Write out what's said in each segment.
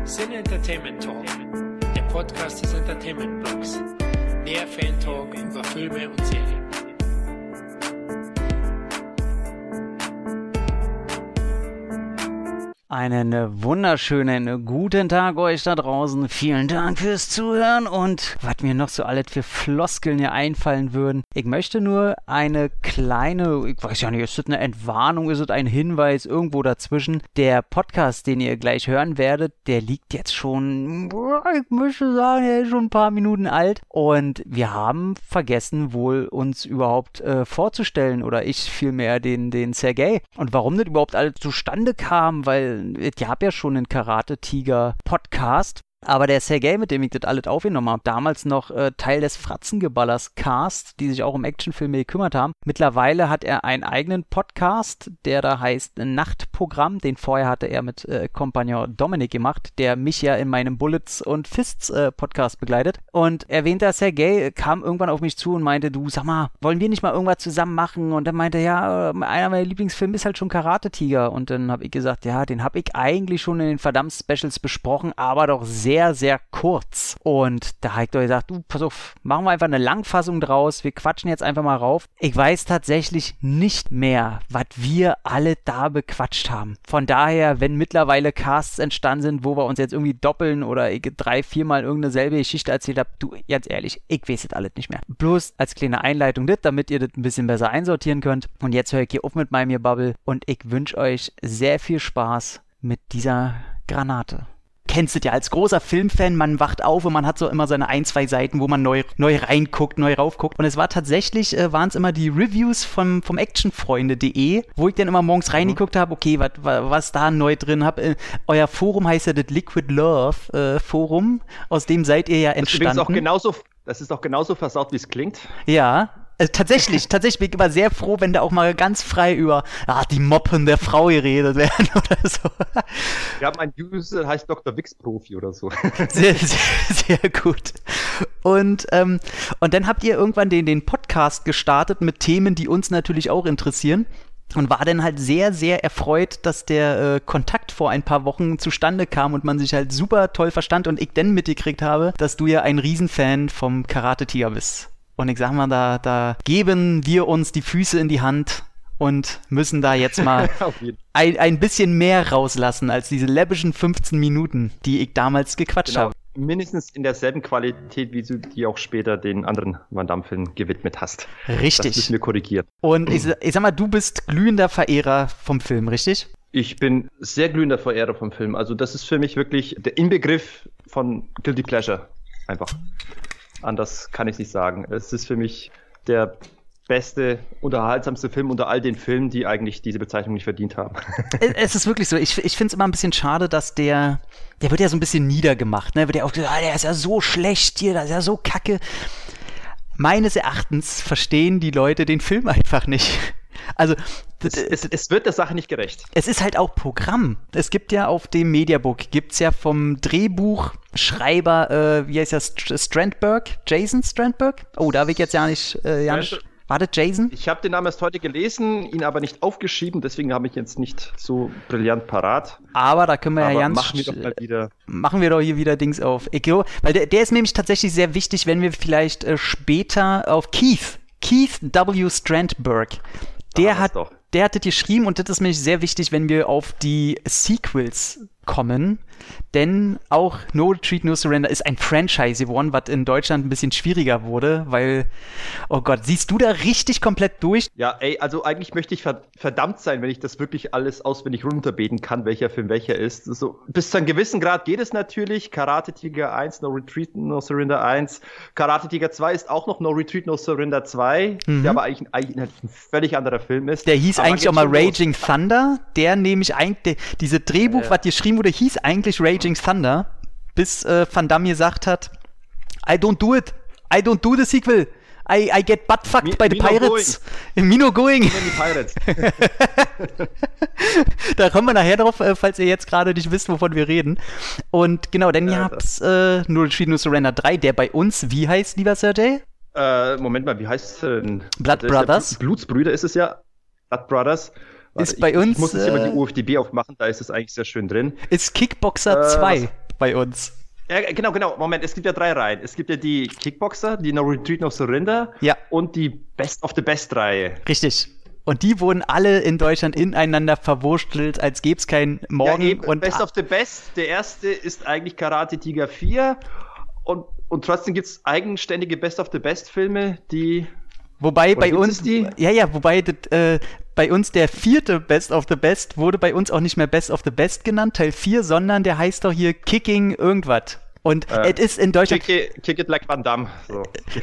Sin Entertainment Talk, der Podcast des Entertainment Blogs. Der Fan-Talk über Filme und Serien. Einen wunderschönen guten Tag euch da draußen. Vielen Dank fürs Zuhören und was mir noch so alles für Floskeln hier einfallen würden. Ich möchte nur eine kleine, ich weiß ja nicht, ist das eine Entwarnung, ist das ein Hinweis, irgendwo dazwischen. Der Podcast, den ihr gleich hören werdet, der liegt jetzt schon, ich möchte sagen, er ist schon ein paar Minuten alt. Und wir haben vergessen, wohl uns überhaupt vorzustellen, oder ich vielmehr den Sergei. Und warum das überhaupt alles zustande kam, weil ich habe ja schon einen Karate-Tiger-Podcast, aber der Sergei, mit dem ich das alles aufgenommen habe, damals noch Teil des Fratzengeballers-Cast, die sich auch um Actionfilme gekümmert haben. Mittlerweile hat er einen eigenen Podcast, der da heißt Nachtprogramm. Den vorher hatte er mit Kompagnon Dominik gemacht, der mich ja in meinem Bullets und Fists Podcast begleitet. Und erwähnter Sergei kam irgendwann auf mich zu und meinte, du, sag mal, wollen wir nicht mal irgendwas zusammen machen? Und er meinte, ja, einer meiner Lieblingsfilme ist halt schon Karate-Tiger. Und dann habe ich gesagt, ja, den habe ich eigentlich schon in den Verdammt-Specials besprochen, aber doch sehr, sehr kurz. Und da habe ich doch gesagt, du, pass auf, machen wir einfach eine Langfassung draus. Wir quatschen jetzt einfach mal rauf. Ich weiß tatsächlich nicht mehr, was wir alle da bequatscht haben. Von daher, wenn mittlerweile Casts entstanden sind, wo wir uns jetzt irgendwie doppeln oder ich 3-4 Mal irgendeine selbe Geschichte erzählt habe, du, ganz ehrlich, ich weiß das alles nicht mehr. Bloß als kleine Einleitung das, damit ihr das ein bisschen besser einsortieren könnt. Und jetzt höre ich hier auf mit meinem Bubble und ich wünsche euch sehr viel Spaß mit dieser Granate. Kennst du ja als großer Filmfan, man wacht auf und man hat so immer seine 1-2 Seiten, wo man neu reinguckt, neu raufguckt. Und es war tatsächlich, waren es immer die Reviews vom actionfreunde.de, wo ich dann immer morgens reingeguckt habe, okay, was da neu drin habe. Euer Forum heißt ja das Liquid Love Forum, aus dem seid ihr ja entstanden. Das ist auch genauso versaut, wie es klingt. Ja. Tatsächlich bin ich immer sehr froh, wenn da auch mal ganz frei über die Moppen der Frau geredet werden oder so. Wir haben einen User, der heißt Dr. Wix Profi oder so. Sehr, sehr, sehr gut. Und dann habt ihr irgendwann den Podcast gestartet mit Themen, die uns natürlich auch interessieren. Und war dann halt sehr, sehr erfreut, dass der Kontakt vor ein paar Wochen zustande kam und man sich halt super toll verstand und ich dann mitgekriegt habe, dass du ja ein Riesenfan vom Karate-Tiger bist. Und ich sag mal, da geben wir uns die Füße in die Hand und müssen da jetzt mal ein bisschen mehr rauslassen als diese läppischen 15 Minuten, die ich damals gequatscht habe. Mindestens in derselben Qualität, wie du die auch später den anderen Van Damme-Filmen gewidmet hast. Richtig. Das müssen wir korrigieren. Und ich sag mal, du bist glühender Verehrer vom Film, richtig? Ich bin sehr glühender Verehrer vom Film. Also das ist für mich wirklich der Inbegriff von Guilty Pleasure. Einfach. Anders kann ich nicht sagen. Es ist für mich der beste, unterhaltsamste Film unter all den Filmen, die eigentlich diese Bezeichnung nicht verdient haben. Es ist wirklich so. Ich finde es immer ein bisschen schade, dass der wird ja so ein bisschen niedergemacht. Ne? Wird ja auch gesagt, der ist ja so schlecht hier, der ist ja so kacke. Meines Erachtens verstehen die Leute den Film einfach nicht. Also es wird der Sache nicht gerecht. Es ist halt auch Programm. Es gibt ja auf dem Mediabook, gibt's ja vom Drehbuchschreiber, wie heißt das, Jason Strandberg? Oh, da habe ich jetzt ja nicht. War das Jason? Ich habe den Namen erst heute gelesen, ihn aber nicht aufgeschrieben, deswegen habe ich jetzt nicht so brillant parat. Aber da können wir ja ganz... Machen wir doch hier wieder Dings auf. Weil der ist nämlich tatsächlich sehr wichtig, wenn wir vielleicht später auf Keith W. Strandberg, der hat das geschrieben und das ist nämlich sehr wichtig, wenn wir auf die Sequels kommen, denn auch No Retreat, No Surrender ist ein Franchise geworden, was in Deutschland ein bisschen schwieriger wurde, weil, oh Gott, siehst du da richtig komplett durch? Ja, also eigentlich möchte ich verdammt sein, wenn ich das wirklich alles auswendig runterbeten kann, welcher Film welcher ist. So, bis zu einem gewissen Grad geht es natürlich. Karate Tiger 1, No Retreat, No Surrender 1. Karate Tiger 2 ist auch noch No Retreat, No Surrender 2, der aber eigentlich ein völlig anderer Film ist. Der hieß aber eigentlich auch mal Raging Thunder, der nämlich eigentlich, diese Drehbuch, was geschrieben wurde, hieß eigentlich Raging Thunder, bis Van Damme gesagt hat, I don't do it, I don't do the sequel, I get buttfucked by the Pirates. Mino going. Da kommen wir nachher drauf, falls ihr jetzt gerade nicht wisst, wovon wir reden. Und genau, dann gab's No Retreat, No Surrender 3, der bei uns, wie heißt, lieber Sergei? Moment mal, wie heißt es denn? Blood Brothers. Blutsbrüder ist es ja. Blood Brothers. ist bei uns... Ich muss jetzt hier mal die UFDB aufmachen, da ist es eigentlich sehr schön drin. Ist Kickboxer 2 bei uns. Ja, genau. Moment, es gibt ja 3 Reihen. Es gibt ja die Kickboxer, die No Retreat, No Surrender und die Best of the Best-Reihe. Richtig. Und die wurden alle in Deutschland ineinander verwurstelt, als gäbe es keinen Morgen. Ja, eben, und Best of the Best, der erste ist eigentlich Karate Tiger 4 und trotzdem gibt es eigenständige Best of the Best-Filme, die... Wobei bei uns... bei uns der 4. Best of the Best wurde bei uns auch nicht mehr Best of the Best genannt, Teil 4, sondern der heißt doch hier Kicking irgendwas. Und es ist in Deutschland... Kick it like Van Damme. So.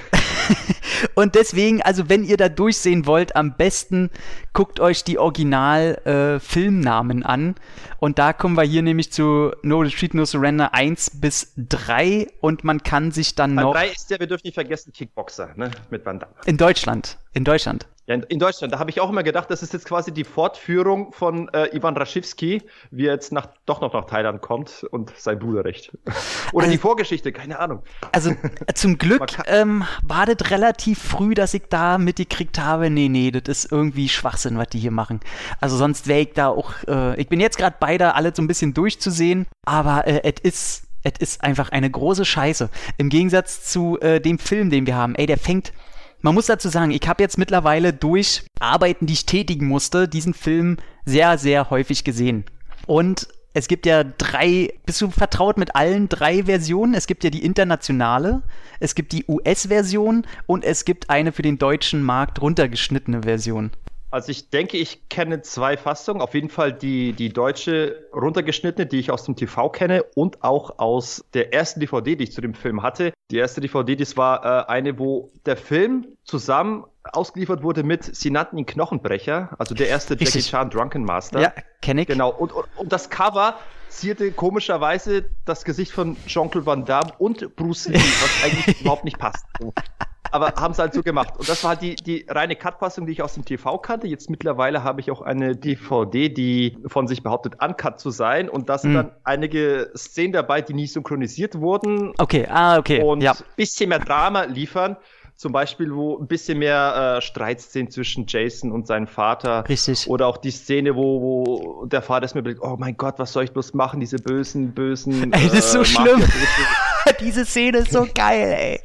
Und deswegen, also wenn ihr da durchsehen wollt, am besten guckt euch die Original-Filmnamen an. Und da kommen wir hier nämlich zu No Retreat, No Surrender 1 bis 3. Und man kann sich dann noch... 3 ist ja, wir dürfen nicht vergessen, Kickboxer, ne? Mit Van Damme. In Deutschland. Ja, in Deutschland, da habe ich auch immer gedacht, das ist jetzt quasi die Fortführung von Ivan Raschivski, wie er jetzt doch noch nach Thailand kommt und sein Bruder rächt. Oder die Vorgeschichte, keine Ahnung. Also zum Glück war das relativ früh, dass ich da mitgekriegt habe, nee, das ist irgendwie Schwachsinn, was die hier machen. Also sonst wäre ich da auch, ich bin jetzt gerade bei, da alles so ein bisschen durchzusehen, aber es ist einfach eine große Scheiße. Im Gegensatz zu dem Film, den wir haben, der fängt... Man muss dazu sagen, ich habe jetzt mittlerweile durch Arbeiten, die ich tätigen musste, diesen Film sehr, sehr häufig gesehen. Und es gibt ja 3, bist du vertraut mit allen 3 Versionen? Es gibt ja die internationale, es gibt die US-Version und es gibt eine für den deutschen Markt runtergeschnittene Version. Also ich denke, ich kenne 2 Fassungen. Auf jeden Fall die deutsche runtergeschnittene, die ich aus dem TV kenne und auch aus der ersten DVD, die ich zu dem Film hatte. Die erste DVD, das war eine, wo der Film zusammen ausgeliefert wurde mit, sie nannten ihn Knochenbrecher, also der erste Jackie Chan Drunken Master. Ja, kenne ich. Genau, und das Cover zierte komischerweise das Gesicht von Jean-Claude Van Damme und Bruce Lee, was eigentlich überhaupt nicht passt. Aber haben es halt so gemacht. Und das war halt die reine Cut-Fassung, die ich aus dem TV kannte. Jetzt mittlerweile habe ich auch eine DVD, die von sich behauptet, uncut zu sein. Und da sind dann einige Szenen dabei, die nie synchronisiert wurden. Okay. Und ein bisschen mehr Drama liefern. Zum Beispiel, wo ein bisschen mehr Streitszenen zwischen Jason und seinem Vater. Richtig. Oder auch die Szene, wo der Vater ist mir überlegt, oh mein Gott, was soll ich bloß machen, diese bösen Ey, das ist so schlimm. Diese Szene ist so geil, ey.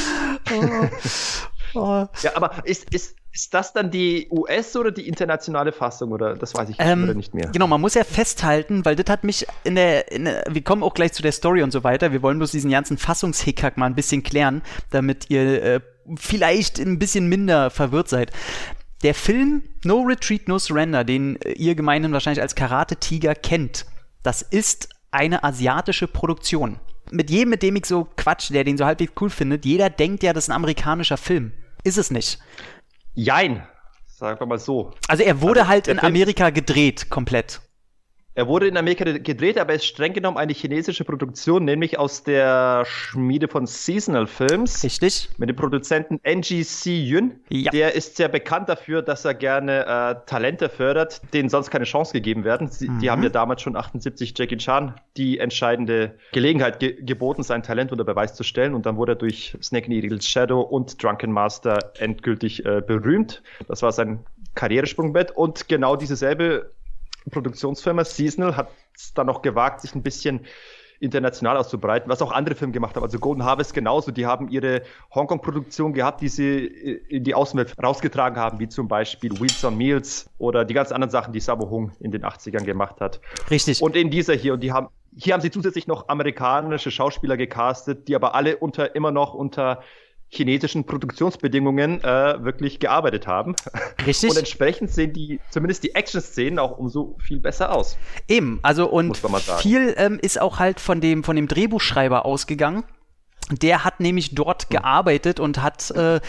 Oh. Ja, aber ist das dann die US- oder die internationale Fassung? Oder das weiß ich nicht mehr. Genau, man muss ja festhalten, weil das hat mich wir kommen auch gleich zu der Story und so weiter. Wir wollen bloß diesen ganzen Fassungshickhack mal ein bisschen klären, damit ihr vielleicht ein bisschen minder verwirrt seid. Der Film No Retreat, No Surrender, den ihr gemeinhin wahrscheinlich als Karate Tiger kennt, das ist eine asiatische Produktion. Mit jedem, mit dem ich so quatsch, der den so halbwegs cool findet, jeder denkt ja, das ist ein amerikanischer Film. Ist es nicht. Jein, sagen wir mal so. Also er wurde halt in Amerika gedreht, komplett. Er wurde in Amerika gedreht, aber er ist streng genommen eine chinesische Produktion, nämlich aus der Schmiede von Seasonal Films. Richtig. Mit dem Produzenten NGC Yun. Ja. Der ist sehr bekannt dafür, dass er gerne Talente fördert, denen sonst keine Chance gegeben werden. Die haben ja damals schon 78 Jackie Chan die entscheidende Gelegenheit geboten, sein Talent unter Beweis zu stellen. Und dann wurde er durch Snake and Eagle's Shadow und Drunken Master endgültig berühmt. Das war sein Karrieresprungbett. Und genau dieselbe Produktionsfirma Seasonal hat es dann noch gewagt, sich ein bisschen international auszubreiten, was auch andere Filme gemacht haben. Also Golden Harvest genauso. Die haben ihre Hongkong-Produktion gehabt, die sie in die Außenwelt rausgetragen haben, wie zum Beispiel Wheels on Meals oder die ganz anderen Sachen, die Sammo Hung in den 80ern gemacht hat. Richtig. Und in dieser hier, und hier haben sie zusätzlich noch amerikanische Schauspieler gecastet, die aber alle immer noch unter chinesischen Produktionsbedingungen wirklich gearbeitet haben. Richtig. Und entsprechend sehen zumindest die Action-Szenen auch umso viel besser aus. Eben, also und viel ist auch halt von dem Drehbuchschreiber ausgegangen. Der hat nämlich dort gearbeitet und hat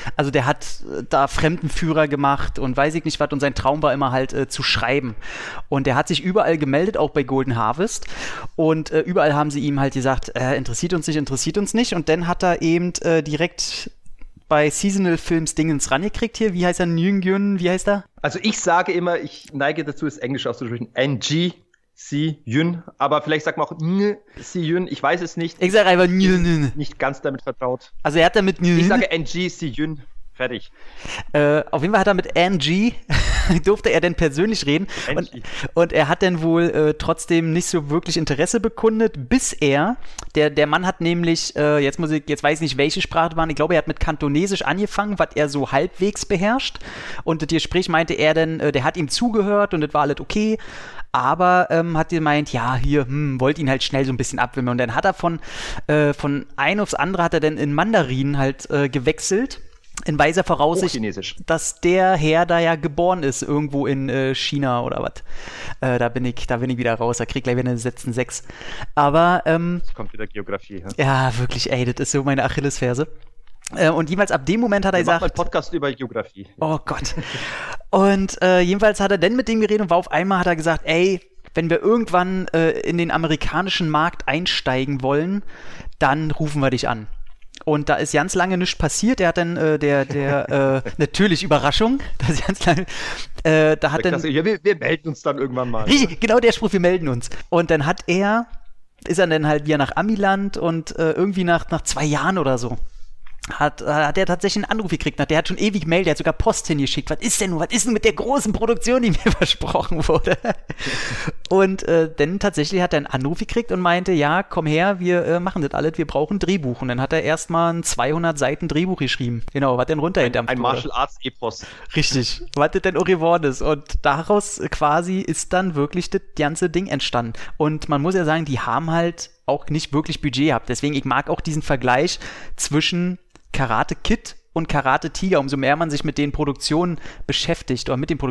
da Fremdenführer gemacht und weiß ich nicht was, und sein Traum war immer halt zu schreiben. Und der hat sich überall gemeldet, auch bei Golden Harvest, und überall haben sie ihm halt gesagt, interessiert uns nicht, und dann hat er eben direkt bei Seasonal Films Dingens rangekriegt hier. Wie heißt er? Nguyen, wie heißt er? Also ich sage immer, ich neige dazu, es Englisch auszusprechen, NG.C. Yun, aber vielleicht sagt man auch C. Yun, ich weiß es nicht. Ich sage einfach Nguyen. Nicht ganz damit vertraut. Also er hat damit Nguyen. Ich sage NG.C. Yun, fertig. Auf jeden Fall hat er mit NG durfte er denn persönlich reden. Und er hat dann wohl trotzdem nicht so wirklich Interesse bekundet, bis er, der Mann hat nämlich, jetzt weiß ich nicht, welche Sprache waren, ich glaube, er hat mit Kantonesisch angefangen, was er so halbwegs beherrscht. Und das Gespräch meinte er dann, der hat ihm zugehört und das war alles okay. Aber hat gemeint, ja, hier, wollte ihn halt schnell so ein bisschen abwimmeln. Und dann hat er von ein aufs andere hat er dann in Mandarin halt gewechselt. In weiser Voraussicht, dass der Herr da ja geboren ist, irgendwo in China oder was. Da bin ich wieder raus, da krieg ich gleich wieder eine Sätzen 6. Aber, jetzt kommt wieder Geografie. Ja, wirklich, ey, das ist so meine Achillesferse. Und jedenfalls ab dem Moment hat er gesagt... Mach mal einen Podcast über Geografie. Oh Gott. Und jedenfalls hat er dann mit dem geredet und auf einmal hat er gesagt, ey, wenn wir irgendwann in den amerikanischen Markt einsteigen wollen, dann rufen wir dich an. Und da ist ganz lange nichts passiert. Er hat dann natürlich Überraschung. Da ist ganz lange. Wir melden uns dann irgendwann mal. Richtig, genau der Spruch, wir melden uns. Und dann ist er dann halt wieder nach Amiland und irgendwie nach 2 Jahren oder so hat er tatsächlich einen Anruf gekriegt. Der hat schon ewig Mail, der hat sogar Post hingeschickt. Was ist denn mit der großen Produktion, die mir versprochen wurde? Und dann tatsächlich hat er einen Anruf gekriegt und meinte, ja, komm her, wir machen das alles, wir brauchen ein Drehbuch. Und dann hat er erstmal ein 200 Seiten Drehbuch geschrieben. Genau, was denn runtergedampft wurde. Ein Martial Arts Epos. Richtig, was das denn auch geworden ist. Und daraus quasi ist dann wirklich das ganze Ding entstanden. Und man muss ja sagen, die haben halt auch nicht wirklich Budget gehabt. Deswegen, ich mag auch diesen Vergleich zwischen Karate Kid und Karate Tiger. Umso mehr man sich mit den Produktionen beschäftigt,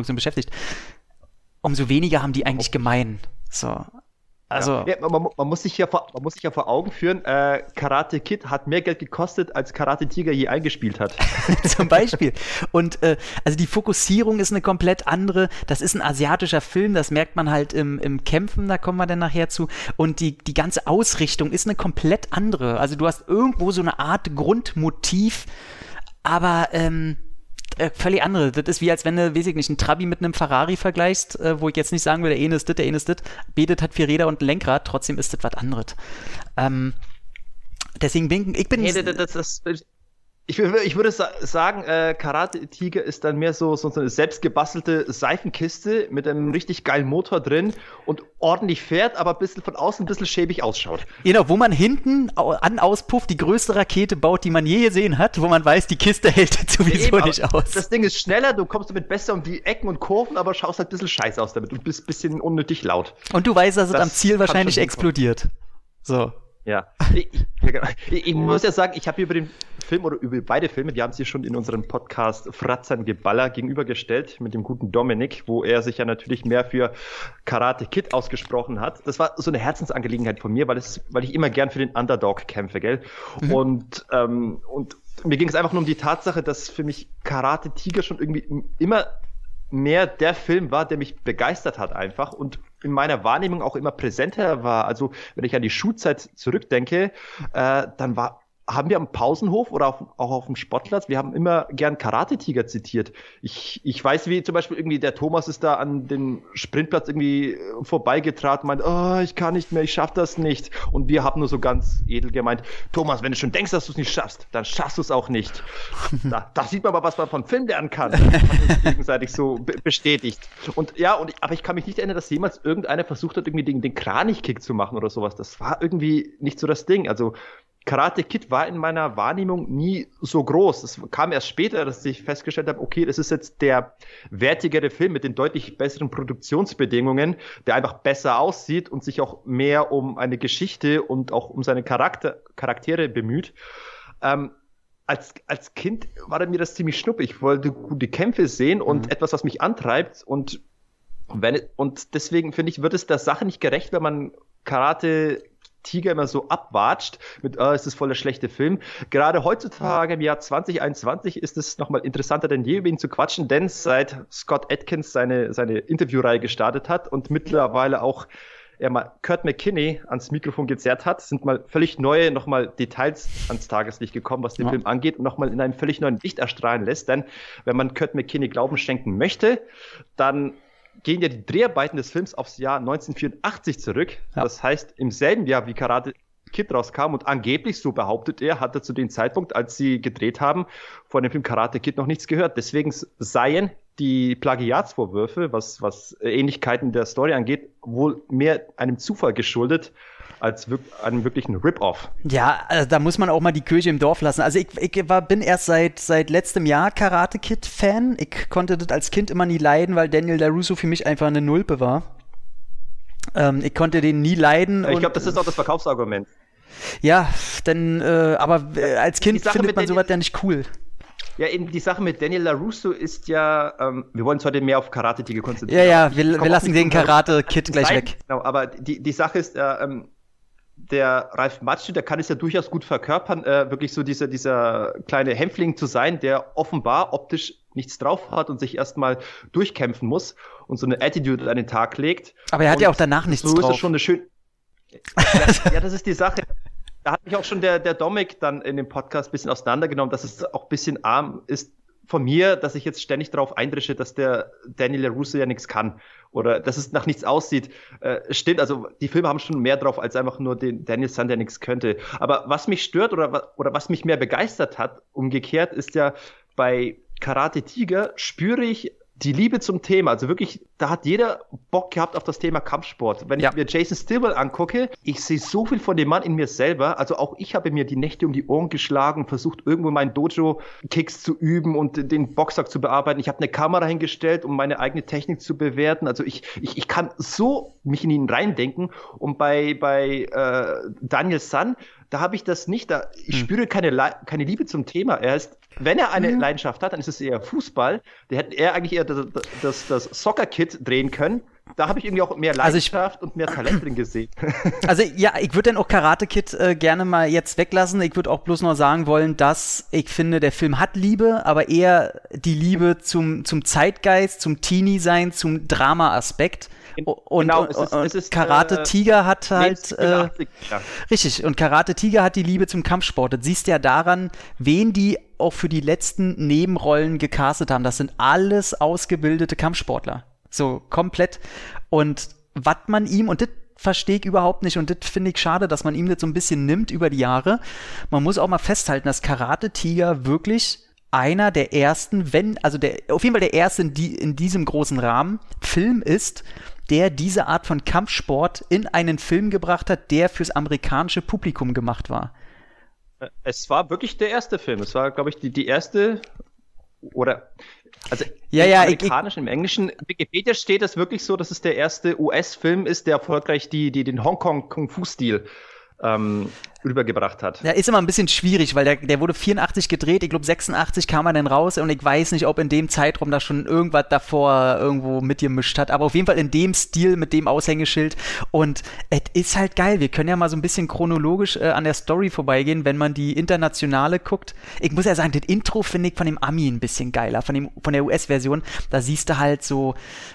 umso weniger haben die eigentlich gemein. So. Also, ja, man muss sich ja vor Augen führen, Karate Kid hat mehr Geld gekostet, als Karate Tiger je eingespielt hat. Zum Beispiel. Und also die Fokussierung ist eine komplett andere. Das ist ein asiatischer Film, das merkt man halt im Kämpfen, da kommen wir dann nachher zu. Und die ganze Ausrichtung ist eine komplett andere. Also du hast irgendwo so eine Art Grundmotiv, aber völlig andere. Das ist wie, als wenn du, weiß ich nicht, einen Trabi mit einem Ferrari vergleichst, wo ich jetzt nicht sagen will, der eine ist das. Betet hat 4 Räder und ein Lenkrad, trotzdem ist das was anderes. Deswegen bin ich... Ich würde sagen, Karate Tiger ist dann mehr so eine selbstgebastelte Seifenkiste mit einem richtig geilen Motor drin und ordentlich fährt, aber von außen ein bisschen schäbig ausschaut. Genau, wo man hinten an Auspuff die größte Rakete baut, die man je gesehen hat, wo man weiß, die Kiste hält sowieso nicht aus. Das Ding ist schneller, du kommst damit besser um die Ecken und Kurven, aber schaust halt ein bisschen scheiße aus damit und bist ein bisschen unnötig laut. Und du weißt, dass es am Ziel wahrscheinlich explodiert. So. Ja, ich muss ja sagen, ich habe über den Film oder über beide Filme, wir haben sie schon in unserem Podcast Fratzern Geballer gegenübergestellt mit dem guten Dominik, wo er sich ja natürlich mehr für Karate Kid ausgesprochen hat. Das war so eine Herzensangelegenheit von mir, weil ich immer gern für den Underdog kämpfe, gell? Mhm. Und mir ging es einfach nur um die Tatsache, dass für mich Karate Tiger schon irgendwie immer mehr der Film war, der mich begeistert hat einfach und in meiner Wahrnehmung auch immer präsenter war. Also wenn ich an die Schulzeit zurückdenke, dann haben wir am Pausenhof oder auch auf dem Sportplatz, wir haben immer gern Karate-Tiger zitiert. Ich weiß, wie zum Beispiel irgendwie der Thomas ist da an dem Sprintplatz irgendwie vorbeigetraten, meint, oh, ich kann nicht mehr, ich schaff das nicht. Und wir haben nur so ganz edel gemeint, Thomas, wenn du schon denkst, dass du es nicht schaffst, dann schaffst du es auch nicht. Da sieht man mal, was man von Film lernen kann. Das hat uns gegenseitig so bestätigt. Aber ich kann mich nicht erinnern, dass jemals irgendeiner versucht hat, irgendwie den Kranichkick zu machen oder sowas. Das war irgendwie nicht so das Ding. Also Karate Kid war in meiner Wahrnehmung nie so groß. Es kam erst später, dass ich festgestellt habe, okay, das ist jetzt der wertigere Film mit den deutlich besseren Produktionsbedingungen, der einfach besser aussieht und sich auch mehr um eine Geschichte und auch um seine Charaktere bemüht. Als Kind war mir das ziemlich schnuppig. Ich wollte gute Kämpfe sehen und etwas, was mich antreibt. Und deswegen finde ich, wird es der Sache nicht gerecht, wenn man Karate Tiger immer so abwatscht mit, ist das voll der schlechte Film. Gerade heutzutage im Jahr 2021 ist es nochmal interessanter denn je, über ihn zu quatschen, denn seit Scott Adkins seine Interviewreihe gestartet hat und mittlerweile auch er mal Kurt McKinney ans Mikrofon gezerrt hat, sind mal völlig neue nochmal Details ans Tageslicht gekommen, was den Film angeht und nochmal in einem völlig neuen Licht erstrahlen lässt, denn wenn man Kurt McKinney Glauben schenken möchte, dann gehen ja die Dreharbeiten des Films aufs Jahr 1984 zurück. Ja. Das heißt, im selben Jahr, wie Karate Kid rauskam und angeblich, so behauptet er, hat er zu dem Zeitpunkt, als sie gedreht haben, von dem Film Karate Kid noch nichts gehört. Deswegen seien die Plagiatsvorwürfe, was Ähnlichkeiten der Story angeht, wohl mehr einem Zufall geschuldet als einem wirklichen Rip-Off. Ja, also da muss man auch mal die Kirche im Dorf lassen. Also ich bin erst seit letztem Jahr Karate Kid-Fan. Ich konnte das als Kind immer nie leiden, weil Daniel LaRusso für mich einfach eine Nulpe war. Ich konnte den nie leiden. Ich glaube, das ist auch das Verkaufsargument. Ja, denn, aber als Kind findet man sowas ja nicht cool. Ja, eben die Sache mit Daniel LaRusso ist ja, wir wollen uns heute mehr auf Karate Tiger konzentrieren. Ja, wir lassen den Karate Kid gleich weg. Genau, aber die Sache ist, der Ralf Macchio, der kann es ja durchaus gut verkörpern, wirklich so dieser kleine Hämpfling zu sein, der offenbar optisch nichts drauf hat und sich erstmal durchkämpfen muss und so eine Attitude an den Tag legt. Aber er hat ja auch danach nichts drauf. So ist es schon eine schöne... Ja, das ist die Sache. Da hat mich auch schon der Dominik dann in dem Podcast ein bisschen auseinandergenommen, dass es auch ein bisschen arm ist von mir, dass ich jetzt ständig darauf eindrische, dass der Daniel LaRusso ja nichts kann oder dass es nach nichts aussieht. Stimmt, also die Filme haben schon mehr drauf als einfach nur den Daniel San, der nichts könnte. Aber was mich stört oder was mich mehr begeistert hat, umgekehrt, ist ja bei Karate Tiger spüre ich die Liebe zum Thema, also wirklich, da hat jeder Bock gehabt auf das Thema Kampfsport. Wenn ich mir Jason Stillwell angucke, ich sehe so viel von dem Mann in mir selber. Also auch ich habe mir die Nächte um die Ohren geschlagen und versucht, irgendwo meinen Dojo-Kicks zu üben und den Boxsack zu bearbeiten. Ich habe eine Kamera hingestellt, um meine eigene Technik zu bewerten. Also ich kann so mich in ihn reindenken. Und bei Daniel San, da habe ich das nicht. Ich spüre keine Liebe zum Thema. Er ist, wenn er eine Leidenschaft hat, dann ist es eher Fußball. Der hätte er eigentlich eher das Soccer-Kid drehen können. Da habe ich irgendwie auch mehr Leidenschaft und mehr Talent drin gesehen. Also ja, ich würde dann auch Karate Kid gerne mal jetzt weglassen. Ich würde auch bloß noch sagen wollen, dass ich finde, der Film hat Liebe, aber eher die Liebe zum Zeitgeist, zum Teenie-Sein, zum Drama-Aspekt. Und Karate Tiger hat halt richtig, und Karate Tiger hat die Liebe zum Kampfsport. Das siehst du ja daran, wen die auch für die letzten Nebenrollen gecastet haben. Das sind alles ausgebildete Kampfsportler. So komplett. Und was man ihm, und das verstehe ich überhaupt nicht, und das finde ich schade, dass man ihm das so ein bisschen nimmt über die Jahre. Man muss auch mal festhalten, dass Karate Tiger wirklich einer der ersten, auf jeden Fall der erste in diesem großen Rahmen Film ist, der diese Art von Kampfsport in einen Film gebracht hat, der fürs amerikanische Publikum gemacht war. Es war wirklich der erste Film. Es war, glaube ich, die erste oder also im Amerikanischen, im Englischen Wikipedia steht es wirklich so, dass es der erste US-Film ist, der erfolgreich den Hongkong-Kung-Fu-Stil rübergebracht hat. Ja, ist immer ein bisschen schwierig, weil der wurde 84 gedreht, ich glaube 86 kam er dann raus und ich weiß nicht, ob in dem Zeitraum da schon irgendwas davor irgendwo mitgemischt hat, aber auf jeden Fall in dem Stil mit dem Aushängeschild und es ist halt geil, wir können ja mal so ein bisschen chronologisch an der Story vorbeigehen, wenn man die internationale guckt. Ich muss ja sagen, das Intro finde ich von dem Ami ein bisschen geiler, von der US-Version, da siehst du halt so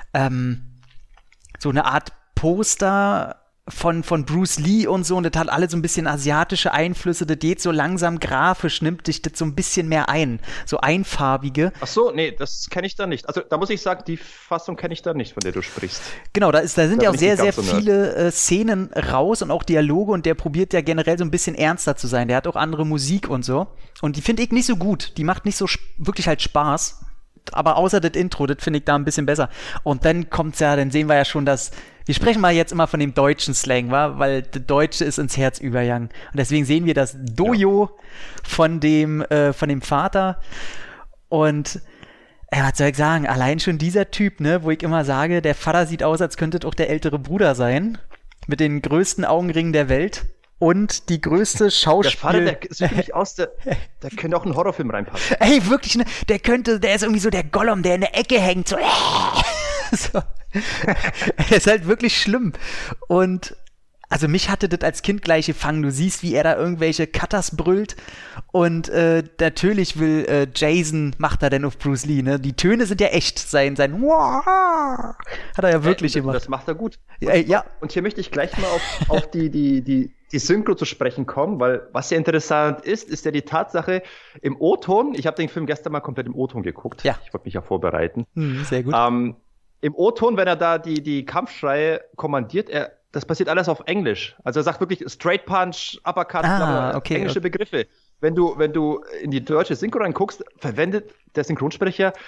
so eine Art Poster von Bruce Lee und so, und das hat alle so ein bisschen asiatische Einflüsse, das geht so langsam grafisch, nimmt dich das so ein bisschen mehr ein, so einfarbige. Ach so, nee, das kenne ich da nicht. Also da muss ich sagen, die Fassung kenne ich da nicht, von der du sprichst. Genau, da sind ja auch sehr, sehr viele Szenen raus und auch Dialoge, und der probiert ja generell so ein bisschen ernster zu sein, der hat auch andere Musik und so, und die finde ich nicht so gut, die macht nicht so wirklich halt Spaß, aber außer das Intro, das finde ich da ein bisschen besser. Und dann kommt's ja, dann sehen wir ja schon, dass wir sprechen mal jetzt immer von dem deutschen Slang, weil der Deutsche ist ins Herz übergegangen. Und deswegen sehen wir das Dojo von dem Vater. Und was soll ich sagen, allein schon dieser Typ, ne, wo ich immer sage, der Vater sieht aus, als könnte es auch der ältere Bruder sein, mit den größten Augenringen der Welt. Und die größte Schauspiel... Der Vater, der sieht wirklich aus, der könnte auch in einen Horrorfilm reinpassen. Ey, wirklich, ne? Der ist irgendwie so der Gollum, der in der Ecke hängt, so. So. Er ist halt wirklich schlimm. Und also mich hatte das als Kind gleich gefangen. Du siehst, wie er da irgendwelche Cutters brüllt. Und natürlich will Jason, macht er denn auf Bruce Lee, ne? Die Töne sind ja echt. Sein Wah! Hat er ja wirklich gemacht. Das macht er gut. Ja. Und hier möchte ich gleich mal auf die Synchro zu sprechen kommen, weil was ja interessant ist ja die Tatsache im O-Ton, ich habe den Film gestern mal komplett im O-Ton geguckt. Ja. Ich wollte mich ja vorbereiten. Sehr gut. Im O-Ton, wenn er da die Kampfschreie kommandiert, das passiert alles auf Englisch. Also er sagt wirklich Straight Punch, Uppercut, englische Begriffe. Wenn du in die deutsche Synchro reinguckst, verwendet der Synchronsprecher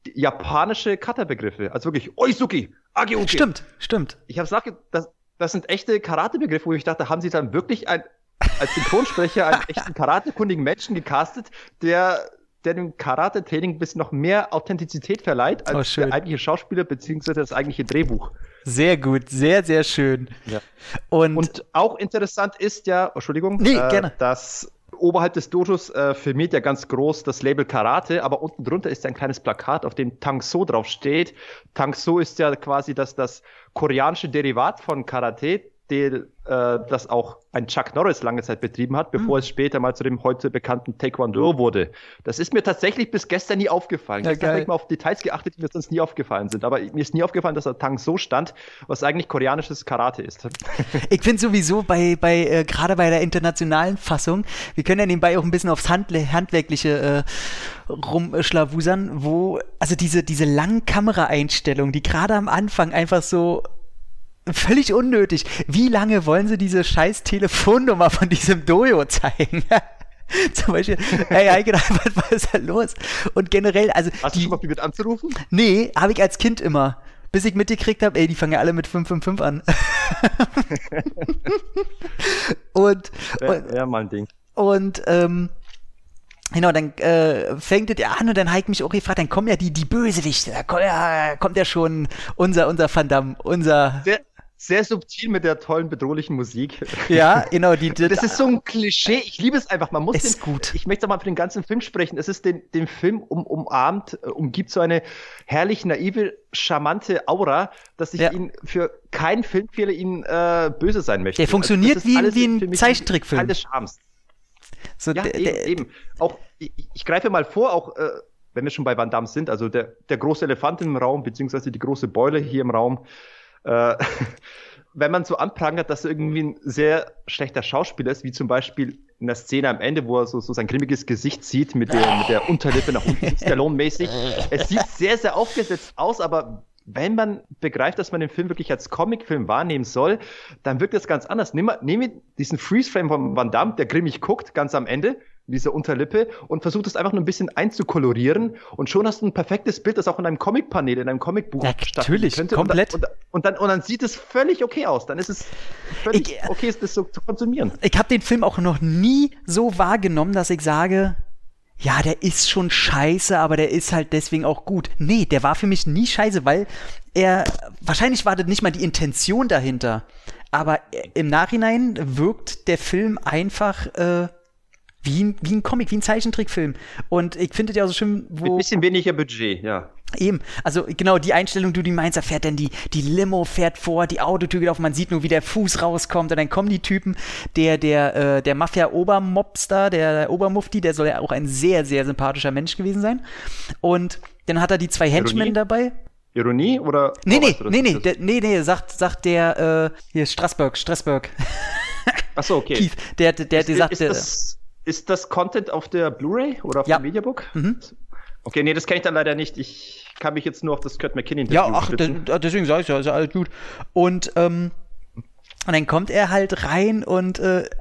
japanische Kata-Begriffe. Also wirklich Oizuki, Ageuki. Stimmt. Ich habe gesagt, das sind echte Karate-Begriffe, wo ich dachte, haben sie dann wirklich als Synchronsprecher einen echten karatekundigen Menschen gecastet, der dem Karate-Training ein bisschen noch mehr Authentizität verleiht als der eigentliche Schauspieler bzw. das eigentliche Drehbuch. Sehr gut, sehr, sehr schön. Ja. Und auch interessant ist ja, gerne. dass oberhalb des Dojos firmiert ja ganz groß das Label Karate, aber unten drunter ist ein kleines Plakat, auf dem Tang-So draufsteht. Tang-So ist ja quasi das koreanische Derivat von Karate, das auch ein Chuck Norris lange Zeit betrieben hat, bevor es später mal zu dem heute bekannten Taekwondo wurde. Das ist mir tatsächlich bis gestern nie aufgefallen. Gestern habe ich mal auf Details geachtet, die mir sonst nie aufgefallen sind. Aber mir ist nie aufgefallen, dass da Tang-So stand, was eigentlich koreanisches Karate ist. Ich finde sowieso gerade bei der internationalen Fassung, wir können ja nebenbei auch ein bisschen aufs Handwerkliche rumschlawusern, wo, also diese langen Kameraeinstellungen, die gerade am Anfang einfach so völlig unnötig. Wie lange wollen sie diese scheiß Telefonnummer von diesem Dojo zeigen? Zum Beispiel, ey, was ist da los? Und generell, also. Hast du schon mal probiert anzurufen? Nee, habe ich als Kind immer. Bis ich mitgekriegt habe, die fangen ja alle mit 555 an. Ja, mal ein Ding. Und, genau, dann fängt es ja an und dann habe ich mich auch gefragt, dann kommen ja die Bösewichte, da kommt ja schon unser Van Damme, Sehr subtil mit der tollen, bedrohlichen Musik. Ja, genau. Das ist so ein Klischee. Ich liebe es einfach. Man muss ist gut. Ich möchte auch mal für den ganzen Film sprechen. Es ist den Film umgibt so eine herrlich naive, charmante Aura, dass ich ihn für keinen Filmfehler böse sein möchte. Der funktioniert wie ein Zeichentrickfilm. Teil des Charmes. So, ja, eben. Auch, ich greife mal vor, auch wenn wir schon bei Van Damme sind, also der große Elefant im Raum, beziehungsweise die große Beule hier im Raum, wenn man so anprangert, dass er irgendwie ein sehr schlechter Schauspieler ist, wie zum Beispiel in der Szene am Ende, wo er so sein grimmiges Gesicht sieht, mit der Unterlippe nach unten, Stallone-mäßig. Es sieht sehr, sehr aufgesetzt aus, aber wenn man begreift, dass man den Film wirklich als Comicfilm wahrnehmen soll, dann wirkt das ganz anders. Nehmen wir diesen Freeze-Frame von Van Damme, der grimmig guckt, ganz am Ende, diese Unterlippe, und versucht es einfach nur ein bisschen einzukolorieren, und schon hast du ein perfektes Bild, das auch in einem Comicpanel, in einem Comicbuch natürlich, könnte. Komplett. Und dann sieht es völlig okay aus. Dann ist es völlig okay, das so zu konsumieren. Ich habe den Film auch noch nie so wahrgenommen, dass ich sage, ja, der ist schon scheiße, aber der ist halt deswegen auch gut. Nee, der war für mich nie scheiße, weil wahrscheinlich war das nicht mal die Intention dahinter, aber im Nachhinein wirkt der Film einfach wie ein Comic, wie ein Zeichentrickfilm. Und ich finde es ja auch so schön, mit ein bisschen weniger Budget, ja. Eben, also genau die Einstellung, die meinst, da fährt dann die Limo fährt vor, die Autotür geht auf, man sieht nur, wie der Fuß rauskommt, und dann kommen die Typen, der Mafia-Obermobster, der Obermufti, der soll ja auch ein sehr, sehr sympathischer Mensch gewesen sein, und dann hat er die zwei Henchmen dabei. Ironie, oder? Nee, sagt der, hier Strasberg. Achso, okay. Keith, der sagte... Ist das Content auf der Blu-ray oder auf dem Mediabook? Mhm. Okay, nee, das kenne ich dann leider nicht. Ich kann mich jetzt nur auf das Kurt McKinnon-Interview deswegen sage ich ja, ist ja alles gut. Und dann kommt er halt rein und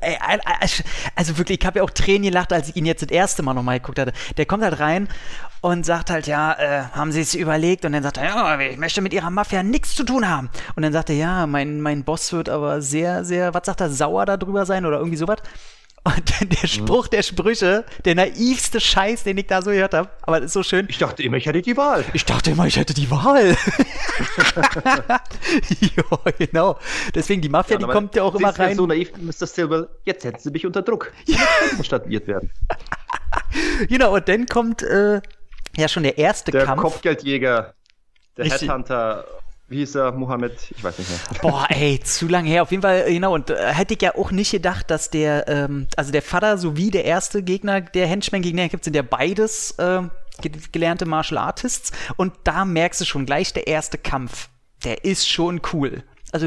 also wirklich, ich habe ja auch Tränen gelacht, als ich ihn jetzt das erste Mal nochmal geguckt hatte. Der kommt halt rein und sagt halt, haben Sie es überlegt? Und dann sagt er, ja, ich möchte mit Ihrer Mafia nichts zu tun haben. Und dann sagt er, ja, mein Boss wird aber sehr, sehr, was sagt er, sauer darüber sein oder irgendwie sowas. Und der Spruch der Sprüche, der naivste Scheiß, den ich da so gehört habe, aber das ist so schön. Ich dachte immer, ich hätte die Wahl. Ja, genau. Deswegen, die Mafia, die kommt ja auch immer rein. So naiv, Mr. Stillwell, jetzt setzen Sie mich unter Druck. Statuiert werden. Genau, und dann kommt schon der erste Kampf. Der Kopfgeldjäger, der Headhunter. Wie hieß er? Mohammed? Ich weiß nicht mehr. Boah, ey, zu lang her. Auf jeden Fall, genau. Und hätte ich ja auch nicht gedacht, dass der Vater sowie der erste Gegner, der Henchman-Gegner gibt, sind ja beides gelernte Martial Artists. Und da merkst du schon gleich, der erste Kampf, der ist schon cool. Also,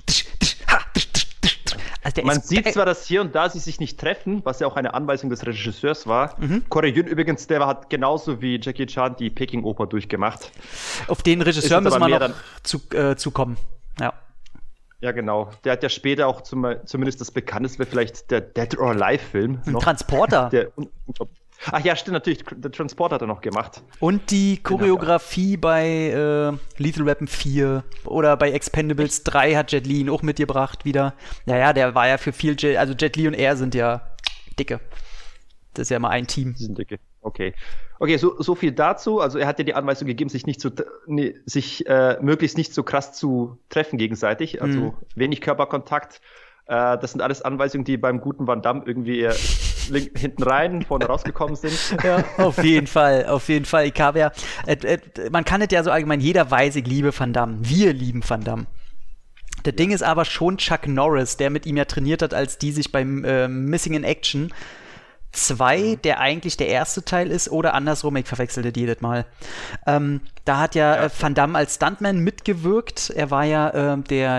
man sieht zwar, dass hier und da sie sich nicht treffen, was ja auch eine Anweisung des Regisseurs war. Corey Yuen übrigens, der hat genauso wie Jackie Chan die Peking-Oper durchgemacht. Auf den Regisseur müssen wir noch zukommen. Ja. Ja, genau. Der hat ja später auch zumindest das bekannteste, vielleicht der Dead or Alive-Film. Ein Transporter. Ach ja, stimmt, natürlich. The Transport hat er noch gemacht. Und die Choreografie bei Lethal Weapon 4 oder bei Expendables 3 hat Jet Li ihn auch mitgebracht wieder. Naja, der war ja für viel, also Jet Li und er sind ja dicke. Das ist ja mal ein Team. Die sind dicke, okay. Okay, so viel dazu. Also er hat ja die Anweisung gegeben, sich möglichst nicht so krass zu treffen gegenseitig. Also wenig Körperkontakt. Das sind alles Anweisungen, die beim guten Van Damme irgendwie eher hinten rein, vorne rausgekommen sind. Ja, auf jeden Fall. Ich habe ja, man kann es ja so allgemein, jeder weiß, ich liebe Van Damme. Wir lieben Van Damme. Das Ding ist aber schon Chuck Norris, der mit ihm ja trainiert hat, als die sich beim Missing in Action 2, der eigentlich der erste Teil ist, oder andersrum, ich verwechselte die jedes Mal. Da hat ja Van Damme als Stuntman mitgewirkt. Er war ja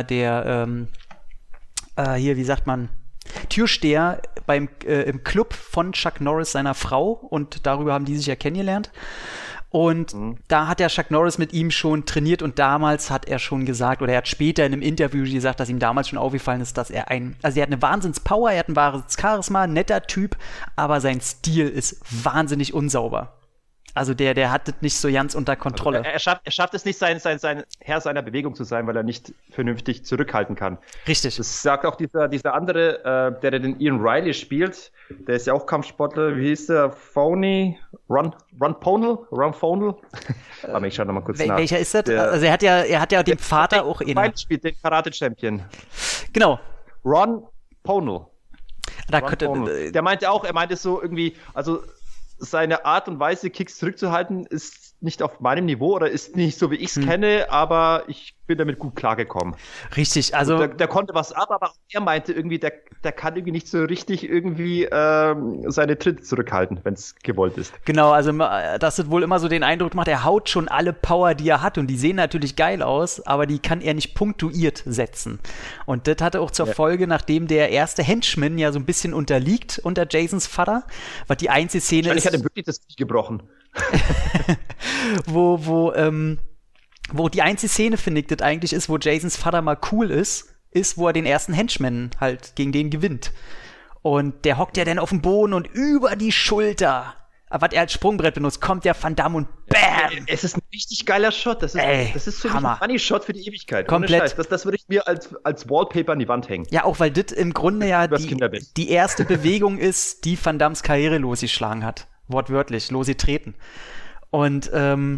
hier, wie sagt man, Türsteher im Club von Chuck Norris, seiner Frau, und darüber haben die sich ja kennengelernt. Und da hat der Chuck Norris mit ihm schon trainiert und damals hat er schon gesagt, oder er hat später in einem Interview gesagt, dass ihm damals schon aufgefallen ist, dass er er hat eine Wahnsinns-Power, er hat ein wahres Charisma, netter Typ, aber sein Stil ist wahnsinnig unsauber. Also der hat das nicht so ganz unter Kontrolle. Also er schafft es nicht, sein Herr seiner Bewegung zu sein, weil er nicht vernünftig zurückhalten kann. Richtig. Das sagt auch dieser andere, der den Ian Riley spielt, der ist ja auch Kampfsportler, wie hieß der? Ron Pownell? Aber ich schau noch mal kurz nach. Welcher ist das? Also er hat ja den Vater auch in. Der spielt den Karate-Champion. Genau. Ron Pownell. Pownell. Der meinte so irgendwie, also seine Art und Weise, Kicks zurückzuhalten, ist nicht auf meinem Niveau oder ist nicht so, wie ich es kenne, aber ich bin damit gut klargekommen. Richtig, also der konnte was ab, aber er meinte irgendwie, der kann irgendwie nicht so richtig irgendwie seine Tritte zurückhalten, wenn es gewollt ist. Genau, also das hat wohl immer so den Eindruck gemacht, er haut schon alle Power, die er hat und die sehen natürlich geil aus, aber die kann er nicht punktuiert setzen. Und das hatte auch zur Folge, nachdem der erste Henchman ja so ein bisschen unterliegt unter Jasons Vater, was die einzige Szene ist. Ich hatte wirklich das Knie gebrochen. wo die einzige Szene, finde ich, das eigentlich ist, wo Jasons Vater mal cool ist, wo er den ersten Henchman halt gegen den gewinnt. Und der hockt ja dann auf dem Boden und über die Schulter, was er als Sprungbrett benutzt, kommt der Van Damme und BAM! Es ist ein richtig geiler Shot. Das ist für mich ein Funny-Shot für die Ewigkeit. Komplett. Das würde ich mir als Wallpaper an die Wand hängen. Ja, auch weil das im Grunde ja die erste Bewegung ist, die Van Dammes Karriere losgeschlagen hat. Wortwörtlich, losgetreten. Und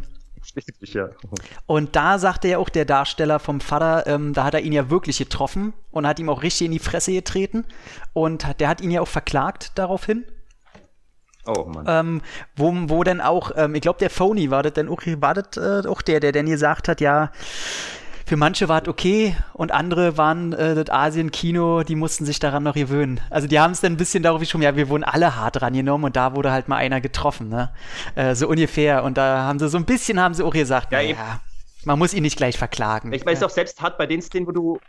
und da sagte ja auch der Darsteller vom Vater, da hat er ihn ja wirklich getroffen und hat ihm auch richtig in die Fresse getreten und der hat ihn ja auch verklagt daraufhin. Oh Mann. Wo dann auch, ich glaube der Phony war das auch der dann gesagt hat, ja, für manche war es okay und andere waren das Asien-Kino, die mussten sich daran noch gewöhnen. Also die haben es dann ein bisschen darauf geschoben, ja, wir wurden alle hart rangenommen und da wurde halt mal einer getroffen, ne? So ungefähr. Und da haben sie auch gesagt, ja, man muss ihn nicht gleich verklagen. Ich weiß auch selbst hart bei den Szenen, wo du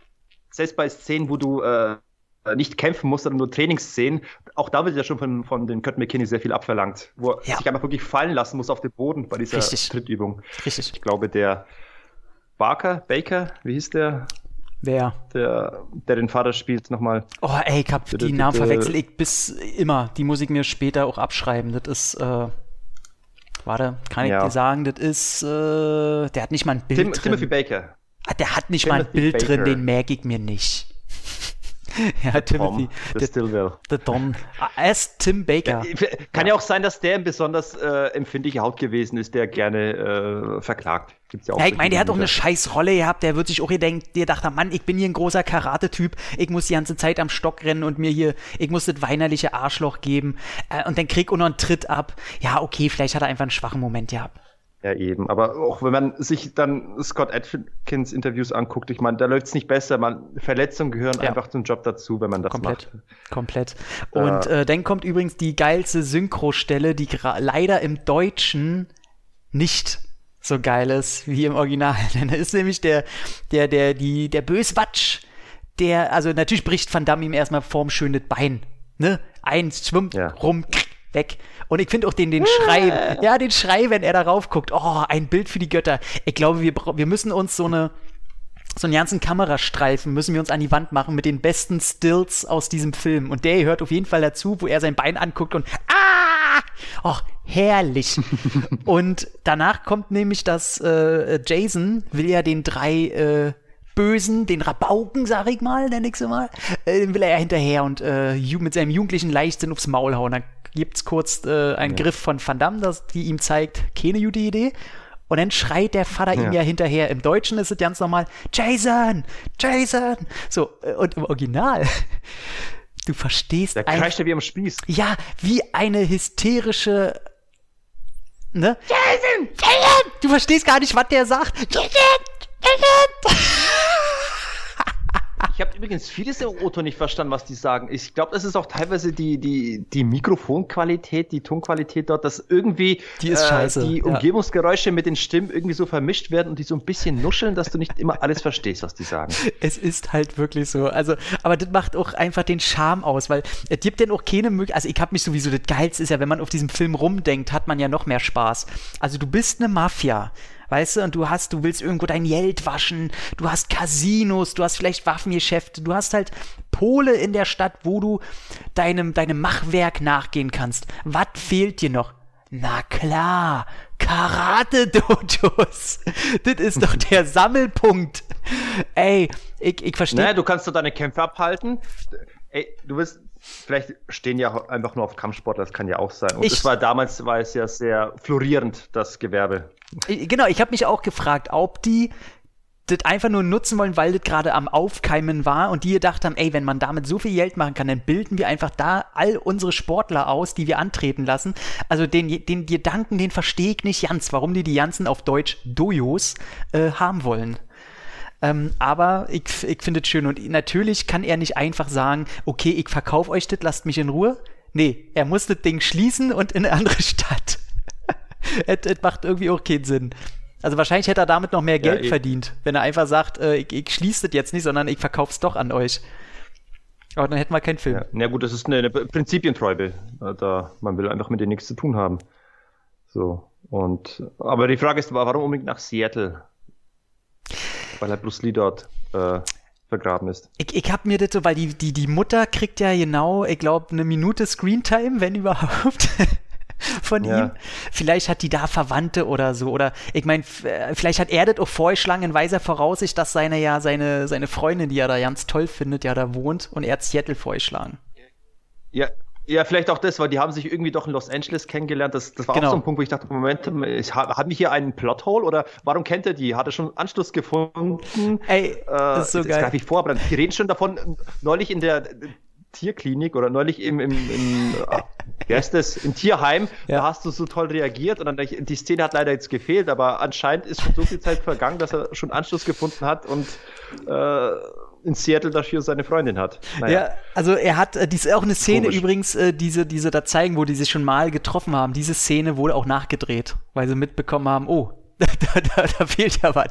nicht kämpfen musst, sondern nur Trainingsszenen, auch da wird ja schon von den Kurt McKinney sehr viel abverlangt, wo er sich einfach wirklich fallen lassen muss auf den Boden bei dieser Trittübung. Richtig. Ich glaube, der Baker, wie hieß der? Wer? Der den Vater spielt, nochmal. Oh, ey, ich hab die Namen verwechselt. Ich bis immer. Die muss ich mir später auch abschreiben. Das ist, warte, kann ich dir sagen, das ist, der hat nicht mal ein Bild drin. Timothy Baker. Der hat nicht mal ein Bild drin, den merke ich mir nicht. Ja, Timothy. Der Don. Er ist Tim Baker. Kann ja auch sein, dass der ein besonders empfindliche Haut gewesen ist, der gerne verklagt. Gibt's ja auch ich meine, der hat auch eine scheiß Rolle gehabt. Der wird sich auch gedacht haben, Mann, ich bin hier ein großer Karate-Typ. Ich muss die ganze Zeit am Stock rennen und ich muss das weinerliche Arschloch geben. Und dann krieg ich auch noch einen Tritt ab. Ja, okay, vielleicht hat er einfach einen schwachen Moment gehabt. Ja, eben. Aber auch wenn man sich dann Scott Adkins Interviews anguckt, ich meine, da läuft es nicht besser. Verletzungen gehören einfach zum Job dazu, wenn man das macht. Komplett. Und dann kommt übrigens die geilste Synchro-Stelle, die leider im Deutschen nicht so geil ist wie im Original. Denn da ist nämlich der Böswatsch, also natürlich bricht Van Damme ihm erstmal vorm schönes Bein. Ne? Schwimmt rum, weg. Und ich finde auch den Schrei, den Schrei, wenn er darauf guckt. Oh, ein Bild für die Götter. Ich glaube, wir müssen uns so einen ganzen Kamerastreifen müssen wir uns an die Wand machen mit den besten Stills aus diesem Film. Und der hört auf jeden Fall dazu, wo er sein Bein anguckt und Och, herrlich. Und danach kommt nämlich, dass Jason will ja den 3 Bösen, den Rabauken, sag ich mal, nenne ich sie mal, den will er ja hinterher und mit seinem jugendlichen Leichtsinn aufs Maul hauen. Dann gibt's kurz einen Griff von Van Damme, die ihm zeigt, keine gute Idee. Und dann schreit der Vater ihm ja hinterher. Im Deutschen ist es ganz normal, Jason, Jason. So, und im Original, du verstehst der kreischt ja wie am Spieß. Ja, wie eine hysterische, ne? Jason, Jason! Du verstehst gar nicht, was der sagt. Jason, Jason! Ich habe übrigens vieles im O-Ton nicht verstanden, was die sagen. Ich glaube, es ist auch teilweise die Mikrofonqualität, die Tonqualität dort, dass irgendwie die ist scheiße. Die Umgebungsgeräusche mit den Stimmen irgendwie so vermischt werden und die so ein bisschen nuscheln, dass du nicht immer alles verstehst, was die sagen. Es ist halt wirklich so. Also, aber das macht auch einfach den Charme aus, weil es gibt denn auch keine Möglichkeit. Also, ich habe mich sowieso, das Geilste ist ja, wenn man auf diesem Film rumdenkt, hat man ja noch mehr Spaß. Also, du bist eine Mafia. Weißt du, und du willst irgendwo dein Geld waschen, du hast Casinos, du hast vielleicht Waffengeschäfte, du hast halt Pole in der Stadt, wo du deinem Machwerk nachgehen kannst. Was fehlt dir noch? Na klar, Karate-Dojos. Das ist doch der Sammelpunkt. Ey, ich verstehe. Naja, du kannst doch deine Kämpfe abhalten. Ey, vielleicht stehen ja einfach nur auf Kampfsportler, das kann ja auch sein. Und damals war es ja sehr florierend, das Gewerbe. Genau, ich habe mich auch gefragt, ob die das einfach nur nutzen wollen, weil das gerade am Aufkeimen war und die gedacht haben, ey, wenn man damit so viel Geld machen kann, dann bilden wir einfach da all unsere Sportler aus, die wir antreten lassen. Also den Gedanken, den verstehe ich nicht ganz, warum die ganzen auf Deutsch Dojos haben wollen. Aber ich finde es schön und natürlich kann er nicht einfach sagen, okay, ich verkaufe euch das, lasst mich in Ruhe. Nee, er muss das Ding schließen und in eine andere Stadt. Es macht irgendwie auch keinen Sinn. Also wahrscheinlich hätte er damit noch mehr Geld verdient, wenn er einfach sagt, ich schließe das jetzt nicht, sondern ich verkaufe es doch an euch. Aber dann hätten wir keinen Film. Ja gut, das ist eine Prinzipientreue. Man will einfach mit denen nichts zu tun haben. So. Aber die Frage ist, warum unbedingt nach Seattle? Weil halt Bruce Lee dort vergraben ist. Ich hab mir das so, weil die Mutter kriegt ja genau, ich glaube, 1 Minute Screentime, wenn überhaupt, von ihm. Vielleicht hat die da Verwandte oder so. Oder ich meine, vielleicht hat er das auch vorgeschlagen in weiser Voraussicht, dass seine Freundin, die er da ganz toll findet, ja da wohnt und er hat Seattle vorgeschlagen. Ja, vielleicht auch das, weil die haben sich irgendwie doch in Los Angeles kennengelernt. Das war auch so ein Punkt, wo ich dachte, Moment, haben wir hier einen Plothole oder warum kennt er die? Hat er schon Anschluss gefunden? Ey, das ist so geil. Das greife ich vor, aber die reden schon davon, neulich in der Tierklinik oder neulich im wie heißt das, im Tierheim, da hast du so toll reagiert und dann die Szene hat leider jetzt gefehlt, aber anscheinend ist schon so viel Zeit vergangen, dass er schon Anschluss gefunden hat und in Seattle dafür seine Freundin hat. Naja. Ja, also er hat, die ist auch eine Szene übrigens, diese da zeigen, wo die sich schon mal getroffen haben, diese Szene wurde auch nachgedreht, weil sie mitbekommen haben, oh, da fehlt ja was.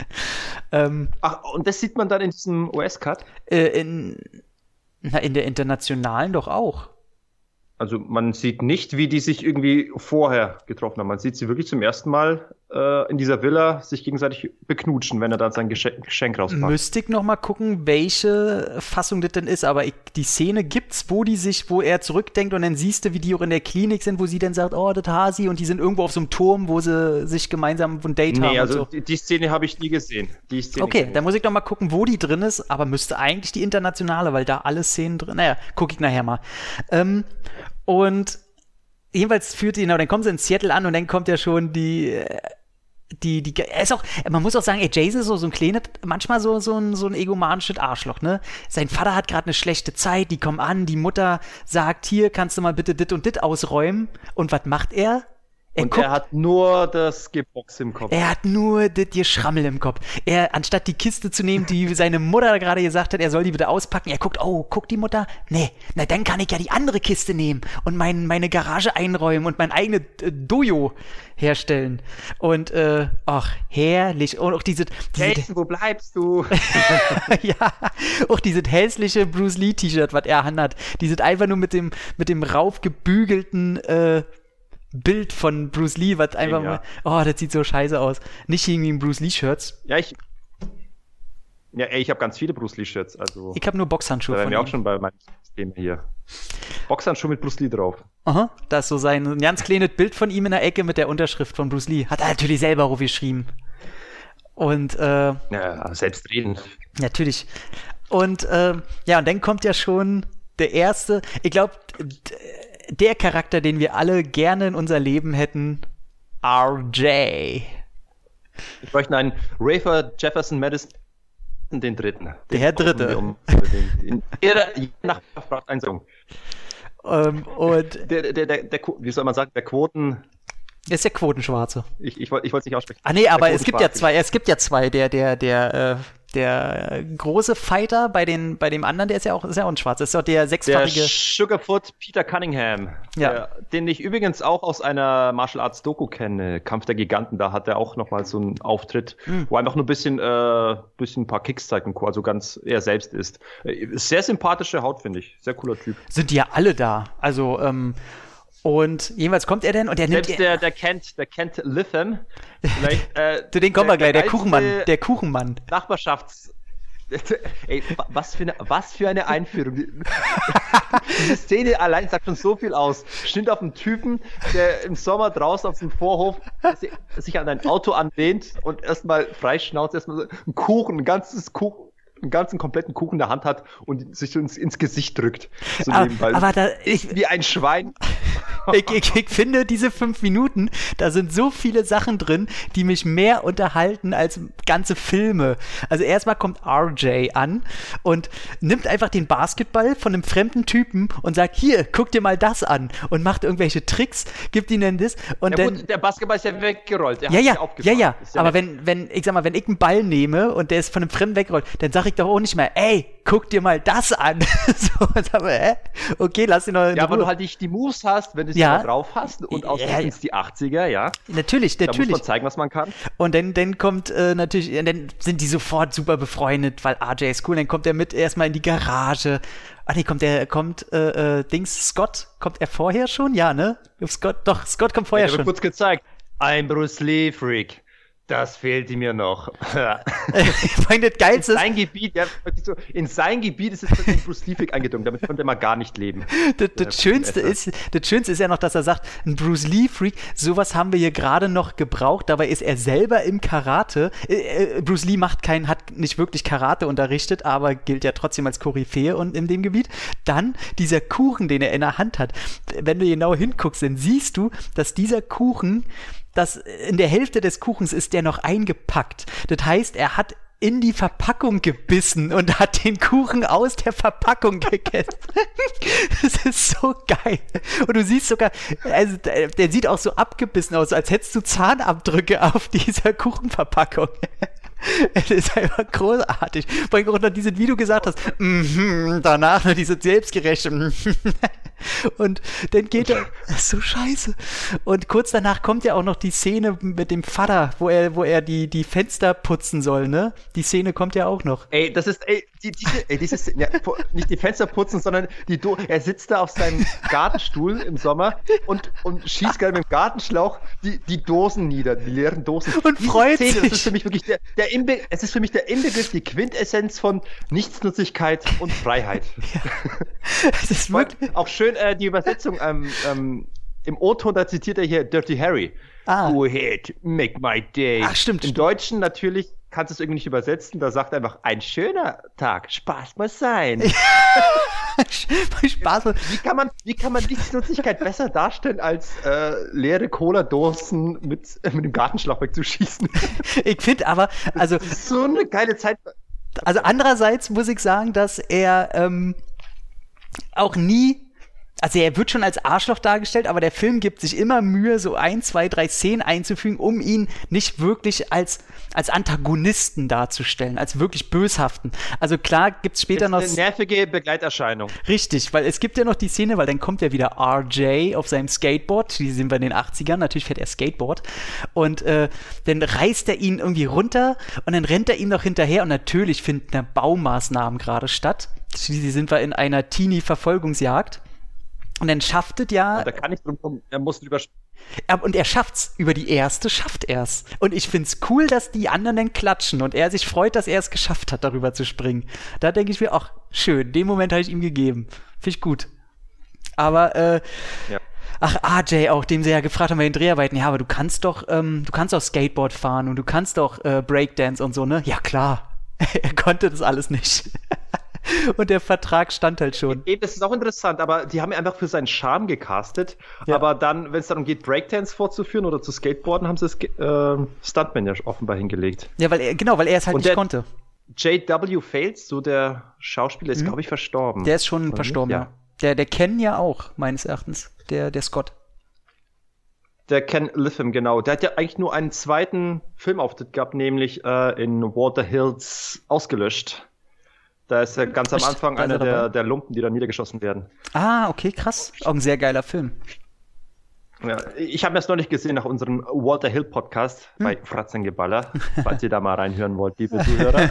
Ach, und das sieht man dann in diesem US-Cut? In der internationalen doch auch. Also man sieht nicht, wie die sich irgendwie vorher getroffen haben. Man sieht sie wirklich zum ersten Mal in dieser Villa sich gegenseitig beknutschen, wenn er dann sein Geschenk rauspackt. Müsste ich noch mal gucken, welche Fassung das denn ist, aber die Szene gibt's, wo er zurückdenkt und dann siehst du, wie die auch in der Klinik sind, wo sie dann sagt, oh, das Hasi, und die sind irgendwo auf so einem Turm, wo sie sich gemeinsam ein Date haben. Nee, also und so. Die Szene habe ich nie gesehen. Okay, dann muss ich noch mal gucken, wo die drin ist, aber müsste eigentlich die internationale, weil da alle Szenen drin, naja, gucke ich nachher mal. Und jedenfalls dann kommen sie in Seattle an und dann kommt ja schon er ist auch, man muss auch sagen, ey, Jason ist so ein kleines, manchmal so ein egomanisches Arschloch, ne? Sein Vater hat gerade eine schlechte Zeit, die kommen an, die Mutter sagt, hier, kannst du mal bitte dit und dit ausräumen. Und was macht er? Er hat nur das Gebox im Kopf. Er hat nur das Geschrammel im Kopf. Anstatt die Kiste zu nehmen, die seine Mutter gerade gesagt hat, er soll die bitte auspacken, er guckt die Mutter? Nee, na dann kann ich ja die andere Kiste nehmen und meine Garage einräumen und mein eigenes Dojo herstellen. Und, herrlich. Und auch Jason, wo bleibst du? Ja, auch dieses hässliche Bruce Lee T-Shirt, was er anhat. Die sind einfach nur mit dem raufgebügelten, Bild von Bruce Lee, was einfach mal, das sieht so scheiße aus. Nicht irgendwie in Bruce Lee-Shirts. Ich habe ganz viele Bruce Lee-Shirts. Also, ich habe nur Boxhandschuhe von ihm. Auch schon bei meinem Thema hier. Boxhandschuh mit Bruce Lee drauf. Aha, da ist so ein ganz kleines Bild von ihm in der Ecke mit der Unterschrift von Bruce Lee. Hat er natürlich selber geschrieben. Und, ja, selbstredend. Natürlich. Und, und dann kommt ja schon der erste, ich glaube, der Charakter, den wir alle gerne in unser Leben hätten, RJ. Wir bräuchten einen Rafer Jefferson Madison, den Dritten. Der Dritte. Jeder Nachbar braucht einen Song. Und wie soll man sagen, der Quoten... Ist der Quotenschwarze. Ich wollte es nicht aussprechen. Ah nee, aber es gibt ja zwei. Der große Fighter bei dem anderen, der ist ja auch ein Schwarzer. Das ist doch der sechsfarbige... Der Sugarfoot Peter Cunningham. Ja. Den ich übrigens auch aus einer Martial Arts Doku kenne. Kampf der Giganten. Da hat er auch nochmal so einen Auftritt, wo er einfach nur ein paar Kicks zeigt und also ganz er selbst ist. Sehr sympathische Haut, finde ich. Sehr cooler Typ. Sind die ja alle da. Also, und jedenfalls kommt er denn und er nimmt... Selbst der Kent Litham, vielleicht... zu den kommen wir gleich, der Kuchenmann. Ey, was für eine Einführung. Diese Szene allein sagt schon so viel aus. Schnitt auf einen Typen, der im Sommer draußen auf dem Vorhof sich an ein Auto anlehnt und erstmal freischnauzt, erstmal einen ganzen kompletten Kuchen in der Hand hat und sich ins Gesicht drückt. So aber da, wie ein Schwein. Ich finde, diese 5 Minuten, da sind so viele Sachen drin, die mich mehr unterhalten als ganze Filme. Also erstmal kommt RJ an und nimmt einfach den Basketball von einem fremden Typen und sagt, hier, guck dir mal das an und macht irgendwelche Tricks, gibt ihnen das und ja, dann... Gut, der Basketball ist ja weggerollt. Ja. Aber wenn ich einen Ball nehme und der ist von einem Fremden weggerollt, dann sage ich doch auch nicht mehr, ey, guck dir mal das an. So, aber, okay, lass ihn noch in Ruhe. Aber du halt nicht die Moves hast, wenn du sie drauf hast und aus die 80er, ja. Natürlich. Da muss man zeigen, was man kann. Und dann kommt natürlich, dann sind die sofort super befreundet, weil RJ ist cool. Dann kommt er mit erstmal in die Garage. Ah nee, Scott, kommt er vorher schon? Ja, ne? Scott kommt vorher schon. Kurz gezeigt. Ein Bruce Lee Freak. Das fehlte mir noch. Ich meine, das Geilste ist... In sein Gebiet ist es wirklich Bruce Lee eingedrungen. Damit konnte er mal gar nicht leben. Das Schönste ist ja noch, dass er sagt, ein Bruce Lee-Freak, sowas haben wir hier gerade noch gebraucht. Dabei ist er selber im Karate. Bruce Lee hat nicht wirklich Karate unterrichtet, aber gilt ja trotzdem als Koryphäe und in dem Gebiet. Dann dieser Kuchen, den er in der Hand hat. Wenn du genau hinguckst, dann siehst du, dass dieser Kuchen... dass in der Hälfte des Kuchens ist der noch eingepackt. Das heißt, er hat in die Verpackung gebissen und hat den Kuchen aus der Verpackung gegessen. Das ist so geil. Und du siehst sogar, also der sieht auch so abgebissen aus, als hättest du Zahnabdrücke auf dieser Kuchenverpackung. Es ist einfach großartig. Vor allem auch noch dieses, wie du gesagt hast, danach noch diese selbstgerechte und dann geht er, das ist so scheiße. Und kurz danach kommt ja auch noch die Szene mit dem Vater, wo er die Fenster putzen soll, ne? Die Szene kommt ja auch noch. Ey, das ist, nicht die Fenster putzen, sondern er sitzt da auf seinem Gartenstuhl im Sommer und schießt gerade mit dem Gartenschlauch die Dosen nieder, die leeren Dosen. Und diese freut Szene, sich. Das ist für mich wirklich es ist für mich der Inbegriff, die Quintessenz von Nichtsnutzigkeit und Freiheit. Ja. Es ist wirklich... Auch schön die Übersetzung im O-Ton, da zitiert er hier Dirty Harry. Go ahead, make my day. Ach, stimmt. Im Deutschen natürlich kannst du es irgendwie nicht übersetzen, da sagt er einfach, ein schöner Tag, Spaß muss sein. Spaß. Wie kann man Nichtsnutzigkeit besser darstellen, als leere Cola-Dosen mit dem Gartenschlauch wegzuschießen? Ich finde aber, also... Das ist so eine geile Zeit. Also andererseits muss ich sagen, dass er auch nie... Also er wird schon als Arschloch dargestellt, aber der Film gibt sich immer Mühe, so 1, 2, 3 Szenen einzufügen, um ihn nicht wirklich als Antagonisten darzustellen, als wirklich Böshaften. Also klar gibt's später noch... Eine nervige Begleiterscheinung. Richtig, weil es gibt ja noch die Szene, weil dann kommt ja wieder RJ auf seinem Skateboard, die sind wir in den 80ern, natürlich fährt er Skateboard, und dann reißt er ihn irgendwie runter und dann rennt er ihm noch hinterher und natürlich finden da Baumaßnahmen gerade statt. Schließlich sind wir in einer Teenie-Verfolgungsjagd. Und dann schafft es ja... Da kann ich drum kommen, er muss drüber... Und er schafft's. Über die erste schafft er's. Und ich find's cool, dass die anderen dann klatschen und er sich freut, dass er es geschafft hat, darüber zu springen. Da denke ich mir, ach, schön, den Moment habe ich ihm gegeben. Finde ich gut. Aber, Ja. ach, RJ auch, dem sie ja gefragt haben bei den Dreharbeiten, ja, aber du kannst doch Skateboard fahren und du kannst doch Breakdance und so, ne? Ja, klar. Er konnte das alles nicht. Und der Vertrag stand halt schon. Eben, das ist auch interessant, aber die haben ihn einfach für seinen Charme gecastet. Ja. Aber dann, wenn es darum geht, Breakdance vorzuführen oder zu Skateboarden, haben sie das Stuntman ja offenbar hingelegt. Ja, weil er es halt Und nicht konnte. J.W. Fields, so der Schauspieler, ist, glaube ich, verstorben. Der ist schon Oder verstorben, nicht? ja. Der Ken ja auch, meines Erachtens. Der Scott. Der Ken Litham, genau. Der hat ja eigentlich nur einen zweiten Filmauftritt gehabt, nämlich in Walter Hills Ausgelöscht. Da ist er ganz am Echt? Anfang Da ist er einer dabei? der Lumpen, die da niedergeschossen werden. Ah, okay, krass. Auch ein sehr geiler Film. Ja, ich habe das noch nicht gesehen nach unserem Walter Hill Podcast bei Fratzengeballer, falls ihr da mal reinhören wollt, liebe Zuhörer.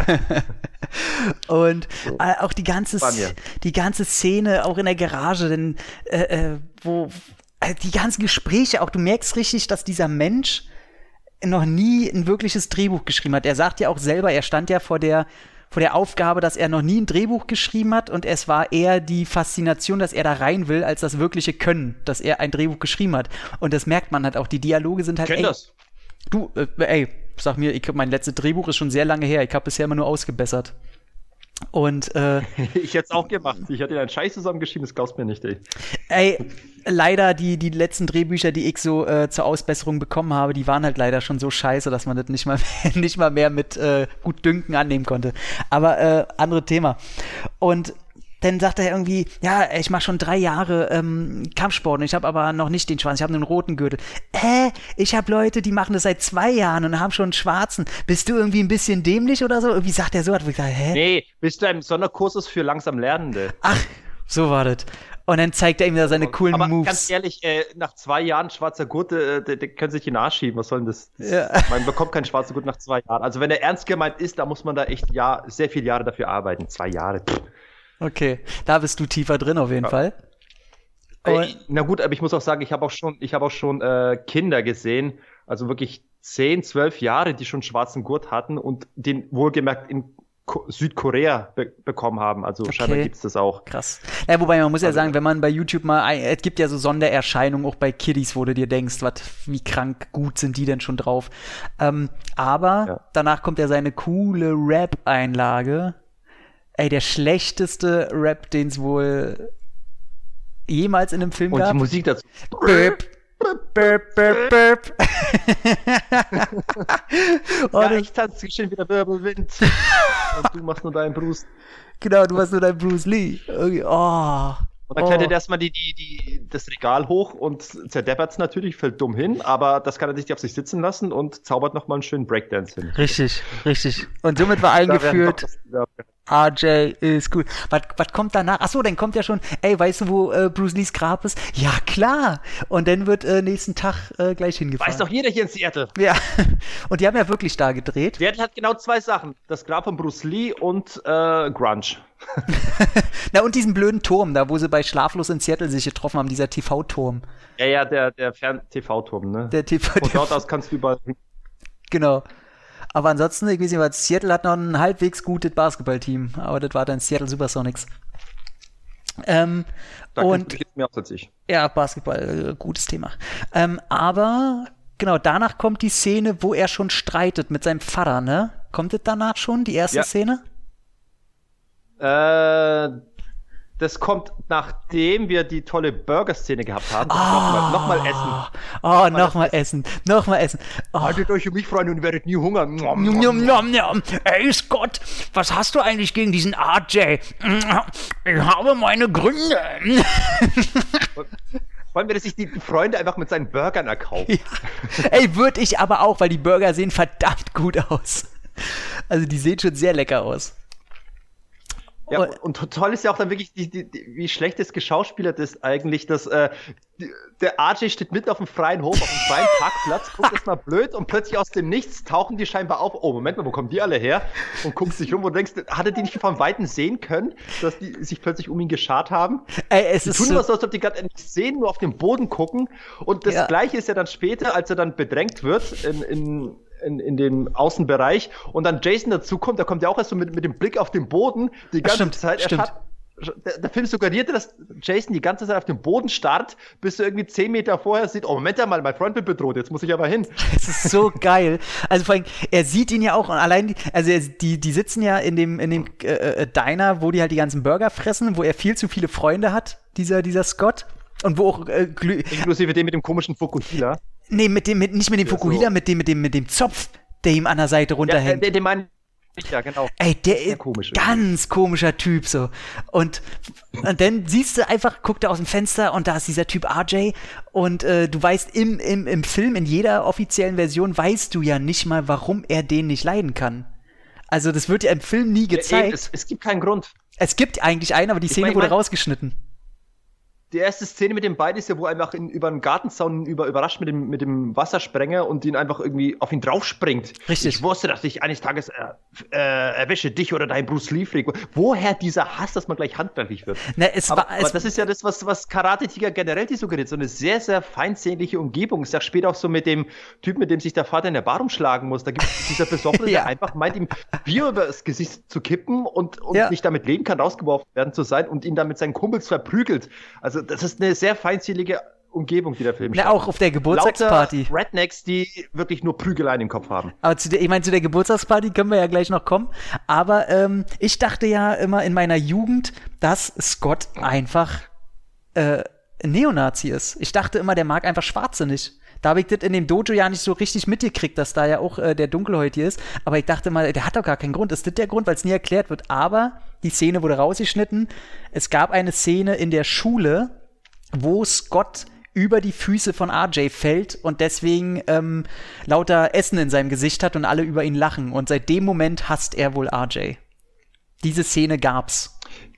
Und auch die ganze Szene, auch in der Garage, denn wo die ganzen Gespräche, auch du merkst richtig, dass dieser Mensch noch nie ein wirkliches Drehbuch geschrieben hat. Er sagt ja auch selber, er stand ja vor der Aufgabe, dass er noch nie ein Drehbuch geschrieben hat und es war eher die Faszination, dass er da rein will, als das wirkliche Können, dass er ein Drehbuch geschrieben hat. Und das merkt man halt auch. Die Dialoge sind halt Das. Du, sag mir, mein letztes Drehbuch ist schon sehr lange her. Ich habe bisher immer nur ausgebessert. Und Ich hätte es auch gemacht. Ich hatte einen Scheiß zusammengeschrieben, das glaubst du mir nicht, ey. Leider die letzten Drehbücher, die ich so zur Ausbesserung bekommen habe, die waren halt leider schon so scheiße, dass man das nicht mal mehr mit gut Dünken annehmen konnte. Aber andere Thema. Und dann sagt er irgendwie, ja, ich mache schon 3 Jahre Kampfsport und ich habe aber noch nicht den schwarzen, ich habe einen roten Gürtel. Ich habe Leute, die machen das seit 2 Jahren und haben schon einen schwarzen. Bist du irgendwie ein bisschen dämlich oder so? Irgendwie sagt er so, wo ich sage, hä? Nee, bist du im Sonderkursus für langsam Lernende. Ach, so war das. Und dann zeigt er ihm da seine coolen aber Moves. ganz ehrlich, nach 2 Jahren schwarzer Gurt, der können sich in den Arsch schieben. Was soll denn das? Ja. Man bekommt keinen schwarzen Gurt nach 2 Jahren. Also wenn er ernst gemeint ist, da muss man da echt sehr viele Jahre dafür arbeiten. 2 Jahre. Okay, da bist du tiefer drin auf jeden Fall. Na gut, aber ich muss auch sagen, ich habe auch schon Kinder gesehen, also wirklich 10, 12 Jahre, die schon schwarzen Gurt hatten und den wohlgemerkt in Südkorea bekommen haben. Also scheinbar gibt es das auch. Krass. Ja, wobei man muss ja sagen, wenn man bei YouTube mal, es gibt ja so Sondererscheinungen auch bei Kiddies, wo du dir denkst, wie krank gut sind die denn schon drauf. Aber danach kommt ja seine coole Rap-Einlage. Der schlechteste Rap, den es wohl jemals in einem Film gab. Und die Musik dazu. Burp, burp, burp, burp. Ich tanze schön wieder Wirbelwind. Und du machst nur deinen Bruce. Genau, du machst nur deinen Bruce Lee. Und dann klettert erstmal das Regal hoch und zerdeppert es natürlich, fällt dumm hin, aber das kann er sich auf sich sitzen lassen und zaubert nochmal einen schönen Breakdance hin. Richtig. Und somit war eingeführt, RJ ist cool. Was kommt danach? Achso, dann kommt ja schon, weißt du, wo Bruce Lees Grab ist? Ja, klar. Und dann wird nächsten Tag gleich hingefahren. Weiß doch jeder hier in Seattle. Ja, und die haben ja wirklich da gedreht. Seattle hat genau 2 Sachen. Das Grab von Bruce Lee und Grunge. Na, und diesen blöden Turm, da wo sie bei Schlaflos in Seattle sich getroffen haben, dieser TV-Turm. Ja, der Fern-TV-Turm, ne? Der TV-Turm. Von dort aus kannst du überall. Genau. Aber ansonsten, ich weiß nicht, was Seattle hat noch ein halbwegs gutes Basketballteam, aber das war dann Seattle Supersonics. Und mehr aus als ich. Ja, Basketball, gutes Thema. Aber genau, danach kommt die Szene, wo er schon streitet mit seinem Vater, ne? Kommt das danach schon, die erste Szene? Das kommt, nachdem wir die tolle Burger-Szene gehabt haben. Nochmal essen. Nochmal essen. Haltet euch um mich, Freunde, und werdet nie hungern. Ey, Scott, was hast du eigentlich gegen diesen RJ? Ich habe meine Gründe. Wollen wir, dass sich die Freunde einfach mit seinen Burgern erkaufen? Ja. Würde ich aber auch, weil die Burger sehen verdammt gut aus. Also die sehen schon sehr lecker aus. Ja, und toll ist ja auch dann wirklich, wie schlecht das geschauspielert ist eigentlich, dass der RJ steht mitten auf dem freien Hof, auf dem freien Parkplatz, guckt erstmal blöd und plötzlich aus dem Nichts tauchen die scheinbar auf. Oh, Moment mal, wo kommen die alle her? Und guckst dich rum und denkst, hat er die nicht von Weitem sehen können, dass die sich plötzlich um ihn geschart haben? Die tun immer so, als ob die gerade nicht sehen, nur auf den Boden gucken. Und das Gleiche ist ja dann später, als er dann bedrängt wird in dem Außenbereich und dann Jason dazukommt, da kommt ja auch erst so mit dem Blick auf den Boden die ganze Zeit. der Film suggerierte, dass Jason die ganze Zeit auf dem Boden starrt, bis du irgendwie 10 Meter vorher sieht, oh, Moment mal, mein Freund wird bedroht, jetzt muss ich aber hin. Das ist so geil. Also vor allem, er sieht ihn ja auch und allein, also die sitzen ja in dem Diner, wo die halt die ganzen Burger fressen, wo er viel zu viele Freunde hat, dieser Scott. Und wo auch inklusive dem mit dem komischen Fukuhila. Nee, nicht mit dem Fukuhila, so. mit dem Zopf, der ihm an der Seite runterhängt. Den meine ich, ja, genau. Ey, der ist ganz komischer Typ so. Und dann siehst du einfach, guckt er aus dem Fenster und da ist dieser Typ RJ und du weißt im Film, in jeder offiziellen Version, weißt du ja nicht mal, warum er den nicht leiden kann. Also das wird ja im Film nie gezeigt. Ja, es gibt keinen Grund. Es gibt eigentlich einen, aber die Szene wurde rausgeschnitten. Die erste Szene mit den beiden ist ja, wo er einfach über einen Gartenzaun überrascht mit dem Wassersprenger und ihn einfach irgendwie auf ihn draufspringt. Richtig. Ich wusste, dass ich eines Tages erwische dich oder dein Bruce Lee-Freak. Woher dieser Hass, dass man gleich handgreiflich wird? Na, aber das ist ja das, was Karate-Tiger generell die suggeriert. So eine sehr, sehr feindsehliche Umgebung. Ich sag später auch so mit dem Typ, mit dem sich der Vater in der Bar umschlagen muss. Da gibt es dieser Besoffene, der einfach meint, ihm Bier über das Gesicht zu kippen und nicht damit leben kann, rausgeworfen werden zu sein und ihn dann mit seinen Kumpels verprügelt. Also das ist eine sehr feindselige Umgebung, die der Film schafft. Auch auf der Geburtstagsparty. Lauter Rednecks, die wirklich nur Prügeleien im Kopf haben. Aber zu der Geburtstagsparty können wir ja gleich noch kommen. Aber ich dachte ja immer in meiner Jugend, dass Scott einfach Neonazi ist. Ich dachte immer, der mag einfach Schwarze nicht. Da habe ich das in dem Dojo ja nicht so richtig mitgekriegt, dass da ja auch der Dunkelhäutige ist. Aber ich dachte mal, der hat doch gar keinen Grund. Ist das der Grund, weil es nie erklärt wird? Aber die Szene wurde rausgeschnitten. Es gab eine Szene in der Schule, wo Scott über die Füße von RJ fällt und deswegen lauter Essen in seinem Gesicht hat und alle über ihn lachen. Und seit dem Moment hasst er wohl RJ. Diese Szene gab's.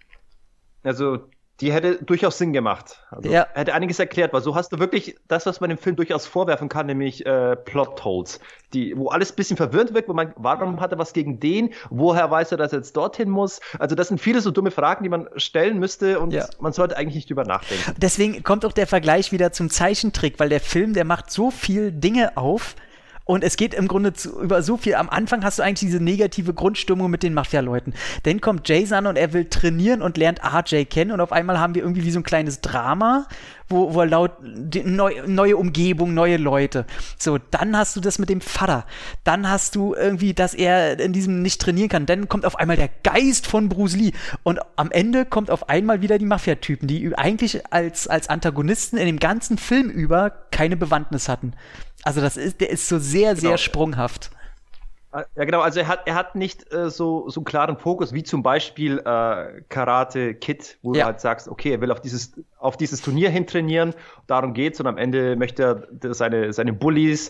Also die hätte durchaus Sinn gemacht. Also hätte einiges erklärt, weil so hast du wirklich das, was man dem Film durchaus vorwerfen kann, nämlich Plotholes, wo alles ein bisschen verwirrend wirkt, warum hat er was gegen den, woher weiß er, dass er jetzt dorthin muss? Also das sind viele so dumme Fragen, die man stellen müsste und man sollte eigentlich nicht drüber nachdenken. Deswegen kommt auch der Vergleich wieder zum Zeichentrick, weil der Film, der macht so viel Dinge auf, und es geht im Grunde über so viel. Am Anfang hast du eigentlich diese negative Grundstimmung mit den Mafia-Leuten. Dann kommt Jason an und er will trainieren und lernt RJ kennen. Und auf einmal haben wir irgendwie wie so ein kleines Drama, wo er laut neue Umgebung, neue Leute. So, dann hast du das mit dem Vater. Dann hast du irgendwie, dass er in diesem nicht trainieren kann. Dann kommt auf einmal der Geist von Bruce Lee. Und am Ende kommt auf einmal wieder die Mafia-Typen, die eigentlich als Antagonisten in dem ganzen Film über keine Bewandtnis hatten. Also der ist so sehr, sehr sprunghaft. Ja, genau, also er hat nicht so einen klaren Fokus, wie zum Beispiel Karate Kid, wo du halt sagst, okay, er will auf dieses Turnier hin trainieren, darum geht's und am Ende möchte er seine Bullies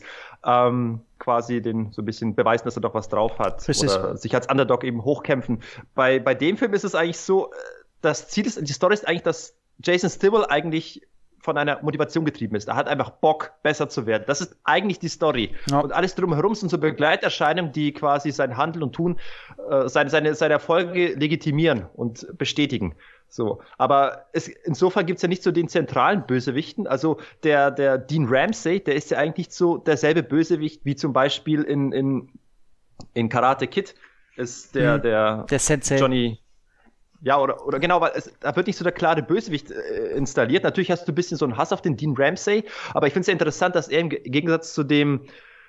quasi den so ein bisschen beweisen, dass er doch was drauf hat. Richtig. Oder sich als Underdog eben hochkämpfen. Bei dem Film ist es eigentlich so, die Story ist eigentlich, dass Jason Stillwell eigentlich von einer Motivation getrieben ist. Er hat einfach Bock, besser zu werden. Das ist eigentlich die Story. Ja. Und alles drumherum sind so Begleiterscheinungen, die quasi sein Handeln und Tun, seine Erfolge legitimieren und bestätigen. So. Aber insofern gibt's ja nicht so den zentralen Bösewichten. Also der Dean Ramsey, der ist ja eigentlich so derselbe Bösewicht wie zum Beispiel in Karate Kid ist der Sensei. Johnny. Ja, oder genau, weil da wird nicht so der klare Bösewicht installiert. Natürlich hast du ein bisschen so einen Hass auf den Dean Ramsey, aber ich finde es ja interessant, dass er im Gegensatz zu dem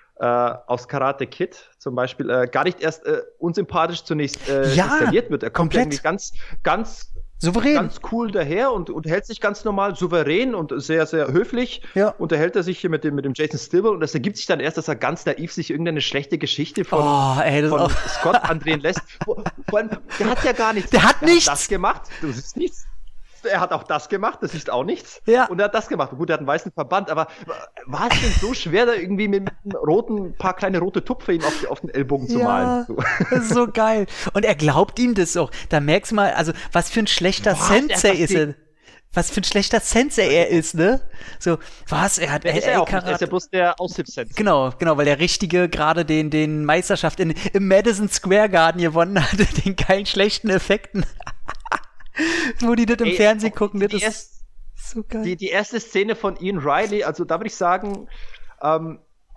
aus Karate Kid zum Beispiel gar nicht erst unsympathisch zunächst installiert wird. Er kommt irgendwie ganz souverän. Ganz cool daher und unterhält sich ganz normal, souverän und sehr, sehr höflich. Ja. Unterhält er sich hier mit dem Jason Stillwell und das ergibt sich dann erst, dass er ganz naiv sich irgendeine schlechte Geschichte von Scott andrehen lässt. Vor allem, der hat ja gar nichts. Der hat nichts. Das gemacht, du siehst nichts. Er hat auch das gemacht, das ist auch nichts. Ja. Und er hat das gemacht. Gut, er hat einen weißen Verband, aber war es denn so schwer, da irgendwie mit einem paar kleine rote Tupfer ihm auf den Ellbogen zu malen? So. Das ist so geil. Und er glaubt ihm das auch. Da merkst du mal, also was für ein schlechter Sensei ist er. Was für ein schlechter Sensei er ist, ne? So, was? Er hat ist ja bloß der Aushilfssensei. Genau, weil der Richtige gerade den Meisterschaft im Madison Square Garden gewonnen hatte, den geilen schlechten Effekten. Wo die das im Fernsehen gucken, das ist so geil. Die erste Szene von Ian Riley, also da würde ich sagen,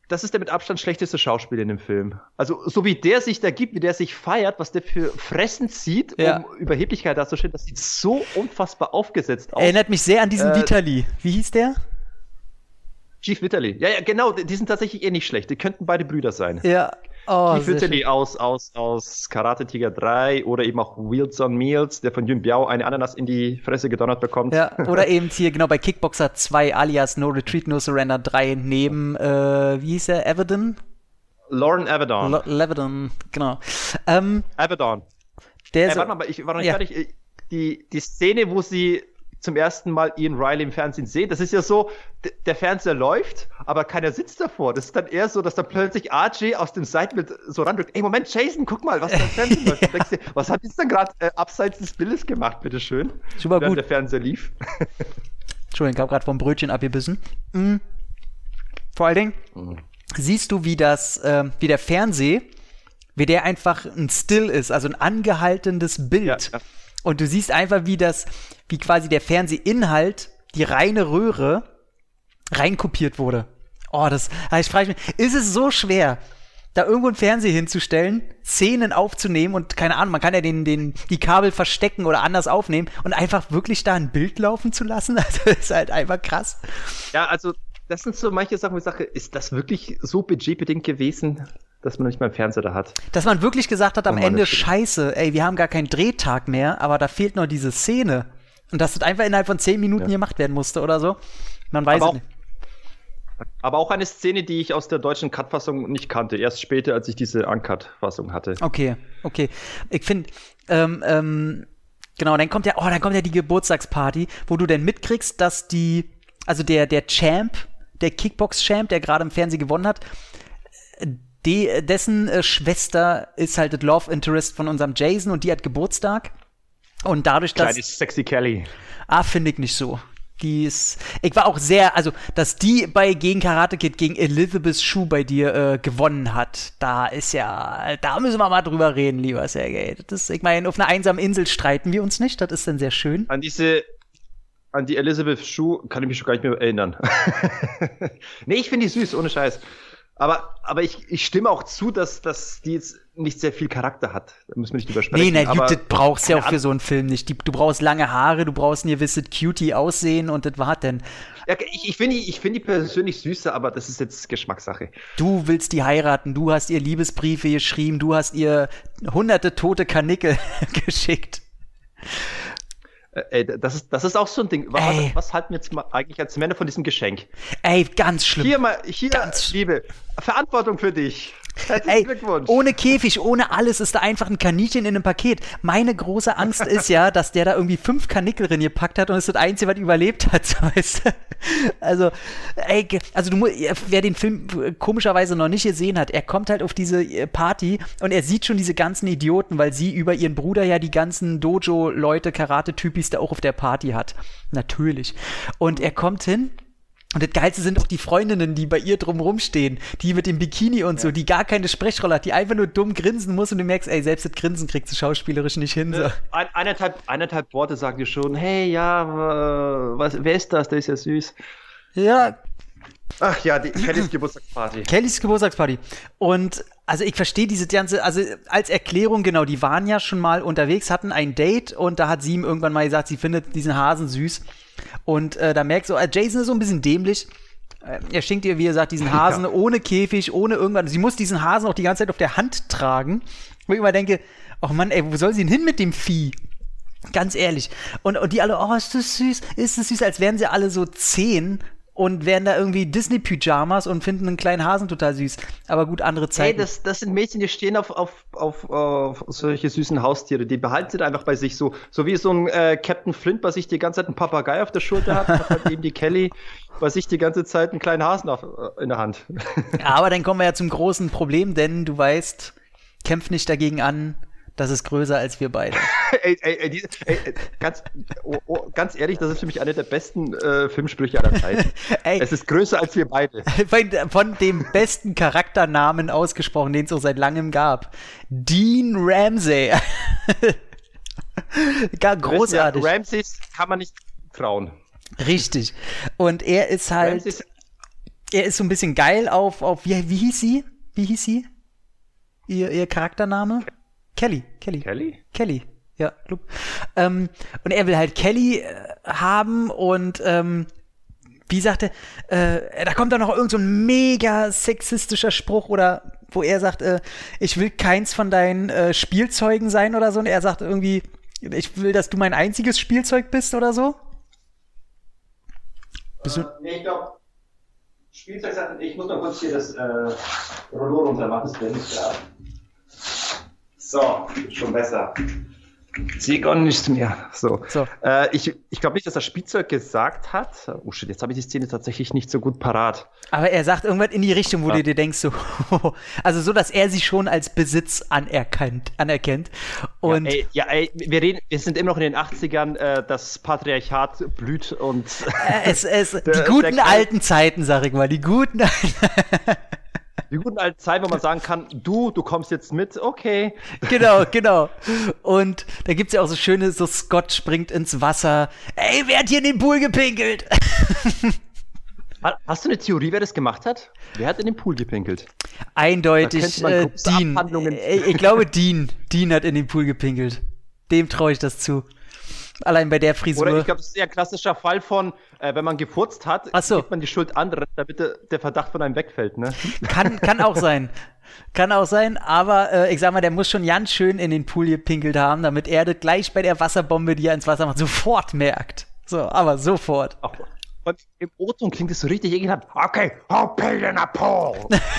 das ist der mit Abstand schlechteste Schauspieler in dem Film. Also, so wie der sich da gibt, wie der sich feiert, was der für Fressen zieht, um Überheblichkeit darzustellen, das sieht so unfassbar aufgesetzt aus. Erinnert mich sehr an diesen Vitali. Wie hieß der? Chief Vitali. Ja, genau, die sind tatsächlich nicht schlecht. Die könnten beide Brüder sein. Ja. Oh, Chief Vitali aus Karate Tiger 3 oder eben auch Wheels on Meals, der von Yun Biao eine Ananas in die Fresse gedonnert bekommt. Ja, oder eben hier genau bei Kickboxer 2 alias No Retreat, No Surrender 3 neben, wie hieß er, Avedon? Lauren Avedon. Avedon, genau. Avedon. Warte mal, ich war noch nicht fertig. Die Szene, wo sie zum ersten Mal Ian Riley im Fernsehen sehen, das ist ja so, der Fernseher läuft, aber keiner sitzt davor. Das ist dann eher so, dass dann plötzlich RJ aus dem Seitenbild so randrückt. Ey, Moment, Jason, guck mal, was da im Fernsehen läuft. Du denkst dir, was hat jetzt dann gerade abseits des Bildes gemacht, bitteschön? Super gut. Während der Fernseher lief. Entschuldigung, ich habe gerade vom Brötchen abgebissen. Vor allen Dingen siehst du, wie der Fernseher, wie der einfach ein Still ist, also ein angehaltenes Bild. Ja. Und du siehst einfach, wie quasi der Fernsehinhalt, die reine Röhre, reinkopiert wurde. Oh, ich frage mich, ist es so schwer, da irgendwo einen Fernseher hinzustellen, Szenen aufzunehmen und keine Ahnung, man kann ja die Kabel verstecken oder anders aufnehmen und einfach wirklich da ein Bild laufen zu lassen? Also, das ist halt einfach krass. Ja, also, das sind so manche Sachen, wo ich sage, ist das wirklich so budgetbedingt gewesen, dass man nicht mal einen Fernseher da hat? Dass man wirklich gesagt hat am Ende, scheiße, ey, wir haben gar keinen Drehtag mehr, aber da fehlt noch diese Szene. Und dass das einfach innerhalb von 10 Minuten gemacht werden musste oder so. Man weiß es nicht. Aber auch eine Szene, die ich aus der deutschen Cut-Fassung nicht kannte. Erst später, als ich diese Uncut-Fassung hatte. Okay. Ich finde, genau, dann kommt ja die Geburtstagsparty, wo du dann mitkriegst, dass der Champ, der Kickbox-Champ, der gerade im Fernsehen gewonnen hat, dessen Schwester ist halt das Love Interest von unserem Jason und die hat Geburtstag. Und dadurch, dass... Kleine sexy Kelly. Finde ich nicht so. Ich war auch sehr, also, dass die gegen Karate Kid, gegen Elizabeth Shue bei dir gewonnen hat, da müssen wir mal drüber reden, lieber Sergej. Ich meine, auf einer einsamen Insel streiten wir uns nicht, das ist dann sehr schön. An die Elizabeth Shue kann ich mich schon gar nicht mehr erinnern. Nee, ich finde die süß, ohne Scheiß. Aber ich stimme auch zu, dass die jetzt nicht sehr viel Charakter hat. Da müssen wir nicht drüber sprechen. Nee, das brauchst du ja auch für so einen Film nicht. Du brauchst lange Haare, du brauchst ein gewisses Cutie-Aussehen und das war's denn. Ja, ich finde die persönlich süßer, aber das ist jetzt Geschmackssache. Du willst die heiraten, du hast ihr Liebesbriefe geschrieben, du hast ihr hunderte tote Karnickel geschickt. Ey, das ist auch so ein Ding. Was halten wir jetzt mal eigentlich als Männer von diesem Geschenk? Ey, ganz schlimm. Hier, Liebe, Verantwortung für dich. Herzlichen Glückwunsch. Ohne Käfig, ohne alles ist da einfach ein Kaninchen in einem Paket. Meine große Angst ist ja, dass der da irgendwie 5 Karnickel drin gepackt hat und es ist das Einzige, was überlebt hat, weißt du? Also, wer den Film komischerweise noch nicht gesehen hat, er kommt halt auf diese Party und er sieht schon diese ganzen Idioten, weil sie über ihren Bruder ja die ganzen Dojo-Leute, Karate-Typis da auch auf der Party hat. Natürlich. Und er kommt hin. Und das Geilste sind auch die Freundinnen, die bei ihr drumrum stehen, die mit dem Bikini und so, die gar keine Sprechrolle hat, die einfach nur dumm grinsen muss und du merkst, ey, selbst das Grinsen kriegst du schauspielerisch nicht hin. So. Eineinhalb Worte sagen dir schon, hey, ja, wer ist das? Der ist ja süß. Ja. Ach ja, die Kellys Geburtstagsparty. Kellys Geburtstagsparty. Und also ich verstehe diese ganze, also als Erklärung, genau, die waren ja schon mal unterwegs, hatten ein Date und da hat sie ihm irgendwann mal gesagt, sie findet diesen Hasen süß. Und da merkst du, Jason ist so ein bisschen dämlich. Er schenkt ihr, wie er sagt, diesen Hasen ohne Käfig, ohne irgendwas. Sie muss diesen Hasen auch die ganze Zeit auf der Hand tragen. Wo ich immer denke, oh Mann, ey, wo soll sie denn hin mit dem Vieh? Ganz ehrlich. Und die alle, oh, ist das süß, als wären sie alle so 10 und wären da irgendwie Disney-Pyjamas und finden einen kleinen Hasen total süß. Aber gut, andere Zeiten. Ey, das sind Mädchen, die stehen auf solche süßen Haustiere. Die behalten sie einfach bei sich. So wie so ein Captain Flint bei sich die ganze Zeit einen Papagei auf der Schulter hat halt eben die Kelly bei sich die ganze Zeit einen kleinen Hasen in der Hand. Aber dann kommen wir ja zum großen Problem, denn du weißt, kämpf nicht dagegen an, das ist größer als wir beide. Ganz ehrlich, das ist für mich einer der besten Filmsprüche aller Zeiten. Es ist größer als wir beide. Von dem besten Charakternamen ausgesprochen, den es auch seit langem gab. Dean Ramsay. Großartig. Ja, Ramsays kann man nicht trauen. Richtig. Und er ist halt... er ist so ein bisschen geil auf wie hieß sie? Wie hieß sie? Ihr Charaktername? Kelly. Kelly, ja. Und er will halt Kelly haben und wie sagte, da kommt dann noch irgend so ein mega sexistischer Spruch oder wo er sagt, ich will keins von deinen Spielzeugen sein oder so und er sagt irgendwie, ich will, dass du mein einziges Spielzeug bist oder so. Nee, ich glaube, Spielzeug sagt, ich muss mal kurz hier das Rollo runter machen, das blendet gerade. So, schon besser. Sie gar nicht mehr. So. Ich glaube nicht, dass er Spielzeug gesagt hat. Oh shit, jetzt habe ich die Szene tatsächlich nicht so gut parat. Aber er sagt irgendwas in die Richtung, wo du dir denkst, so, also so, dass er sie schon als Besitz anerkennt. Und wir sind immer noch in den 80ern, das Patriarchat blüht und die guten alten Zeiten, sag ich mal, die guten alten Zeiten, wo man sagen kann, du kommst jetzt mit, okay. Genau. Und da gibt's ja auch so schöne, so Scott springt ins Wasser. Ey, wer hat hier in den Pool gepinkelt? Hast du eine Theorie, wer das gemacht hat? Wer hat in den Pool gepinkelt? Eindeutig Dean. Ich glaube, Dean hat in den Pool gepinkelt. Dem traue ich das zu. Allein bei der Frisur. Oder ich glaube, das ist ja ein klassischer Fall von, wenn man gefurzt hat, gibt man die Schuld anderen, damit der Verdacht von einem wegfällt, ne? Kann auch sein. Aber ich sag mal, der muss schon ganz schön in den Pool gepinkelt haben, damit er das gleich bei der Wasserbombe, die er ins Wasser macht, sofort merkt. So, aber sofort. Und im O-Ton klingt es so richtig ekelhaft. Okay, hop in the pool.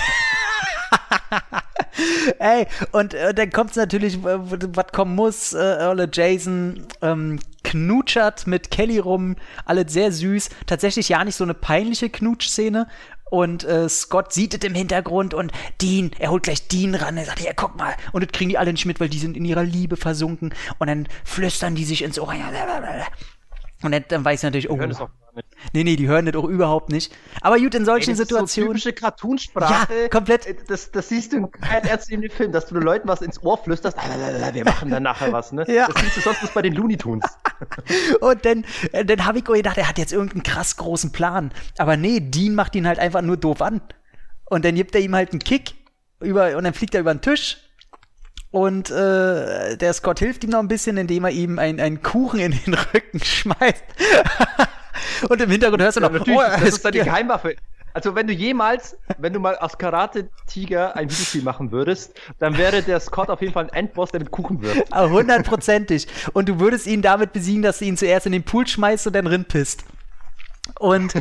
Ey, und dann kommt es natürlich, was kommen muss. Jason knutschert mit Kelly rum, alles sehr süß. Tatsächlich ja nicht so eine peinliche Knutschszene. Und Scott sieht es im Hintergrund und Dean, er holt gleich Dean ran. Er sagt, ja, guck mal. Und das kriegen die alle nicht mit, weil die sind in ihrer Liebe versunken. Und dann flüstern die sich ins Ohr. Und dann weiß ich natürlich, oh. Die hören das auch gar nicht. Nee, die hören das auch überhaupt nicht. Aber gut, in solchen Situationen. Das ist so typische Cartoonsprache. Ja, komplett. Das siehst du in keinem ernsthaften Film, dass du den Leuten was ins Ohr flüsterst. Wir machen dann nachher was, ne? Ja. Das siehst du sonst bei den Looney Tunes. Und dann habe ich gedacht, er hat jetzt irgendeinen krass großen Plan. Aber nee, Dean macht ihn halt einfach nur doof an. Und dann gibt er ihm halt einen Kick und dann fliegt er über den Tisch. Und der Scott hilft ihm noch ein bisschen, indem er ihm einen Kuchen in den Rücken schmeißt. Und im Hintergrund hörst du noch, das ist deine Geheimwaffe. Also wenn du mal aus Karate-Tiger ein Videospiel machen würdest, dann wäre der Scott auf jeden Fall ein Endboss, der mit Kuchen wirft. 100%. Und du würdest ihn damit besiegen, dass du ihn zuerst in den Pool schmeißt und dann rinpisst. Und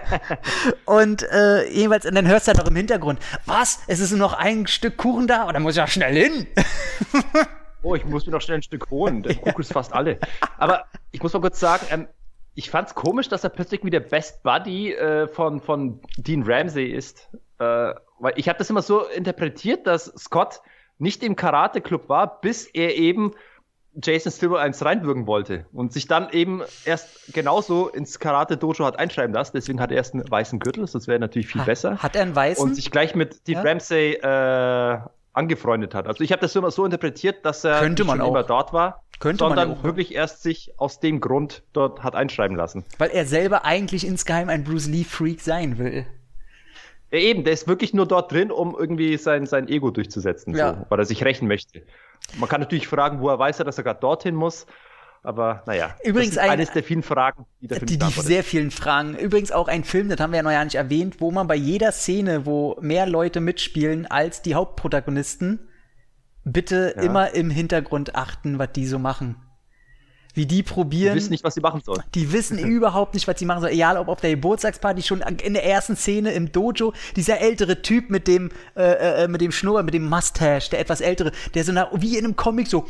jeweils, und dann hörst du halt noch im Hintergrund, was? Es ist nur noch ein Stück Kuchen da? Und dann muss ich ja schnell hin. Oh, ich muss mir noch schnell ein Stück holen. Der Kuchen ist fast alle. Aber ich muss mal kurz sagen, ich fand's komisch, dass er plötzlich wieder Best Buddy von Dean Ramsey ist. Weil ich habe das immer so interpretiert, dass Scott nicht im Karate-Club war, bis er eben Jason Stillwell eins reinwürgen wollte und sich dann eben erst genauso ins Karate-Dojo hat einschreiben lassen. Deswegen hat er erst einen weißen Gürtel, das wäre natürlich viel besser. Hat er einen weißen? Und sich gleich mit Dean Ramsey angefreundet hat. Also ich habe das immer so interpretiert, dass er nicht schon immer dort war, sondern auch wirklich erst sich aus dem Grund dort hat einschreiben lassen. Weil er selber eigentlich insgeheim ein Bruce Lee-Freak sein will. Ja, eben, der ist wirklich nur dort drin, um irgendwie sein Ego durchzusetzen, so, weil er sich rächen möchte. Man kann natürlich fragen, woher weiß er, dass er gerade dorthin muss, aber naja. Übrigens das ist eines der vielen Fragen, die der Film beantwortet. Die sehr vielen Fragen. Übrigens auch ein Film, das haben wir ja noch ja nicht erwähnt, wo man bei jeder Szene, wo mehr Leute mitspielen als die Hauptprotagonisten, bitte immer im Hintergrund achten, was die so machen. Wie die probieren. Die wissen nicht, was sie machen sollen. Die wissen überhaupt nicht, was sie machen sollen. Egal, ob auf der Geburtstagsparty, schon in der ersten Szene im Dojo, dieser ältere Typ mit dem Schnurrbart, mit dem Mustache, der etwas ältere, der so wie in einem Comic so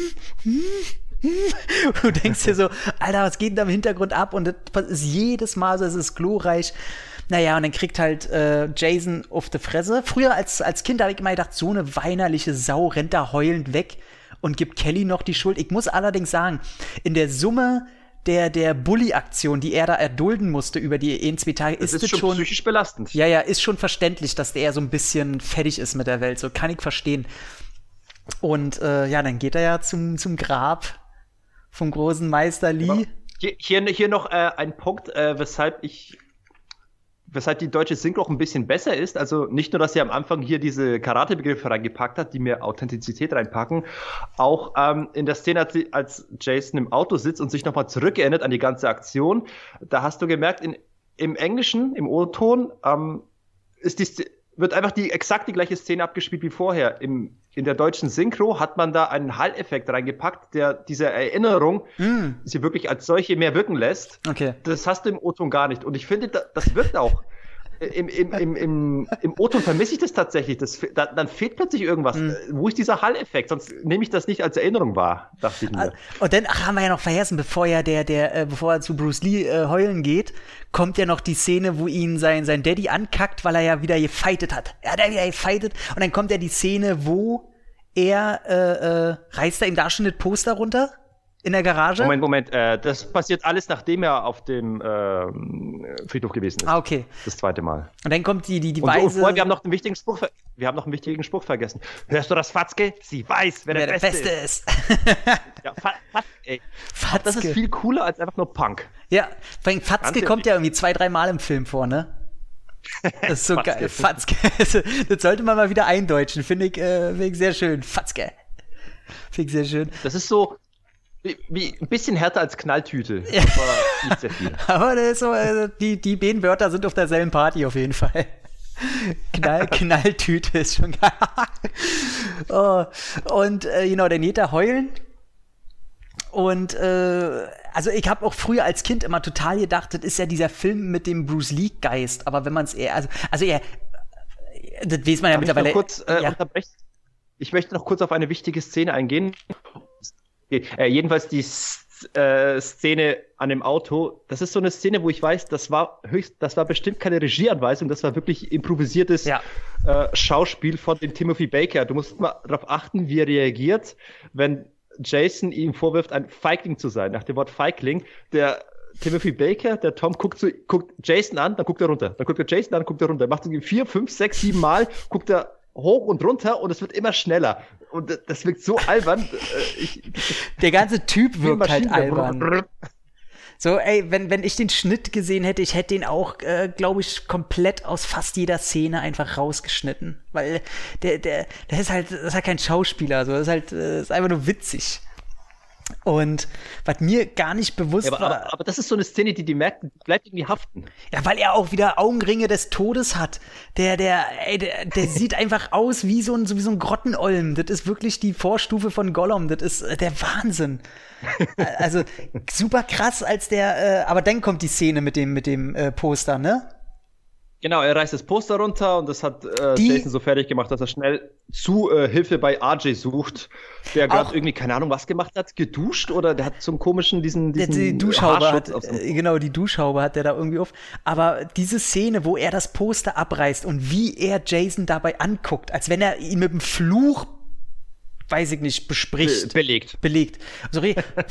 du denkst dir so, Alter, was geht denn da im Hintergrund ab? Und das ist jedes Mal so, es ist glorreich. Naja, und dann kriegt halt Jason auf die Fresse. Früher als Kind habe ich immer gedacht, so eine weinerliche Sau rennt da heulend weg und gibt Kelly noch die Schuld. Ich muss allerdings sagen, in der Summe der Bully-Aktion, die er da erdulden musste über die 1-2 Tage, ist es schon psychisch belastend. Ja, ist schon verständlich, dass der so ein bisschen fertig ist mit der Welt. So kann ich verstehen. Und dann geht er ja zum Grab vom großen Meister Lee. Hier noch ein Punkt, weshalb ich weshalb die deutsche Synchro auch ein bisschen besser ist. Also nicht nur, dass sie am Anfang hier diese Karate-Begriffe reingepackt hat, die mehr Authentizität reinpacken, auch in der Szene, als Jason im Auto sitzt und sich nochmal zurückerinnert an die ganze Aktion, da hast du gemerkt, im Englischen, im O-Ton, wird einfach exakt die gleiche Szene abgespielt wie vorher. In der deutschen Synchro hat man da einen Hall-Effekt reingepackt, der diese Erinnerung sie wirklich als solche mehr wirken lässt. Okay. Das hast du im O-Ton gar nicht. Und ich finde, das wirkt auch. Im O-Ton vermisse ich das tatsächlich. Dann fehlt plötzlich irgendwas. Wo ist dieser Hall-Effekt? Sonst nehme ich das nicht als Erinnerung wahr, dachte ich mir. Und dann haben wir ja noch vergessen, bevor er zu Bruce Lee heulen geht, kommt ja noch die Szene, wo ihn sein Daddy ankackt, weil er ja wieder gefightet hat. Er hat ja wieder gefightet. Und dann kommt ja die Szene, wo reißt er ihm da schon das Poster runter? In der Garage? Moment. Das passiert alles, nachdem er auf dem Friedhof gewesen ist. Ah, okay. Das zweite Mal. Und dann kommt die Weise... Und wir haben noch einen wichtigen Spruch vergessen. Hörst du das, Fatzke? Sie weiß, wer der Beste ist. Ja, Fatzke. Das ist viel cooler als einfach nur Punk. Ja, vor allem Fatzke kommt ja irgendwie 2-3 Mal im Film vor, ne? Das ist so geil. Fatzke. Das sollte man mal wieder eindeutschen. Finde ich sehr schön. Fatzke. Finde ich sehr schön. Das ist so... Wie ein bisschen härter als Knalltüte, aber nicht sehr viel. Aber das ist so, die beiden Wörter sind auf derselben Party auf jeden Fall. Knalltüte ist schon geil. Oh. Und genau, der Neta heulen. Und also ich habe auch früher als Kind immer total gedacht, das ist ja dieser Film mit dem Bruce Lee-Geist. Aber wenn man es eher, das weiß man ja mittlerweile. Ich möchte noch kurz auf eine wichtige Szene eingehen. Jedenfalls die Szene an dem Auto, das ist so eine Szene, wo ich weiß, das war bestimmt keine Regieanweisung, das war wirklich improvisiertes Schauspiel von dem Timothy Baker. Du musst mal darauf achten, wie er reagiert, wenn Jason ihm vorwirft, ein Feigling zu sein. Nach dem Wort Feigling, der Timothy Baker, der Tom, guckt Jason an, dann guckt er runter. Dann guckt er Jason an, guckt er runter. Macht es 4, 5, 6, 7 Mal, guckt er hoch und runter und es wird immer schneller. Und das wirkt so albern. Der ganze Typ wirkt halt albern. So, ey, wenn ich den Schnitt gesehen hätte, ich hätte den auch, glaube ich, komplett aus fast jeder Szene einfach rausgeschnitten. Weil der ist halt kein Schauspieler, so. Das ist einfach nur witzig. Und was mir gar nicht bewusst war. Aber das ist so eine Szene, die merkt, bleibt irgendwie haften. Ja, weil er auch wieder Augenringe des Todes hat. Der sieht einfach aus wie so ein Grottenolm. Das ist wirklich die Vorstufe von Gollum. Das ist der Wahnsinn. Also super krass, aber dann kommt die Szene mit dem Poster, ne? Genau, er reißt das Poster runter und das hat Jason so fertig gemacht, dass er schnell Hilfe bei RJ sucht, der gerade irgendwie, keine Ahnung, was gemacht hat, geduscht oder der hat so einen komischen, die Duschhaube hat, genau, die Duschhaube hat der da irgendwie auf. Aber diese Szene, wo er das Poster abreißt und wie er Jason dabei anguckt, als wenn er ihn mit dem Fluch, weiß ich nicht, bespricht. Belegt. So,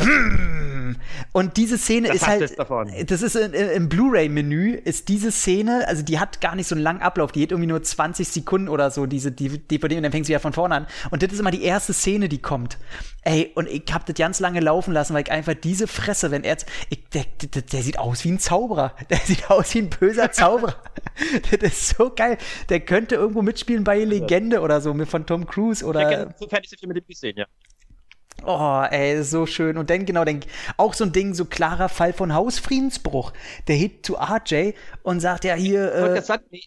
und diese Szene ist halt, das ist im Blu-ray-Menü, ist diese Szene, also die hat gar nicht so einen langen Ablauf, die geht irgendwie nur 20 Sekunden oder so, diese DVD, und dann fängt sie ja von vorne an. Und das ist immer die erste Szene, die kommt. Ey, und ich hab das ganz lange laufen lassen, weil ich einfach diese Fresse, wenn der sieht aus wie ein Zauberer. Der sieht aus wie ein böser Zauberer. Das ist so geil. Der könnte irgendwo mitspielen bei Legende oder so, von Tom Cruise oder. So fertig sind wir mit dem gesehen, ja. Oh, ey, so schön. Und dann, genau, auch so ein Ding, so klarer Fall von Hausfriedensbruch. Der geht zu RJ und sagt ja hier.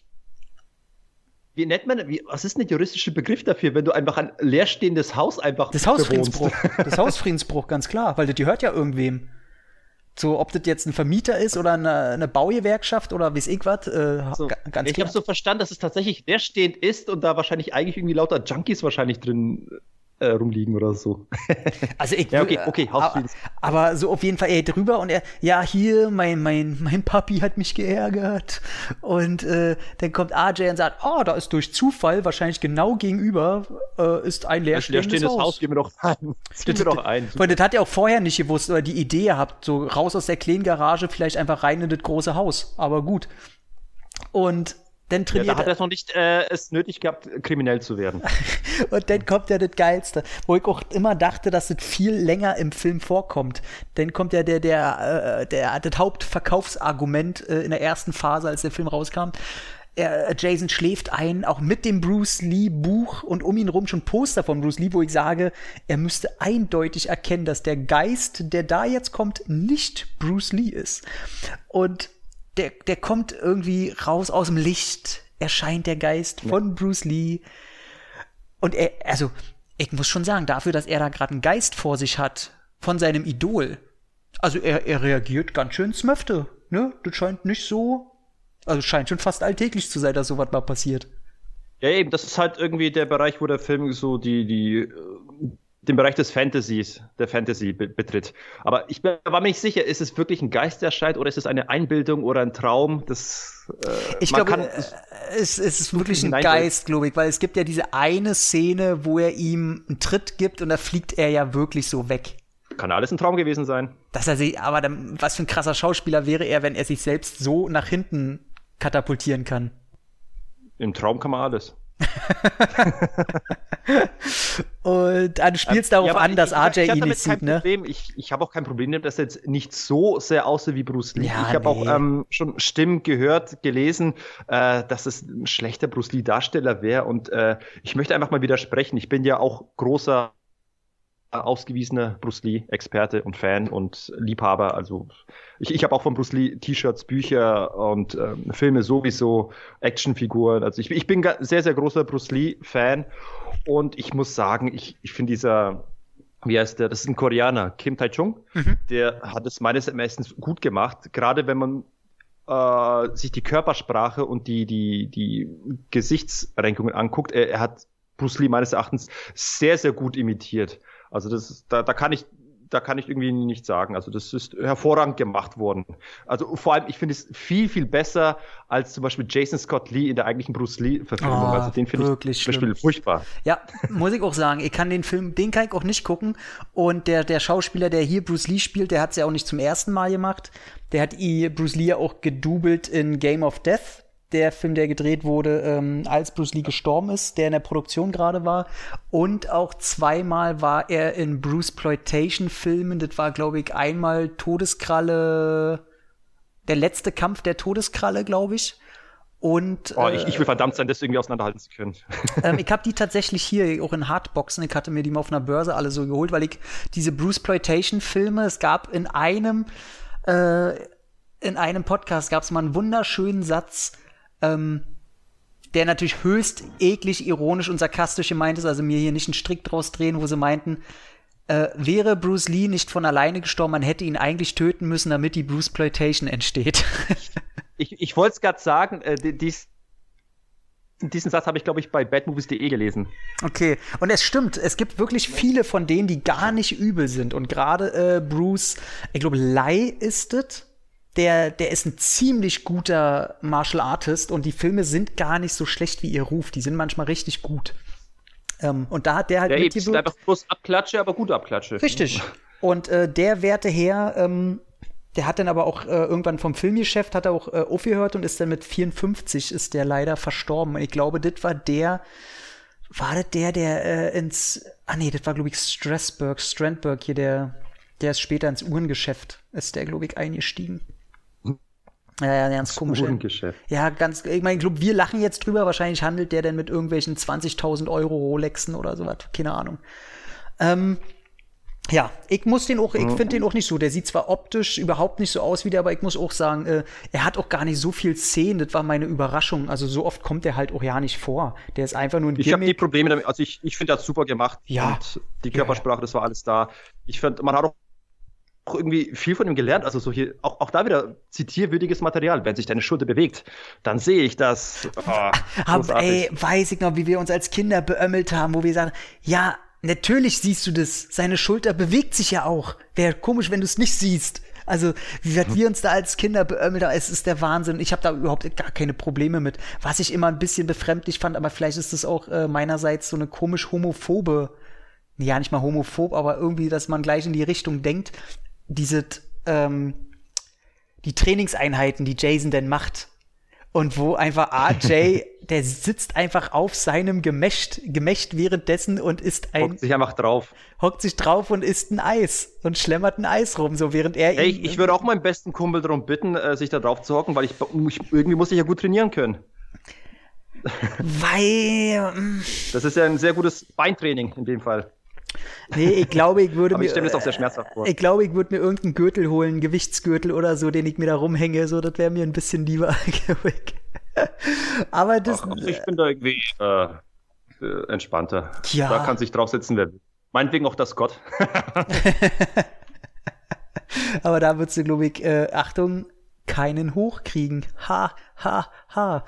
Wie nennt man, was ist denn der juristische Begriff dafür, wenn du einfach ein leerstehendes Haus einfach Das Hausfriedensbruch. Das Hausfriedensbruch, ganz klar, weil das gehört ja irgendwem. So, ob das jetzt ein Vermieter ist oder eine Baugewerkschaft oder weiß ich was. Ganz ich habe so verstanden, dass es tatsächlich leerstehend ist und da wahrscheinlich eigentlich irgendwie lauter Junkies wahrscheinlich drin rumliegen oder so. Also ich okay, aber so auf jeden Fall drüber und hier, mein Papi hat mich geärgert und dann kommt RJ und sagt, da ist durch Zufall wahrscheinlich genau gegenüber ist ein leerstehendes Haus. Gehen wir doch ein. Weil das hat er auch vorher nicht gewusst oder die Idee gehabt, so raus aus der kleinen Garage, vielleicht einfach rein in das große Haus, aber gut. Und Dann trainiert da hat er es noch nicht es nötig gehabt, kriminell zu werden. Und dann kommt ja das Geilste, wo ich auch immer dachte, dass das viel länger im Film vorkommt. Dann kommt ja das Hauptverkaufsargument in der ersten Phase, als der Film rauskam. Jason schläft ein, auch mit dem Bruce Lee Buch und um ihn rum schon Poster von Bruce Lee, wo ich sage, er müsste eindeutig erkennen, dass der Geist, der da jetzt kommt, nicht Bruce Lee ist. Und der kommt irgendwie raus aus dem Licht, erscheint der Geist von Bruce Lee. Und ich muss schon sagen, dafür, dass er da gerade einen Geist vor sich hat, von seinem Idol, also er reagiert ganz schön smöfte, ne? Das scheint nicht so, also scheint schon fast alltäglich zu sein, dass sowas mal passiert. Ja, eben, das ist halt irgendwie der Bereich, wo der Film so den Bereich des der Fantasy betritt. Aber ich war mir nicht sicher, ist es wirklich ein Geist, der erscheint, oder ist es eine Einbildung oder ein Traum? Ich glaube, es ist wirklich ein Geist, glaube ich, weil es gibt ja diese eine Szene, wo er ihm einen Tritt gibt und da fliegt er ja wirklich so weg. Kann alles ein Traum gewesen sein. Aber dann, was für ein krasser Schauspieler wäre er, wenn er sich selbst so nach hinten katapultieren kann? Im Traum kann man alles. Und du spielst darauf an, dass RJ ihn nicht sieht, ne? Ich habe auch kein Problem damit, dass er jetzt nicht so sehr aussieht wie Bruce Lee. Ja, ich habe auch schon Stimmen gehört, gelesen, dass es ein schlechter Bruce Lee-Darsteller wäre. Und ich möchte einfach mal widersprechen. Ich bin ja auch großer, ausgewiesener Bruce Lee-Experte und Fan und Liebhaber. Also ich habe auch von Bruce Lee T-Shirts, Bücher und Filme sowieso, Actionfiguren. Also ich bin sehr, sehr großer Bruce Lee-Fan und ich muss sagen, ich finde wie heißt der, das ist ein Koreaner, Kim Tae-chung, der hat es meines Erachtens gut gemacht, gerade wenn man sich die Körpersprache und die Gesichtsrenkungen anguckt. Er hat Bruce Lee meines Erachtens sehr, sehr gut imitiert. Also da kann ich irgendwie nichts sagen. Also das ist hervorragend gemacht worden. Also vor allem, ich finde es viel, viel besser als zum Beispiel Jason Scott Lee in der eigentlichen Bruce Lee-Verfilmung. Also den finde ich zum Beispiel furchtbar. Ja, muss ich auch sagen. Den kann ich auch nicht gucken. Und der Schauspieler, der hier Bruce Lee spielt, der hat es ja auch nicht zum ersten Mal gemacht. Der hat Bruce Lee ja auch gedoubelt in Game of Death. Der Film, der gedreht wurde, als Bruce Lee gestorben ist, der in der Produktion gerade war. Und auch zweimal war er in Bruceploitation-Filmen. Das war, glaube ich, einmal Todeskralle, der letzte Kampf der Todeskralle, glaube ich. Und ich will verdammt sein, das irgendwie auseinanderhalten zu können. Ich habe die tatsächlich hier auch in Hardboxen. Ich hatte mir die mal auf einer Börse alle so geholt, weil ich diese Bruceploitation-Filme, es gab in einem Podcast gab es mal einen wunderschönen Satz, der natürlich höchst eklig, ironisch und sarkastisch gemeint ist, also mir hier nicht einen Strick draus drehen, wo sie meinten, wäre Bruce Lee nicht von alleine gestorben, man hätte ihn eigentlich töten müssen, damit die Bruceploitation entsteht. Ich wollte es gerade sagen, diesen Satz habe ich, glaube ich, bei badmovies.de gelesen. Okay, und es stimmt, es gibt wirklich viele von denen, die gar nicht übel sind und gerade Bruce, ich glaube, Lai ist es, der ist ein ziemlich guter Martial Artist und die Filme sind gar nicht so schlecht wie ihr Ruf. Die sind manchmal richtig gut. Und da hat der halt mitgewirkt. Ja, eben, einfach bloß Abklatsche, aber gute Abklatsche. Richtig. Und der werte Herr, der hat dann aber auch irgendwann vom Filmgeschäft hat er auch aufgehört und ist dann mit 54 ist der leider verstorben. Und ich glaube, das war der das war, glaube ich, Strandberg hier, der ist später ins Uhrengeschäft, ist der, glaube ich, eingestiegen. Ja, ganz komisch. Uhrengeschäft. Ja, ich meine, wir lachen jetzt drüber, wahrscheinlich handelt der denn mit irgendwelchen 20.000 Euro Rolexen oder sowas, keine Ahnung. Ja, ich finde den auch nicht so, der sieht zwar optisch überhaupt nicht so aus wie der, aber ich muss auch sagen, er hat auch gar nicht so viel Szenen, das war meine Überraschung, also so oft kommt der halt auch ja nicht vor, der ist einfach nur ein Gimmick. Ich habe die Probleme damit, also ich finde das super gemacht ja. Und die Körpersprache, das war alles da. Ich finde, man hat auch irgendwie viel von ihm gelernt, also so hier, auch da wieder zitierwürdiges Material. Wenn sich deine Schulter bewegt, dann sehe ich das. Weiß ich noch, wie wir uns als Kinder beömmelt haben, wo wir sagen, ja, natürlich siehst du das, seine Schulter bewegt sich ja auch. Wäre komisch, wenn du es nicht siehst. Also, wie wir uns da als Kinder beömmelt haben, es ist der Wahnsinn. Ich habe da überhaupt gar keine Probleme mit. Was ich immer ein bisschen befremdlich fand, aber vielleicht ist das auch meinerseits so eine komisch homophobe, ja, nicht mal homophob, aber irgendwie, dass man gleich in die Richtung denkt, die Trainingseinheiten, die Jason denn macht. und wo einfach RJ, der sitzt einfach auf seinem Gemächt währenddessen und hockt sich einfach drauf. Hockt sich drauf und isst ein Eis und schlemmert ein Eis rum, so während er ich würde auch meinen besten Kumpel darum bitten, sich da drauf zu hocken, weil irgendwie muss ich ja gut trainieren können. Das ist ja ein sehr gutes Beintraining in dem Fall. Nee, ich glaube, ich würde mir. Ich stelle mir das auch sehr schmerzhaft vor. Ich glaube, ich würde mir irgendeinen Gürtel holen, einen Gewichtsgürtel oder so, den ich mir da rumhänge, so, das wäre mir ein bisschen lieber. Aber das. Ich bin da irgendwie entspannter. Ja. Da kann sich drauf sitzen, wer will. Meinetwegen auch das Gott. Aber da würdest du, glaube ich, Achtung, keinen hochkriegen. Ha, ha, ha.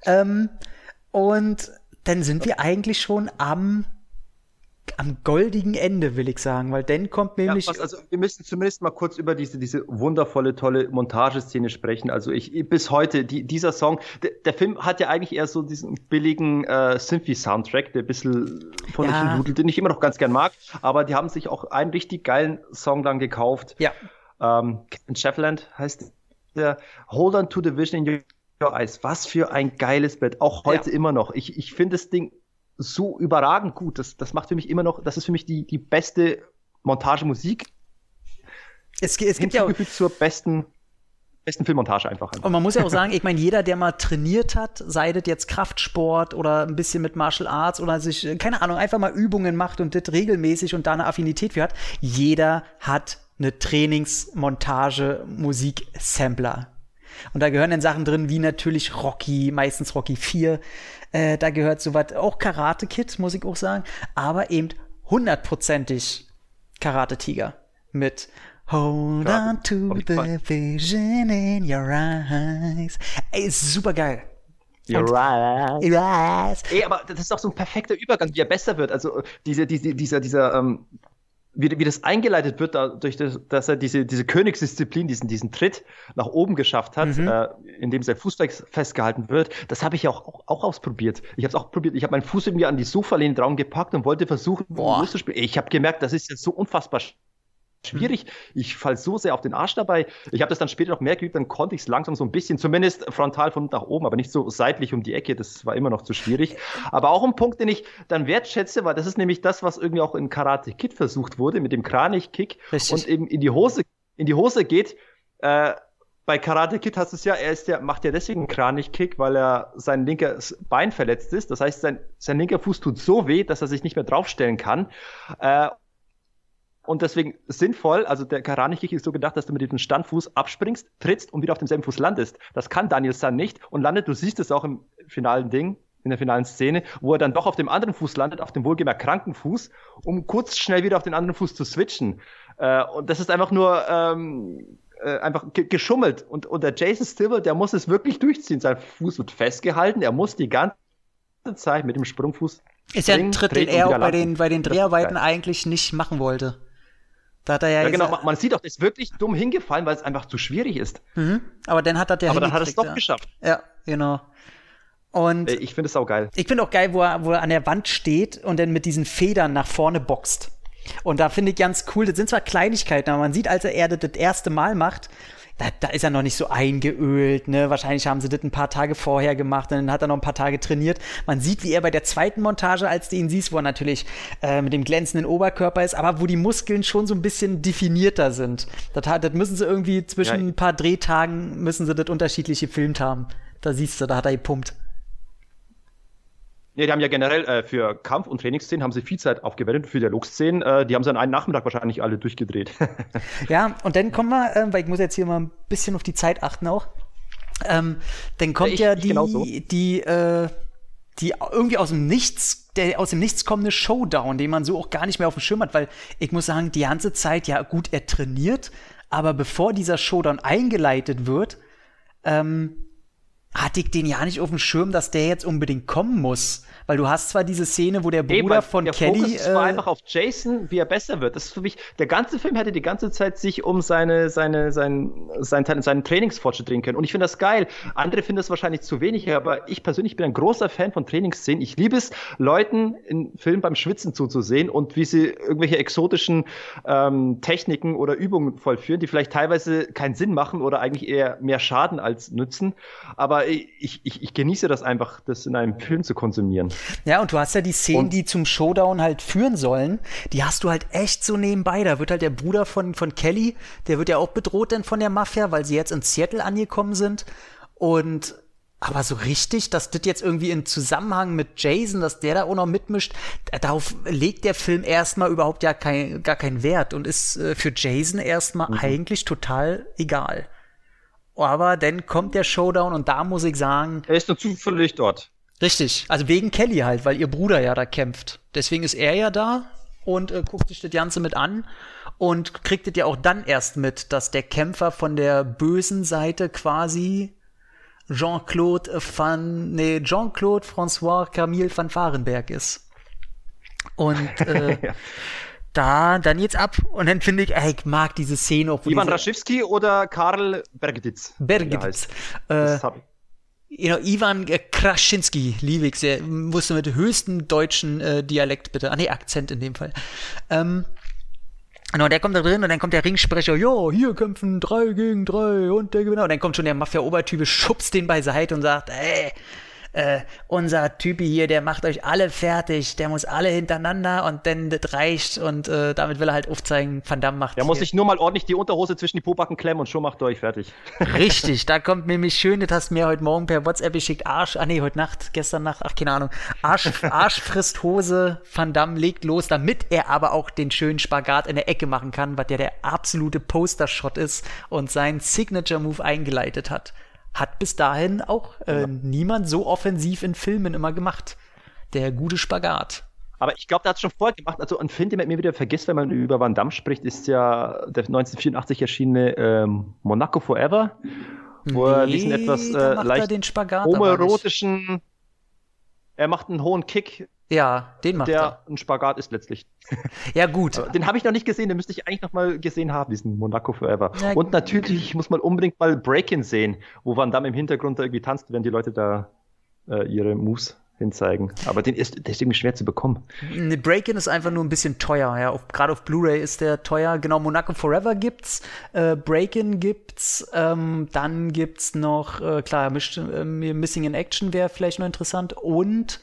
Und dann sind wir eigentlich schon am goldigen Ende, will ich sagen, weil dann kommt nämlich... Ja, also wir müssen zumindest mal kurz über diese wundervolle, tolle Montageszene sprechen. Also bis heute, dieser Song, der Film hat ja eigentlich eher so diesen billigen Synthy-Soundtrack, der ein bisschen von sich dudelt, den ich immer noch ganz gern mag, aber die haben sich auch einen richtig geilen Song dann gekauft. Ja. Kevin Sheffield heißt der, Hold on to the Vision in Your Eyes. Was für ein geiles Bett, auch heute immer noch. Ich finde das Ding so überragend gut. Das macht für mich immer noch, das ist für mich die beste Montagemusik. Es gibt ja auch zur besten Filmmontage einfach. Und man muss ja auch sagen, ich meine, jeder, der mal trainiert hat, sei das jetzt Kraftsport oder ein bisschen mit Martial Arts oder sich, keine Ahnung, einfach mal Übungen macht und das regelmäßig und da eine Affinität für hat, jeder hat eine Trainingsmontage-Musik-Sampler. Und da gehören dann Sachen drin, wie natürlich Rocky, meistens Rocky 4. Da gehört sowas, auch Karate Kid, muss ich auch sagen. Aber eben 100%ig Karate Tiger mit Hold on to the vision in your eyes. Ey, ist super geil. Your eyes. Ey, aber das ist auch so ein perfekter Übergang, wie er besser wird. Also dieser wie das eingeleitet wird, dadurch, dass er diese Königsdisziplin, diesen Tritt nach oben geschafft hat, indem sein Fuß festgehalten wird, das habe ich ja auch ausprobiert. Ich habe es auch probiert. Ich habe meinen Fuß irgendwie an die Sofalehne dran gepackt und wollte versuchen, loszuspielen. Ich habe gemerkt, das ist jetzt so unfassbar schwierig. Ich falle so sehr auf den Arsch dabei. Ich habe das dann später noch mehr geübt, dann konnte ich es langsam so ein bisschen, zumindest frontal von unten nach oben, aber nicht so seitlich um die Ecke. Das war immer noch zu schwierig. Aber auch ein Punkt, den ich dann wertschätze, weil das ist nämlich das, was irgendwie auch in Karate Kid versucht wurde, mit dem Kranich-Kick und eben in die Hose geht. Bei Karate Kid hast du es ja, macht ja deswegen einen Kranich-Kick, weil er sein linkes Bein verletzt ist. Das heißt, sein linker Fuß tut so weh, dass er sich nicht mehr draufstellen kann. Und deswegen sinnvoll, also der Kranich-Kick ist so gedacht, dass du mit diesem Standfuß abspringst, trittst und wieder auf demselben Fuß landest. Das kann Daniel San nicht und landet, du siehst es auch im finalen Ding, in der finalen Szene, wo er dann doch auf dem anderen Fuß landet, auf dem wohlgemerkt kranken Fuß, um kurz schnell wieder auf den anderen Fuß zu switchen. Und das ist einfach nur einfach geschummelt. Und der Jason Stibble, der muss es wirklich durchziehen. Sein Fuß wird festgehalten, er muss die ganze Zeit mit dem Sprungfuß ist ja ein Tritt, den er auch bei den Dreharbeiten eigentlich nicht machen wollte. Da hat er ja genau, man sieht auch, der ist wirklich dumm hingefallen, weil es einfach zu schwierig ist. Aber dann hat er dann hat er es doch geschafft. Ja, genau. Und ich finde es auch geil. Ich finde auch geil, wo er an der Wand steht und dann mit diesen Federn nach vorne boxt. Und da finde ich ganz cool, das sind zwar Kleinigkeiten, aber man sieht, als er das erste Mal macht, da ist er noch nicht so eingeölt, ne? Wahrscheinlich haben sie das ein paar Tage vorher gemacht, dann hat er noch ein paar Tage trainiert. Man sieht, wie er bei der zweiten Montage, als du ihn siehst, wo er natürlich mit dem glänzenden Oberkörper ist, aber wo die Muskeln schon so ein bisschen definierter sind. Das müssen sie irgendwie zwischen ein paar Drehtagen, müssen sie das unterschiedlich gefilmt haben. Da siehst du, da hat er gepumpt. Ja, die haben ja generell für Kampf- und Trainingsszenen haben sie viel Zeit aufgewendet, für Dialogszenen. Die haben sie an einem Nachmittag wahrscheinlich alle durchgedreht. Ja, und dann kommen wir, weil ich muss jetzt hier mal ein bisschen auf die Zeit achten auch, dann kommt die irgendwie aus dem Nichts kommende Showdown, den man so auch gar nicht mehr auf dem Schirm hat, weil ich muss sagen, die ganze Zeit, ja gut, er trainiert, aber bevor dieser Showdown eingeleitet wird, hatte ich den ja nicht auf dem Schirm, dass der jetzt unbedingt kommen muss. Weil du hast zwar diese Szene, wo der Bruder von Kelly... Der Fokus war einfach auf Jason, wie er besser wird. Das ist für mich... Der ganze Film hätte die ganze Zeit sich um seinen Trainingsfortschritt drehen können. Und ich finde das geil. Andere finden das wahrscheinlich zu wenig, aber ich persönlich bin ein großer Fan von Trainingsszenen. Ich liebe es, Leuten in Filmen beim Schwitzen zuzusehen und wie sie irgendwelche exotischen Techniken oder Übungen vollführen, die vielleicht teilweise keinen Sinn machen oder eigentlich eher mehr schaden als nützen. Aber aber ich genieße das einfach, das in einem Film zu konsumieren. Ja, und du hast ja die Szenen, die zum Showdown halt führen sollen, die hast du halt echt so nebenbei. Da wird halt der Bruder von Kelly, der wird ja auch bedroht dann von der Mafia, weil sie jetzt in Seattle angekommen sind. Aber so richtig, dass das jetzt irgendwie in Zusammenhang mit Jason, dass der da auch noch mitmischt, darauf legt der Film erstmal überhaupt ja gar keinen Wert und ist für Jason erstmal eigentlich total egal. Aber dann kommt der Showdown und da muss ich sagen... Er ist nur zufällig dort. Richtig, also wegen Kelly halt, weil ihr Bruder ja da kämpft. Deswegen ist er ja da und guckt sich das Ganze mit an und kriegt es ja auch dann erst mit, dass der Kämpfer von der bösen Seite quasi Jean-Claude François Camille van Varenberg ist. Und ja. Dann jetzt ab und dann finde ich mag diese Szene auch. Ivan Raschewski oder Karl Bergeditz? Ivan Kraschinski, liebe ich sehr. Musste mit höchstem deutschen Dialekt bitte. Akzent in dem Fall. Genau, der kommt da drin und dann kommt der Ringsprecher, ja, hier kämpfen 3 gegen 3 und der Gewinner. Und dann kommt schon der Mafia-Obertyp, schubst den beiseite und sagt, unser Typi hier, der macht euch alle fertig, der muss alle hintereinander und dann das reicht und damit will er halt aufzeigen, Van Damme macht. Der muss sich nur mal ordentlich die Unterhose zwischen die Pobacken klemmen und schon macht er euch fertig. Richtig, da kommt nämlich schön, das hast du mir heute Morgen per WhatsApp geschickt, gestern Nacht, keine Ahnung, Arsch frisst Hose, Van Damme legt los, damit er aber auch den schönen Spagat in der Ecke machen kann, was der absolute Poster-Shot ist und seinen Signature-Move eingeleitet hat. Hat bis dahin auch niemand so offensiv in Filmen immer gemacht. Der gute Spagat. Aber ich glaube, der hat es schon vorher gemacht. Also ein Film, den man immer wieder vergisst, wenn man über Van Damme spricht, ist ja der 1984 erschienene Monaco Forever, wo er diesen etwas leicht homoerotischen, er macht einen hohen Kick. Ja, den macht der ein Spagat ist letztlich. Ja, gut. Den habe ich noch nicht gesehen, den müsste ich eigentlich noch mal gesehen haben, diesen Monaco Forever. Ja, und natürlich, ich muss mal unbedingt mal Break-In sehen, wo Van Damme im Hintergrund da irgendwie tanzt, wenn die Leute da ihre Moves hinzeigen. Aber der ist irgendwie schwer zu bekommen. Break-In ist einfach nur ein bisschen teuer, ja. Gerade auf Blu-ray ist der teuer. Genau, Monaco Forever gibt's, Break-In gibt's, dann gibt's noch, Missing in Action wäre vielleicht noch interessant und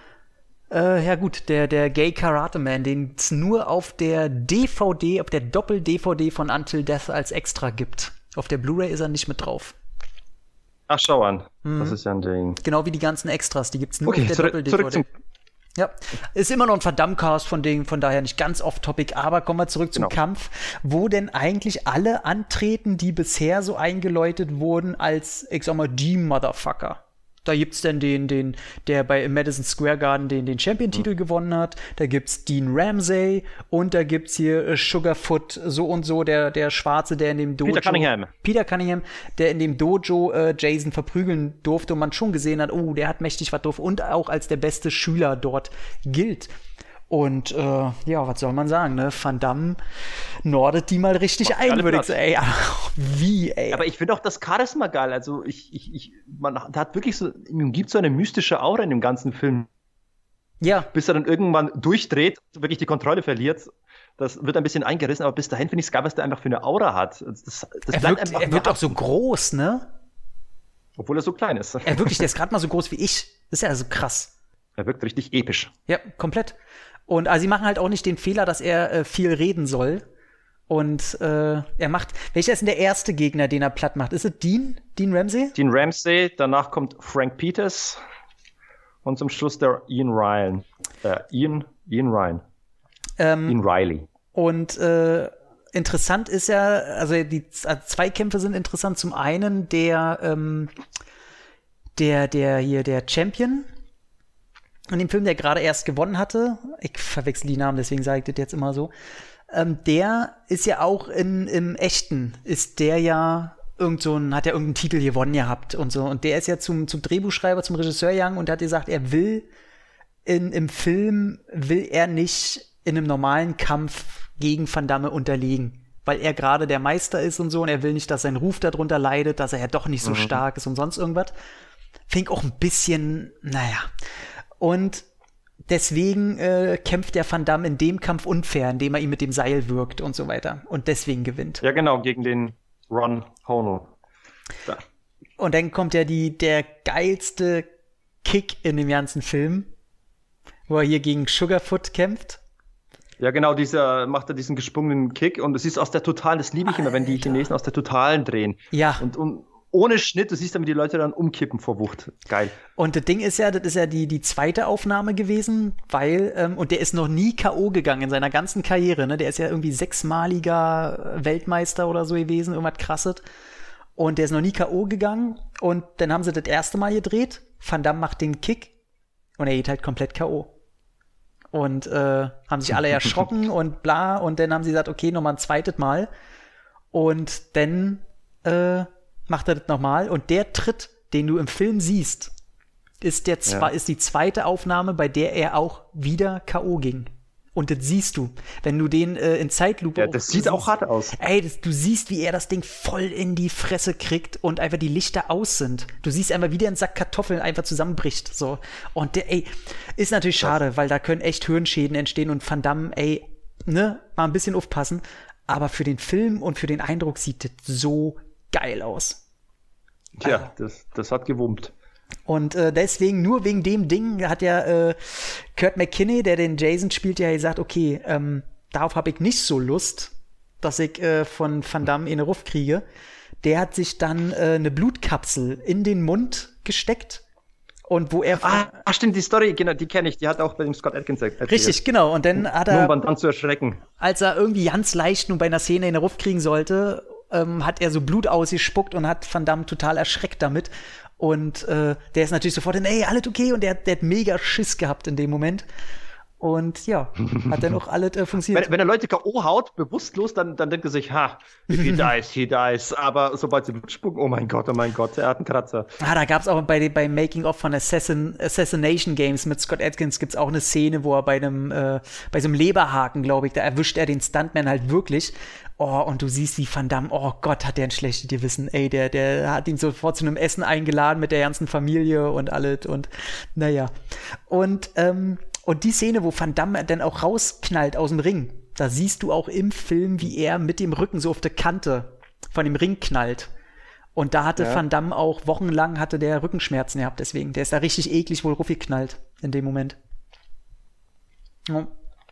ja gut, der Gay Karate Man, den es nur auf der DVD, auf der Doppel-DVD von Until Death als Extra gibt. Auf der Blu-ray ist er nicht mit drauf. Ach, schau an. Das ist ja ein Ding. Genau wie die ganzen Extras, die gibt's nur auf der Doppel-DVD. Ja, ist immer noch ein Van-Damme-Cast von daher nicht ganz off-topic, aber kommen wir zurück zum Kampf, wo denn eigentlich alle antreten, die bisher so eingeläutet wurden als, ich sag mal, die Motherfucker. Da gibt's dann den, der bei Madison Square Garden den Champion-Titel gewonnen hat. Da gibt's Dean Ramsey und da gibt's hier Sugarfoot, so und so, der Schwarze, der in dem Dojo... Peter Cunningham, der in dem Dojo Jason verprügeln durfte und man schon gesehen hat, der hat mächtig was drauf und auch als der beste Schüler dort gilt. Und was soll man sagen, ne? Van Damme nordet die mal richtig ein, würde ich sagen. Ey. Aber ich finde auch das Charisma geil. Also man hat wirklich so, ihm gibt so eine mystische Aura in dem ganzen Film. Ja. Bis er dann irgendwann durchdreht, wirklich die Kontrolle verliert. Das wird ein bisschen eingerissen, aber bis dahin finde ich es geil, was der einfach für eine Aura hat. Er wirkt auch so groß, ne? Obwohl er so klein ist. Der ist gerade mal so groß wie ich. Das ist ja so krass. Er wirkt richtig episch. Ja, komplett. Und sie machen halt auch nicht den Fehler, dass er viel reden soll. Und welcher ist denn der erste Gegner, den er platt macht? Ist es Dean Ramsey? Dean Ramsey, danach kommt Frank Peters und zum Schluss der Ian Ryan. Ian Riley. Und interessant ist ja, also die Zweikämpfe sind interessant. Zum einen der Champion in dem Film, der gerade erst gewonnen hatte, ich verwechsel die Namen, deswegen sage ich das jetzt immer so, der ist ja auch im Echten, ist der ja hat ja irgendeinen Titel gewonnen gehabt und so. Und der ist ja zum Drehbuchschreiber, zum Regisseur gegangen und hat gesagt, er will im Film nicht in einem normalen Kampf gegen Van Damme unterliegen, weil er gerade der Meister ist und so und er will nicht, dass sein Ruf darunter leidet, dass er ja doch nicht so stark ist und sonst irgendwas. Fing auch ein bisschen, Und deswegen kämpft der Van Damme in dem Kampf unfair, indem er ihn mit dem Seil wirkt und so weiter. Und deswegen gewinnt. Ja, genau, gegen den Ron Hono. Und dann kommt ja der geilste Kick in dem ganzen Film, wo er hier gegen Sugarfoot kämpft. Ja, genau, macht er diesen gesprungenen Kick und du siehst aus der Totalen, das liebe ich immer, wenn die Chinesen aus der Totalen drehen. Ja. Und ohne Schnitt, du siehst dann, wie die Leute dann umkippen vor Wucht. Geil. Und das Ding ist ja, die zweite Aufnahme gewesen, weil, und der ist noch nie K.O. gegangen in seiner ganzen Karriere, ne? Der ist ja irgendwie 6-maliger Weltmeister oder so gewesen, irgendwas krasses. Und der ist noch nie K.O. gegangen und dann haben sie das erste Mal gedreht, Van Damme macht den Kick und er geht halt komplett K.O. Und haben sich alle erschrocken und bla. Und dann haben sie gesagt, okay, nochmal ein zweites Mal. Und dann macht er das nochmal. Und der Tritt, den du im Film siehst, ist die zweite Aufnahme, bei der er auch wieder K.O. ging. Und das siehst du, wenn du den in Zeitlupe. Ja, das sieht auch hart aus. Ey, du siehst, wie er das Ding voll in die Fresse kriegt und einfach die Lichter aus sind. Du siehst einfach, wie der ein Sack Kartoffeln einfach zusammenbricht. So. Und der, ist natürlich schade, weil da können echt Hirnschäden entstehen und Van Damme, mal ein bisschen aufpassen. Aber für den Film und für den Eindruck sieht das so geil aus. Tja, das hat gewummt. Und deswegen, nur wegen dem Ding, hat ja Kurt McKinney, der den Jason spielt, ja gesagt, okay, darauf habe ich nicht so Lust, dass ich von Van Damme in den Ruff kriege. Der hat sich dann eine Blutkapsel in den Mund gesteckt. Und wo er... stimmt, die Story, genau, die kenne ich. Die hat auch bei dem Scott Adkins erzählt. Richtig, genau. Und dann hat er... Nur um Van Damme zu erschrecken. Als er irgendwie ganz leicht nur bei einer Szene in den Ruff kriegen sollte, hat er so Blut ausgespuckt und hat Van Damme total erschreckt damit. Und der ist natürlich sofort alles okay. Und der hat mega Schiss gehabt in dem Moment. Und ja, hat dann auch alles funktioniert. Wenn er Leute K.O. haut, bewusstlos, dann denkt er sich, if he dies, he dies. Aber sobald sie Blut spucken, oh mein Gott, er hat einen Kratzer. Da gab's auch bei Making-of von Assassination Games mit Scott Adkins gibt's auch eine Szene, wo er bei so einem Leberhaken, glaube ich, da erwischt er den Stuntman halt wirklich. Oh, und du siehst, wie Van Damme, oh Gott, hat der ein schlechtes Gewissen. Ey, der hat ihn sofort zu einem Essen eingeladen mit der ganzen Familie und alles und naja. Und die Szene, wo Van Damme dann auch rausknallt aus dem Ring, da siehst du auch im Film, wie er mit dem Rücken so auf der Kante von dem Ring knallt. Und da hatte Van Damme auch wochenlang der Rückenschmerzen gehabt, deswegen. Der ist da richtig eklig wohl raufgeknallt in dem Moment. Ja.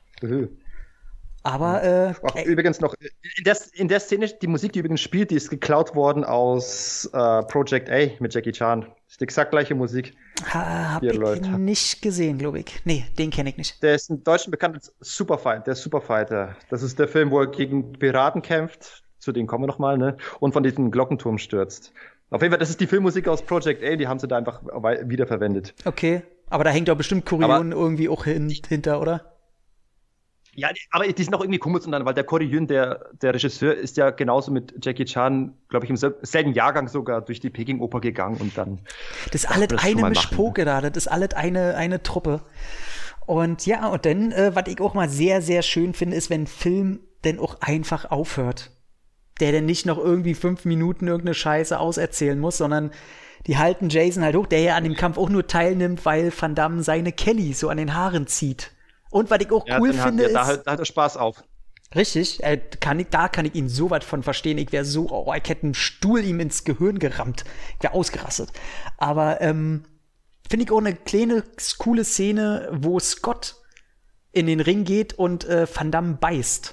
Aber, übrigens noch, in der Szene, die Musik, die übrigens spielt, die ist geklaut worden aus Project A mit Jackie Chan. Das ist die exakt gleiche Musik. Hab ich nicht gesehen, glaube ich. Nee, den kenne ich nicht. Der ist in Deutschland bekannt als Superfighter. Das ist der Film, wo er gegen Piraten kämpft. Zu denen kommen wir noch mal, ne? Und von diesem Glockenturm stürzt. Auf jeden Fall, das ist die Filmmusik aus Project A, die haben sie da einfach wiederverwendet. Okay, aber da hängt doch bestimmt Korean irgendwie auch hinter, oder? Ja, aber die sind auch irgendwie komisch untereinander, weil der Corey Yuen, der Regisseur, ist ja genauso mit Jackie Chan, glaube ich, im selben Jahrgang sogar durch die Peking-Oper gegangen und dann... Das ist alles eine Mischpoke da, das ist alles eine Truppe. Und ja, und dann, was ich auch mal sehr, sehr schön finde, ist, wenn ein Film dann auch einfach aufhört. Der dann nicht noch irgendwie 5 Minuten irgendeine Scheiße auserzählen muss, sondern die halten Jason halt hoch, der ja an dem Kampf auch nur teilnimmt, weil Van Damme seine Kelly so an den Haaren zieht. Und was ich auch cool finde, ist... Da hat er Spaß auf. Richtig, da kann ich ihn so weit von verstehen. Ich wäre so, ich hätte einen Stuhl ihm ins Gehirn gerammt. Ich wäre ausgerastet. Aber finde ich auch eine kleine, coole Szene, wo Scott in den Ring geht und Van Damme beißt.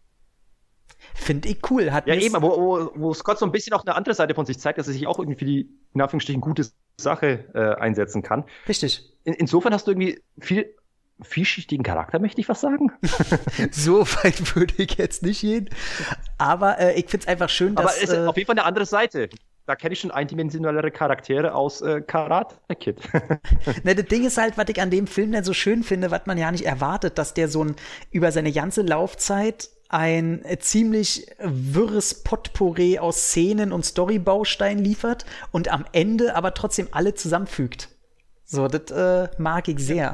Finde ich cool. Eben, aber wo Scott so ein bisschen auch eine andere Seite von sich zeigt, dass er sich auch irgendwie für die, in Anführungsstrichen, gute Sache einsetzen kann. Richtig. Insofern hast du irgendwie vielschichtigen Charakter, möchte ich was sagen? So weit würde ich jetzt nicht gehen. Aber ich finde es einfach schön, dass... Aber es ist auf jeden Fall eine andere Seite. Da kenne ich schon eindimensionellere Charaktere aus Karate Kid. Ne, das Ding ist halt, was ich an dem Film dann so schön finde, was man ja nicht erwartet, dass der so über seine ganze Laufzeit ein ziemlich wirres Potpourri aus Szenen und Storybausteinen liefert und am Ende aber trotzdem alle zusammenfügt. So, das mag ich sehr.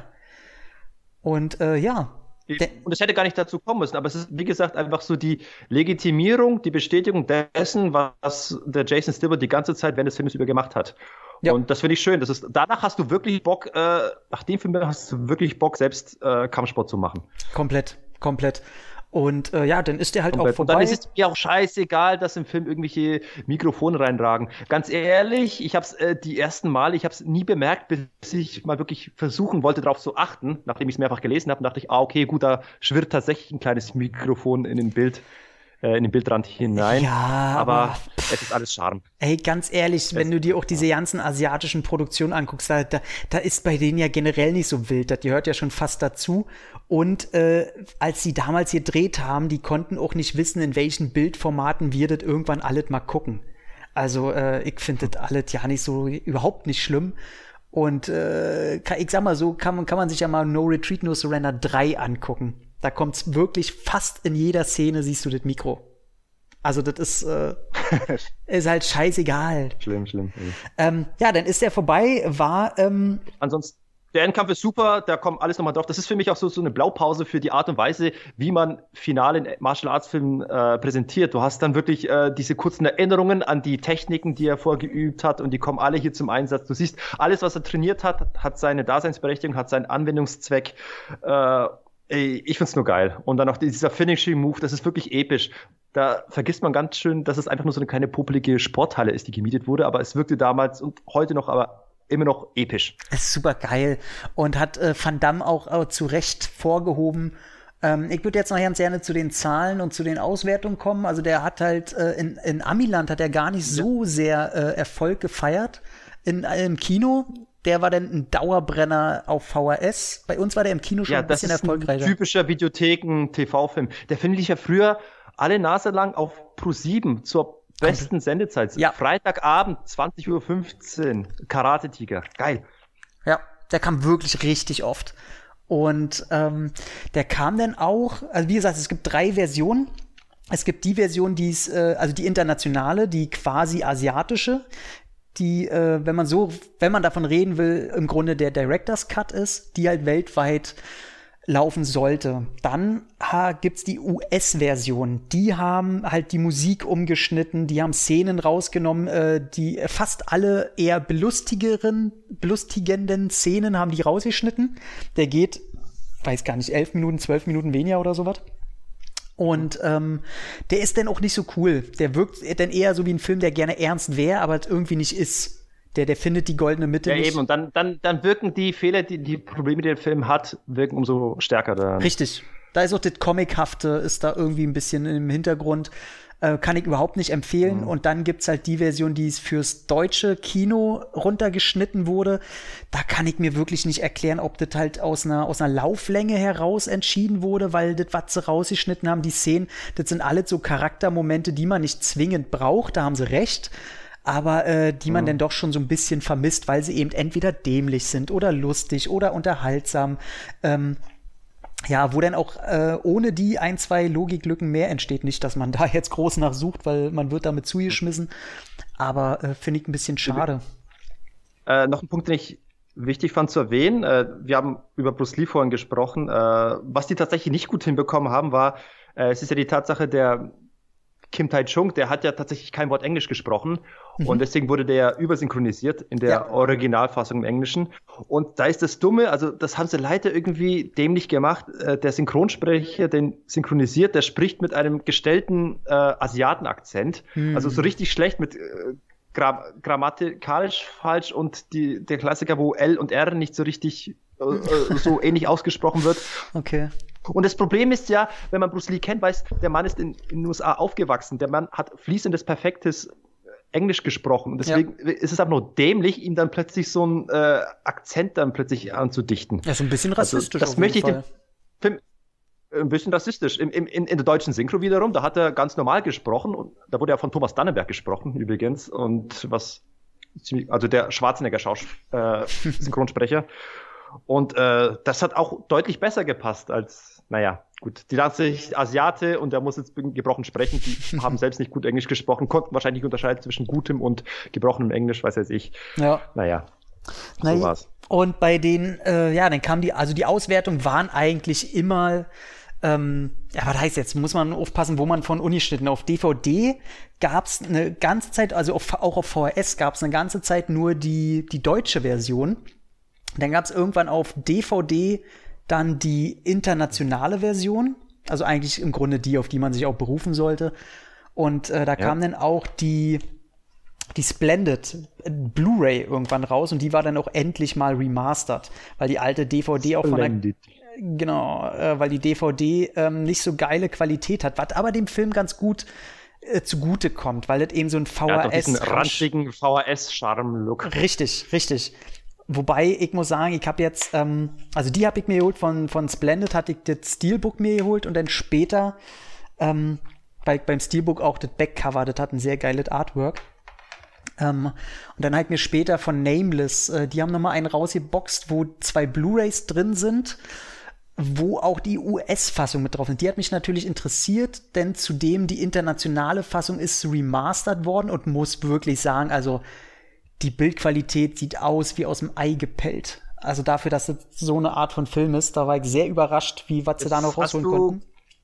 Und ja. Und es hätte gar nicht dazu kommen müssen, aber es ist, wie gesagt, einfach so die Legitimierung, die Bestätigung dessen, was der Jason Stewart die ganze Zeit während des Films über gemacht hat. Ja. Und das finde ich schön. Danach hast du wirklich Bock, nach dem Film hast du wirklich Bock, selbst Kampfsport zu machen. Komplett. Und dann ist der halt auch vorbei. Und dann ist es mir auch scheißegal, dass im Film irgendwelche Mikrofone reinragen. Ganz ehrlich, ich habe es die ersten Male, ich habe es nie bemerkt, bis ich mal wirklich versuchen wollte, darauf zu achten. Nachdem ich es mehrfach gelesen habe, dachte ich, okay, gut, da schwirrt tatsächlich ein kleines Mikrofon in den Bildrand hinein. Ja, aber es ist alles Charme. Ey, ganz ehrlich, wenn du dir auch diese ganzen asiatischen Produktionen anguckst, da ist bei denen ja generell nicht so wild. Das gehört ja schon fast dazu. Und als sie damals gedreht haben, die konnten auch nicht wissen, in welchen Bildformaten wir das irgendwann alles mal gucken. Also ich finde das alles ja nicht so, überhaupt nicht schlimm. Und ich sag mal so, kann man sich ja mal No Retreat, No Surrender 3 angucken. Da kommt's wirklich fast in jeder Szene, siehst du das Mikro. Also das ist halt scheißegal. Schlimm. Dann ist der vorbei, Ansonsten, der Endkampf ist super, da kommt alles nochmal drauf. Das ist für mich auch so eine Blaupause für die Art und Weise, wie man Finale in Martial Arts Filmen präsentiert. Du hast dann wirklich diese kurzen Erinnerungen an die Techniken, die er vorgeübt hat, und die kommen alle hier zum Einsatz. Du siehst, alles, was er trainiert hat seine Daseinsberechtigung, hat seinen Anwendungszweck. Ich find's nur geil. Und dann auch dieser Finishing-Move, das ist wirklich episch. Da vergisst man ganz schön, dass es einfach nur so eine kleine popelige Sporthalle ist, die gemietet wurde, aber es wirkte damals und heute noch aber immer noch episch. Das ist super geil und hat Van Damme auch zu Recht vorgehoben. Ich würde jetzt noch ganz gerne zu den Zahlen und zu den Auswertungen kommen. Also der hat halt in Amiland hat er gar nicht so sehr Erfolg gefeiert im Kino. Der war dann ein Dauerbrenner auf VHS. Bei uns war der im Kino schon ein bisschen erfolgreicher. Das ist ein typischer Videotheken-TV-Film. Der finde ich ja früher alle Nase lang auf Pro7 zur besten Sendezeit. Ja. Freitagabend, 20:15 Uhr, Karate-Tiger. Geil. Ja, der kam wirklich richtig oft. Und der kam dann auch, also wie gesagt, es gibt 3 Versionen. Es gibt die Version, die ist, also die internationale, die quasi asiatische, die, wenn man davon reden will, im Grunde der Director's Cut ist, die halt weltweit laufen sollte. Dann gibt's die US-Version. Die haben halt die Musik umgeschnitten, die haben Szenen rausgenommen, die fast alle eher belustigenden Szenen haben die rausgeschnitten. Der geht, weiß gar nicht, 11 Minuten, 12 Minuten weniger oder sowas. Und der ist dann auch nicht so cool. Der wirkt dann eher so wie ein Film, der gerne ernst wäre, aber irgendwie nicht ist. Der findet die goldene Mitte nicht. Ja, eben. Und dann wirken die Fehler, die Probleme, die der Film hat, wirken umso stärker. Dann. Richtig. Da ist auch das Comichafte, ist da irgendwie ein bisschen im Hintergrund. Kann ich überhaupt nicht empfehlen. Und dann gibt's halt die Version, die fürs deutsche Kino runtergeschnitten wurde. Da kann ich mir wirklich nicht erklären, ob das halt aus einer Lauflänge heraus entschieden wurde, weil das, was sie rausgeschnitten haben, die Szenen, das sind alles so Charaktermomente, die man nicht zwingend braucht. Da haben sie recht. Aber die man dann doch schon so ein bisschen vermisst, weil sie eben entweder dämlich sind oder lustig oder unterhaltsam. Wo dann auch ohne die 1, 2 Logiklücken mehr entsteht. Nicht, dass man da jetzt groß nachsucht, weil man wird damit zugeschmissen. Aber finde ich ein bisschen schade. Noch ein Punkt, den ich wichtig fand zu erwähnen. Wir haben über Bruce Lee vorhin gesprochen. Was die tatsächlich nicht gut hinbekommen haben, war, es ist ja die Tatsache, der Kim Tai-chung, der hat ja tatsächlich kein Wort Englisch gesprochen und deswegen wurde der übersynchronisiert in der Originalfassung im Englischen. Und da ist das Dumme, also das haben sie leider irgendwie dämlich gemacht, der Synchronsprecher, den synchronisiert, der spricht mit einem gestellten Asiatenakzent, also so richtig schlecht mit grammatikalisch falsch und der Klassiker, wo L und R nicht so richtig so ähnlich ausgesprochen wird. Okay. Und das Problem ist ja, wenn man Bruce Lee kennt, weiß, der Mann ist in den USA aufgewachsen. Der Mann hat fließendes, perfektes Englisch gesprochen. Und deswegen ist es aber nur dämlich, ihm dann plötzlich so einen Akzent dann plötzlich anzudichten. Ja, so ein bisschen rassistisch. Also, das möchte ich dem Film ein bisschen rassistisch. In der deutschen Synchro wiederum, da hat er ganz normal gesprochen. Und da wurde er von Thomas Dannenberg gesprochen, übrigens. Und also der Schwarzenegger Synchronsprecher. Und das hat auch deutlich besser gepasst als, naja, gut, die ganze Asiate und der muss jetzt gebrochen sprechen, die haben selbst nicht gut Englisch gesprochen, konnten wahrscheinlich nicht unterscheiden zwischen gutem und gebrochenem Englisch, weiß jetzt ich. Ja. Naja, so war's. Und bei den, dann kamen die Auswertungen waren eigentlich immer, was heißt jetzt, muss man aufpassen, wo man von Unischnitten. Auf DVD gab's eine ganze Zeit, also auch auf VHS gab's eine ganze Zeit nur die deutsche Version. Dann gab es irgendwann auf DVD dann die internationale Version. Also eigentlich im Grunde die, auf die man sich auch berufen sollte. Und da kam dann auch die Splendid Blu-ray irgendwann raus und die war dann auch endlich mal remastered, weil die alte DVD auch weil die DVD nicht so geile Qualität hat, was aber dem Film ganz gut zugute kommt, weil das eben so ein diesen ranzigen VHS-Charme-Look. Richtig. Wobei, ich muss sagen, ich habe jetzt, also die habe ich mir geholt, von Splendid hatte ich das Steelbook mir geholt und dann später beim Steelbook auch das Backcover, das hat ein sehr geiles Artwork. Und dann halt mir später von Nameless, die haben nochmal einen rausgeboxt, wo 2 Blu-rays drin sind, wo auch die US-Fassung mit drauf ist. Die hat mich natürlich interessiert, denn zudem die internationale Fassung ist remastered worden und muss wirklich sagen, also die Bildqualität sieht aus wie aus dem Ei gepellt. Also dafür, dass das so eine Art von Film ist, da war ich sehr überrascht, was sie da noch rausholen konnten.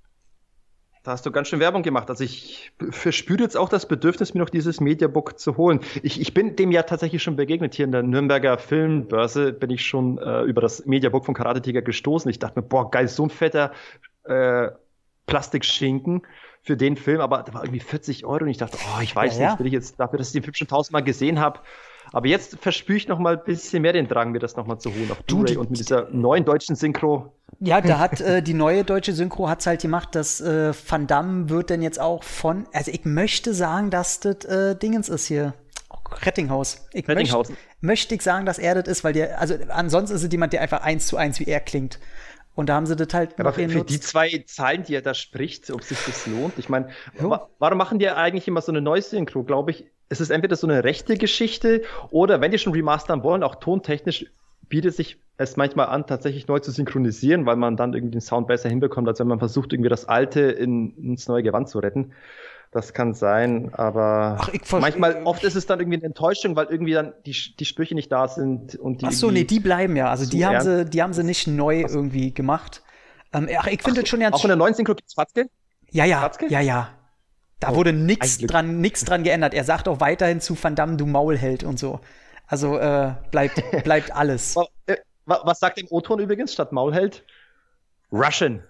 Da hast du ganz schön Werbung gemacht. Also ich verspüre jetzt auch das Bedürfnis, mir noch dieses Mediabook zu holen. Ich bin dem ja tatsächlich schon begegnet. Hier in der Nürnberger Filmbörse bin ich schon über das Mediabook von Karate Tiger gestoßen. Ich dachte mir, boah, geil, so ein fetter Plastikschinken für den Film. Aber da war irgendwie 40 € und ich dachte, ich weiß nicht, will ich jetzt dafür, dass ich den Film schon 1000-mal gesehen habe. Aber jetzt verspüre ich noch mal ein bisschen mehr den Drang, mir das noch mal zu holen auf Blu-ray und mit dieser neuen deutschen Synchro. Ja, da hat die neue deutsche Synchro hat's halt gemacht, dass Van Damme wird denn jetzt auch also ich möchte sagen, dass das Dingens ist hier. Rettinghaus. Möchte ich sagen, dass er das ist, weil also ansonsten ist es jemand, der einfach 1:1 wie er klingt. Und da haben sie das halt. Aber für die 2 Zeilen, die er da spricht, ob sich das lohnt. Ich meine, warum machen die eigentlich immer so eine neue Synchro? Glaube ich, es ist entweder so eine rechte Geschichte oder wenn die schon remastern wollen, auch tontechnisch bietet sich es manchmal an, tatsächlich neu zu synchronisieren, weil man dann irgendwie den Sound besser hinbekommt, als wenn man versucht, irgendwie das Alte ins neue Gewand zu retten. Das kann sein, aber oft ist es dann irgendwie eine Enttäuschung, weil irgendwie dann die Sprüche nicht da sind und die. Die bleiben ja. Also die haben sie nicht neu irgendwie gemacht. Ich finde das schon ganz. Auch in der neuen Synchro gibt's Fatzke? Ja. Fatzke? Ja. Da wurde nix dran geändert. Er sagt auch weiterhin zu Van Damme, du Maulheld und so. Also bleibt alles. Was sagt im O-Ton übrigens statt Maulheld? Russian.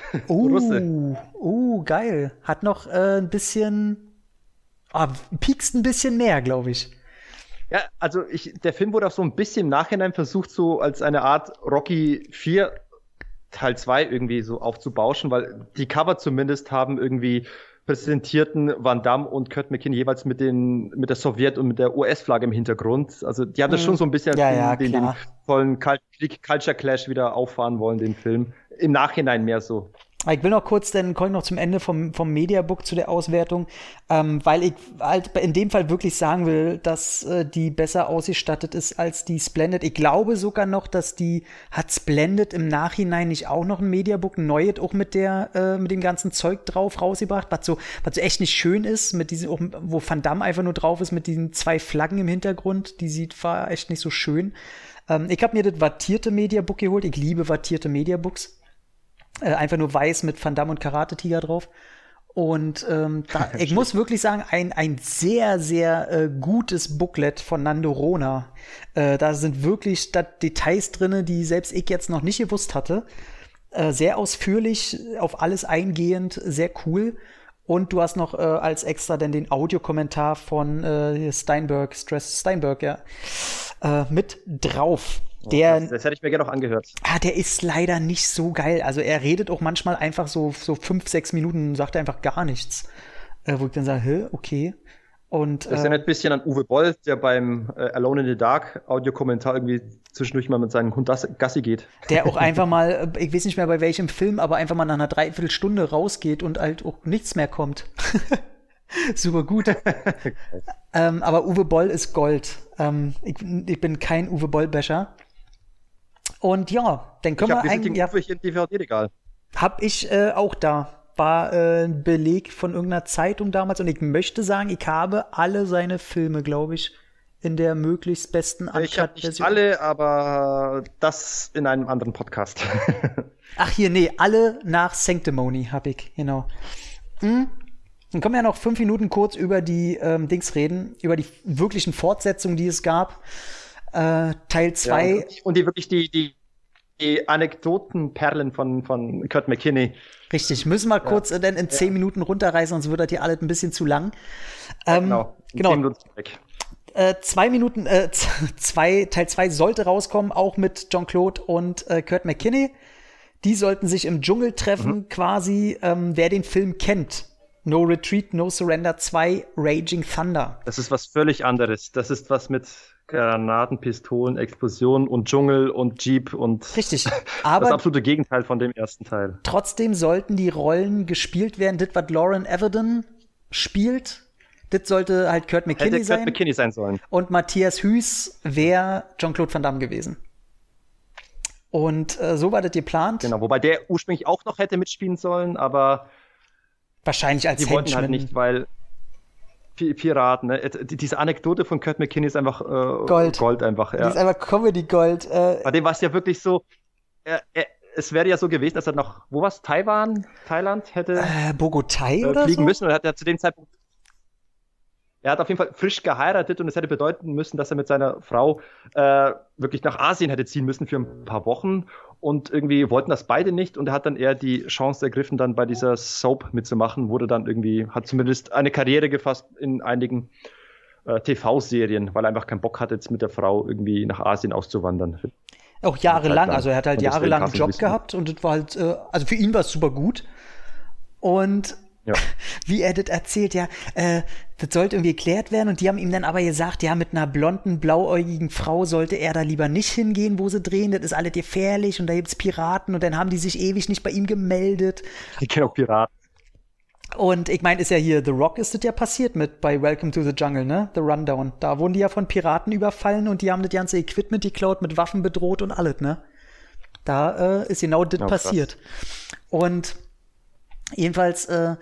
Geil. Hat noch ein bisschen, piekst ein bisschen mehr, glaube ich. Ja, also der Film wurde auch so ein bisschen im Nachhinein versucht, so als eine Art Rocky 4 Teil 2 irgendwie so aufzubauschen, weil die Cover zumindest haben irgendwie präsentierten Van Damme und Kurt McKinnon jeweils mit der Sowjet- und mit der US-Flagge im Hintergrund. Also die haben das schon so ein bisschen den vollen Culture Clash wieder auffahren wollen, den Film. Im Nachhinein mehr so. Ich will noch kurz, dann komme ich noch zum Ende vom Mediabook zu der Auswertung, weil ich halt in dem Fall wirklich sagen will, dass die besser ausgestattet ist als die Splendid. Ich glaube sogar noch, dass hat Splendid im Nachhinein nicht auch noch ein Mediabook, ein neues, auch mit dem ganzen Zeug drauf rausgebracht, was so echt nicht schön ist, mit diesen, auch, wo Van Damme einfach nur drauf ist, mit diesen 2 Flaggen im Hintergrund, war echt nicht so schön. Ich habe mir das wattierte Mediabook geholt, ich liebe wattierte Mediabooks. Einfach nur weiß mit Van Damme und Karate Tiger drauf. Und ich muss wirklich sagen, ein sehr, sehr gutes Booklet von Nando Rona. Da sind wirklich Details drin, die selbst ich jetzt noch nicht gewusst hatte. Sehr ausführlich, auf alles eingehend, sehr cool. Und du hast noch als extra dann den Audiokommentar von Stress Steinberg, mit drauf. Das hätte ich mir gerne noch angehört. Der ist leider nicht so geil. Also er redet auch manchmal einfach so 5-6 Minuten und sagt einfach gar nichts. Wo ich dann sage, okay. Und, das erinnert ein bisschen an Uwe Boll, der beim Alone in the Dark Audiokommentar irgendwie zwischendurch mal mit seinem Hund Gassi geht. Der auch einfach mal, ich weiß nicht mehr bei welchem Film, aber einfach mal nach einer Dreiviertelstunde rausgeht und halt auch nichts mehr kommt. Super gut. Aber Uwe Boll ist Gold. Ich bin kein Uwe Boll-Basher. Und ja, dann können wir eigentlich. DVD-Regal. Hab ich auch da. War ein Beleg von irgendeiner Zeitung damals und ich möchte sagen, ich habe alle seine Filme, glaube ich, in der möglichst besten Uncut-Version. Ich habe nicht alle, aber das in einem anderen Podcast. Ach hier, nee, alle nach Sanctimony habe ich, genau. Dann können wir ja noch 5 Minuten kurz über die Dings reden, über die wirklichen Fortsetzungen, die es gab. Teil 2. Ja, und die wirklich die die Anekdotenperlen von Kurt McKinney. Richtig, müssen wir kurz denn in 10 Minuten runterreißen, sonst wird das hier alles ein bisschen zu lang. Genau. 10 Minuten weg. 2 Minuten, Teil 2 sollte rauskommen, auch mit Jean-Claude und Kurt McKinney. Die sollten sich im Dschungel treffen, quasi, wer den Film kennt. No Retreat, No Surrender 2, Raging Thunder. Das ist was völlig anderes. Das ist was mit Granaten, Pistolen, Explosionen und Dschungel und Jeep und richtig. Aber das absolute Gegenteil von dem ersten Teil. Trotzdem sollten die Rollen gespielt werden. Das, was Lauren Everton spielt, das sollte halt Kurt McKinney sein. Kurt McKinney sein sollen. Und Matthias Hüß wäre Jean-Claude Van Damme gewesen. Und so war das geplant. Genau, wobei der ursprünglich auch noch hätte mitspielen sollen, aber wahrscheinlich als die wollten halt nicht, weil Piraten, ne? Diese Anekdote von Kurt McKinney ist einfach Gold einfach. Ja. Die ist einfach Comedy-Gold. Bei dem war es ja wirklich so, es wäre ja so gewesen, dass er noch, wo war es, Thailand hätte Bogotá oder fliegen so? müssen. Und er hat ja zu dem Zeitpunkt, er hat auf jeden Fall frisch geheiratet und es hätte bedeuten müssen, dass er mit seiner Frau wirklich nach Asien hätte ziehen müssen für ein paar Wochen. Und irgendwie wollten das beide nicht und er hat dann eher die Chance ergriffen, dann bei dieser Soap mitzumachen, hat zumindest eine Karriere gefasst in einigen TV-Serien, weil er einfach keinen Bock hatte, jetzt mit der Frau irgendwie nach Asien auszuwandern. Auch jahrelang, also er hat halt jahrelang einen Job gehabt und das war halt, also für ihn war es super gut. Und wie er das erzählt, das sollte irgendwie geklärt werden und die haben ihm dann aber gesagt, ja, mit einer blonden, blauäugigen Frau sollte er da lieber nicht hingehen, wo sie drehen, das ist alles gefährlich und da gibt's Piraten und dann haben die sich ewig nicht bei ihm gemeldet. Ich kenne auch Piraten. Und ich meine, ist ja hier, The Rock ist das ja passiert bei Welcome to the Jungle, ne? The Rundown. Da wurden die ja von Piraten überfallen und die haben das ganze Equipment geklaut, mit Waffen bedroht und alles, ne? Da ist genau das passiert. Und jedenfalls, er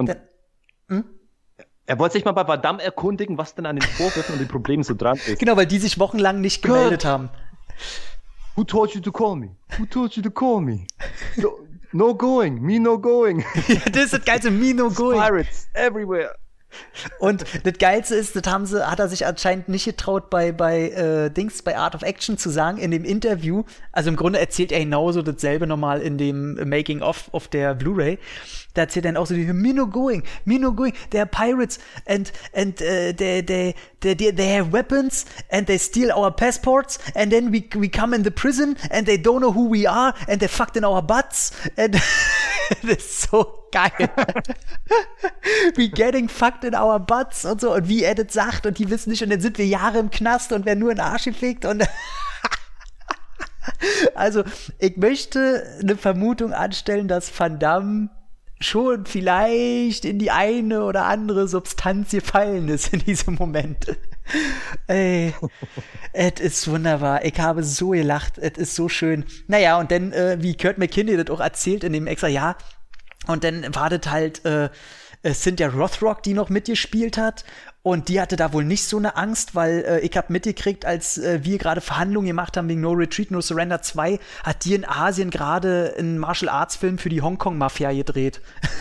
wollte sich mal bei Van Damme erkundigen, was denn an den Vorwürfen und den Problemen so dran ist. Genau, weil die sich wochenlang nicht gemeldet haben. Who told you to call me? Who told you to call me? No going, me no going. Ja, das ist das Geilste, me no going. Pirates everywhere. Und das Geilste ist, hat er sich anscheinend nicht getraut, bei Art of Action zu sagen, in dem Interview. Also im Grunde erzählt er genauso dasselbe nochmal in dem Making-of auf der Blu-ray. Da erzählt er dann auch so, me no going, they're pirates and they have weapons and they steal our passports and then we come in the prison and they don't know who we are and they fucked in our butts and das ist so geil. We getting fucked in our butts und so und wie er das sagt und die wissen nicht und dann sind wir Jahre im Knast und werden nur in den Arsch gefickt und also ich möchte eine Vermutung anstellen, dass Van Damme schon vielleicht in die eine oder andere Substanz gefallen ist in diesem Moment. Ey, es ist wunderbar. Ich habe so gelacht. Es ist so schön. Naja, und dann, wie Kurt McKinney das auch erzählt in dem extra Jahr, und dann war das halt Cynthia Rothrock, die noch mitgespielt hat. Und die hatte da wohl nicht so eine Angst, weil ich habe mitgekriegt, als wir gerade Verhandlungen gemacht haben wegen No Retreat, No Surrender 2, hat die in Asien gerade einen Martial-Arts-Film für die Hongkong-Mafia gedreht.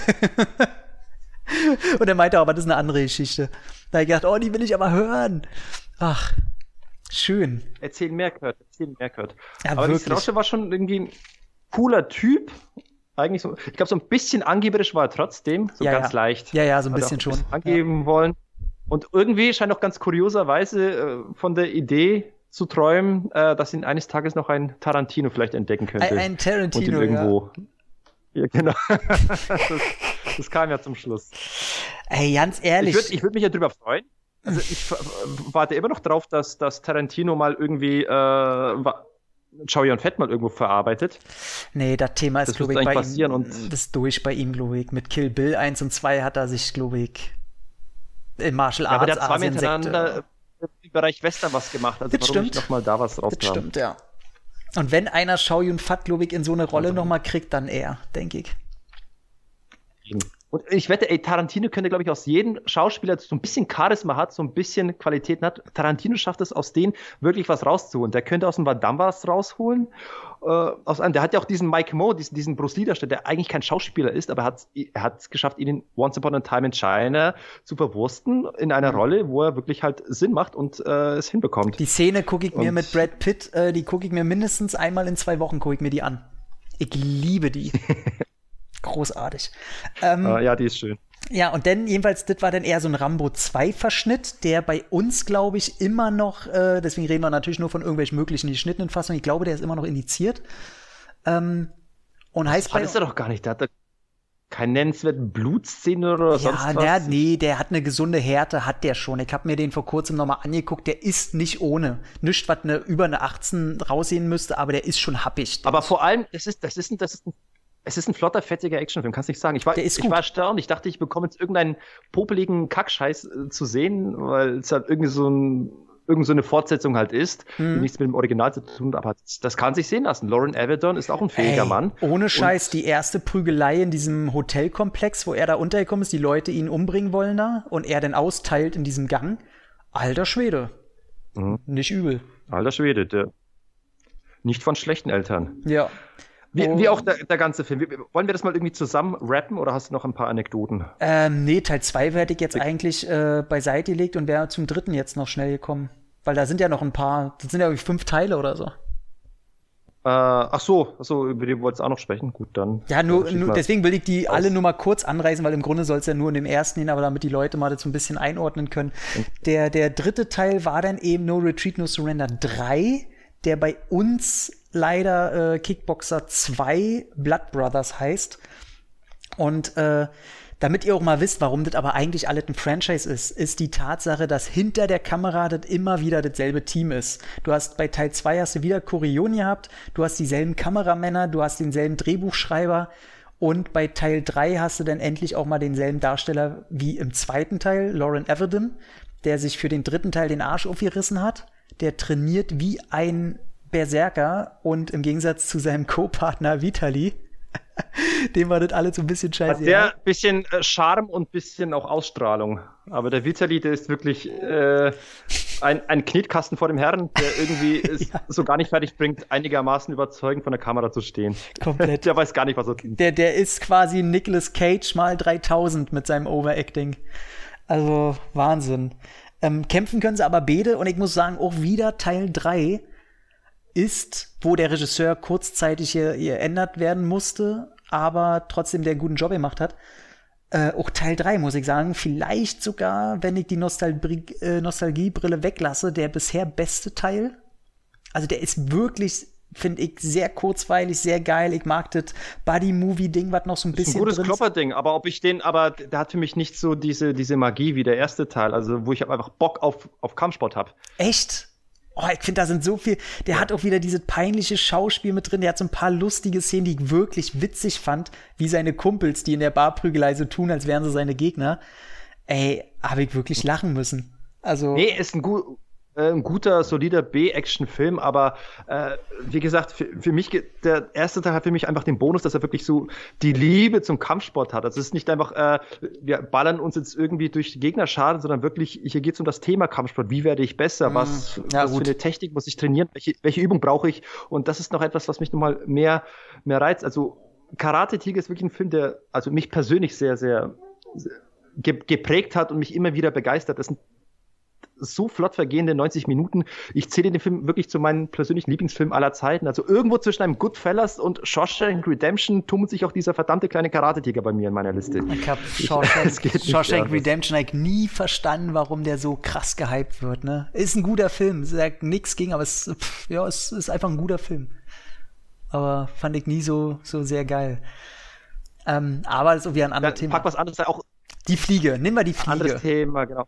Und er meinte aber, das ist eine andere Geschichte. Da habe ich gedacht, die will ich aber hören. Ach, schön. Erzähl mehr, Kurt. Ja, aber wirklich. die Strauche war schon irgendwie ein cooler Typ. Eigentlich so, ich glaube, so ein bisschen angeberisch war er trotzdem, so ganz leicht. Ja, so ein bisschen schon. Angeben wollen. Und irgendwie scheint auch ganz kurioserweise von der Idee zu träumen, dass ihn eines Tages noch ein Tarantino vielleicht entdecken könnte. Ein Tarantino, und ihn irgendwo. Ja, genau. das kam ja zum Schluss. Ey, ganz ehrlich. Ich würd mich ja drüber freuen. Also ich warte immer noch drauf, dass Tarantino mal irgendwie Chow Yun-Fat mal irgendwo verarbeitet. Nee, das Thema ist, glaube ich, bei ihm. Und das ist durch bei ihm, glaube ich. Mit Kill Bill 1 und 2 hat er sich, glaube ich, in Martial Arts, aber der hat zweimal hintereinander im Bereich Western was gemacht. Also das warum stimmt. nicht nochmal da was drauf Das stimmt, ja. Und wenn einer Chow Yun-Fat, glaube ich, in so eine Rolle nochmal kriegt, dann er, denke ich. Und ich wette, Tarantino könnte, glaube ich, aus jedem Schauspieler, der so ein bisschen Charisma hat, so ein bisschen Qualitäten hat, Tarantino schafft es, aus denen wirklich was rauszuholen. Der könnte aus dem Van Damme was rausholen. Der hat ja auch diesen Mike Moe, diesen Bruce Lee-Darsteller, der eigentlich kein Schauspieler ist, aber er hat es geschafft, ihn in Once Upon a Time in China zu verwursten in einer Rolle, wo er wirklich halt Sinn macht und es hinbekommt. Die Szene gucke ich mir mit Brad Pitt, die gucke ich mir mindestens einmal in 2 Wochen, gucke ich mir die an. Ich liebe die. Großartig. Ja, die ist schön. Ja, und dann jedenfalls, das war dann eher so ein Rambo 2-Verschnitt, der bei uns, glaube ich, immer noch, deswegen reden wir natürlich nur von irgendwelchen möglichen geschnittenen Fassungen, ich glaube, der ist immer noch indiziert. Und heißt das ist er doch gar nicht, der hat keine nennenswerten Blutszene oder sonst was. Ja, nee, der hat eine gesunde Härte, hat der schon. Ich habe mir den vor kurzem nochmal angeguckt, der ist nicht ohne. Nichts, was über eine 18 raussehen müsste, aber der ist schon happig. Aber vor allem, es ist ein flotter, fettiger Actionfilm, kannst du nicht sagen. Ich war erstaunt. Ich dachte, ich bekomme jetzt irgendeinen popeligen Kackscheiß zu sehen, weil es halt irgendwie so eine Fortsetzung halt ist, die nichts mit dem Original zu tun hat. Aber das kann sich sehen lassen. Lauren Avedon ist auch ein fähiger Mann. Ohne Scheiß, die erste Prügelei in diesem Hotelkomplex, wo er da untergekommen ist, die Leute ihn umbringen wollen da und er dann austeilt in diesem Gang. Alter Schwede. Nicht übel. Alter Schwede, der nicht von schlechten Eltern. Ja. Wie auch der ganze Film. Wollen wir das mal irgendwie zusammen rappen oder hast du noch ein paar Anekdoten? Nee, Teil 2 hätte ich jetzt eigentlich beiseite gelegt und wäre zum 3. jetzt noch schnell gekommen. Weil da sind ja noch ein paar, das sind ja 5 Teile oder so. Ach so, über die wolltest du auch noch sprechen. Gut, dann. Ja, nur deswegen will ich die alle nur mal kurz anreißen, weil im Grunde soll es ja nur in dem ersten gehen, aber damit die Leute mal das so ein bisschen einordnen können. Der 3. Teil war dann eben No Retreat, No Surrender 3, der bei uns leider Kickboxer 2 Blood Brothers heißt. Und damit ihr auch mal wisst, warum das aber eigentlich alles ein Franchise ist die Tatsache, dass hinter der Kamera das immer wieder dasselbe Team ist. Du hast bei Teil 2 hast du wieder Corleone gehabt, du hast dieselben Kameramänner, du hast denselben Drehbuchschreiber und bei Teil 3 hast du dann endlich auch mal denselben Darsteller wie im 2. Teil, Lauren Avedon, der sich für den 3. Teil den Arsch aufgerissen hat. Der trainiert wie ein Berserker und im Gegensatz zu seinem Co-Partner Vitali, dem war das alles so ein bisschen scheiße. Der bisschen Charme und ein bisschen auch Ausstrahlung. Aber der Vitali, der ist wirklich ein Knetkasten vor dem Herrn, der irgendwie es so gar nicht fertig bringt, einigermaßen überzeugend vor der Kamera zu stehen. Komplett. Der weiß gar nicht, was er tut. Der ist quasi Nicolas Cage mal 3000 mit seinem Overacting. Also Wahnsinn. Kämpfen können sie aber beide und ich muss sagen, auch wieder Teil 3 ist, wo der Regisseur kurzzeitig geändert werden musste, aber trotzdem der einen guten Job gemacht hat. Auch Teil 3, muss ich sagen, vielleicht sogar, wenn ich die Nostalgiebrille weglasse, der bisher beste Teil. Also der ist wirklich, finde ich, sehr kurzweilig, sehr geil. Ich mag das Buddy-Movie-Ding, was noch so ein bisschen drin ist. Ein gutes Klopper-Ding, aber der hat für mich nicht so diese Magie wie der erste Teil, also wo ich einfach Bock auf Kampfsport habe. Echt? Oh, ich finde, da sind so viel. Der hat auch wieder dieses peinliche Schauspiel mit drin. Der hat so ein paar lustige Szenen, die ich wirklich witzig fand, wie seine Kumpels, die in der Barprügelei so tun, als wären sie seine Gegner. Ey, habe ich wirklich lachen müssen. Also. Nee, ist ein guter, solider B-Action-Film, aber wie gesagt, für mich, der erste Teil hat für mich einfach den Bonus, dass er wirklich so die Liebe zum Kampfsport hat. Also es ist nicht einfach, wir ballern uns jetzt irgendwie durch die Gegner schaden, sondern wirklich, hier geht es um das Thema Kampfsport. Wie werde ich besser? Was für eine Technik muss ich trainieren? Welche Übung brauche ich? Und das ist noch etwas, was mich nochmal mehr reizt. Also Karate Tiger ist wirklich ein Film, der also mich persönlich sehr, sehr geprägt hat und mich immer wieder begeistert. Das sind so flott vergehende 90 Minuten. Ich zähle den Film wirklich zu meinen persönlichen Lieblingsfilmen aller Zeiten. Also irgendwo zwischen einem Goodfellas und Shawshank Redemption tummelt sich auch dieser verdammte kleine Karate-Tiger bei mir in meiner Liste. Ich habe Shawshank Redemption nie verstanden, warum der so krass gehypt wird. Ne? Ist ein guter Film. Sagt nichts gegen, aber es ist einfach ein guter Film. Aber fand ich nie so sehr geil. Aber das ist wie ein anderes Thema. Pack was anderes auch. Die Fliege. Nehmen wir die Fliege. Anderes Thema, genau.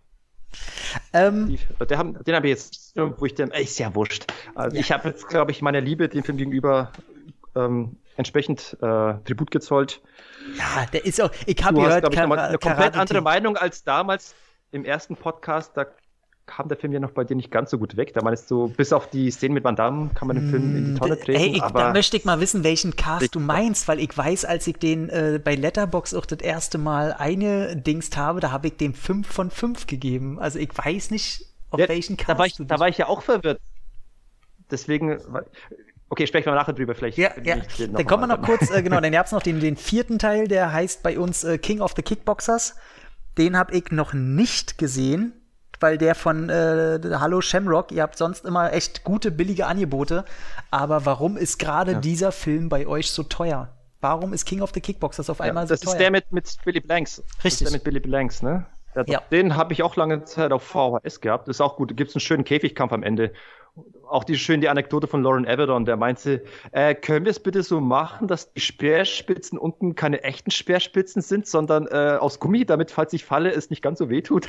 Den habe ich jetzt, wo ich denke, ist ja wurscht. Also ich habe jetzt, glaube ich, meiner Liebe dem Film gegenüber entsprechend Tribut gezollt. Ja, der ist auch, ich habe gehört, eine komplett andere Meinung als damals im ersten Podcast. Da kam der Film ja noch bei dir nicht ganz so gut weg. Da meinst du, bis auf die Szenen mit Van Damme kann man den Film in die Tonne treten. Da möchte ich mal wissen, welchen Cast du meinst, weil ich weiß, als ich den bei Letterboxd auch das erste Mal eingedingst habe, da habe ich dem 5 von 5 gegeben. Also ich weiß nicht, auf welchen Cast da war ich ja auch verwirrt. Deswegen, okay, sprechen wir nachher drüber vielleicht. Ja. Dann kommen wir noch kurz, genau, dann gab es noch den 4. Teil, der heißt bei uns King of the Kickboxers. Den habe ich noch nicht gesehen, weil der von Hallo Shamrock, ihr habt sonst immer echt gute, billige Angebote, aber warum ist gerade dieser Film bei euch so teuer? Warum ist King of the Kickboxers auf einmal so teuer? Das ist der mit Billy Blanks. Richtig. Das ist der mit Billy Blanks, ne? Den habe ich auch lange Zeit auf VHS gehabt. Das ist auch gut. Da gibt es einen schönen Käfigkampf am Ende. Auch die Anekdote von Lauren Avedon, der meinte, können wir es bitte so machen, dass die Speerspitzen unten keine echten Speerspitzen sind, sondern aus Gummi, damit, falls ich falle, es nicht ganz so wehtut.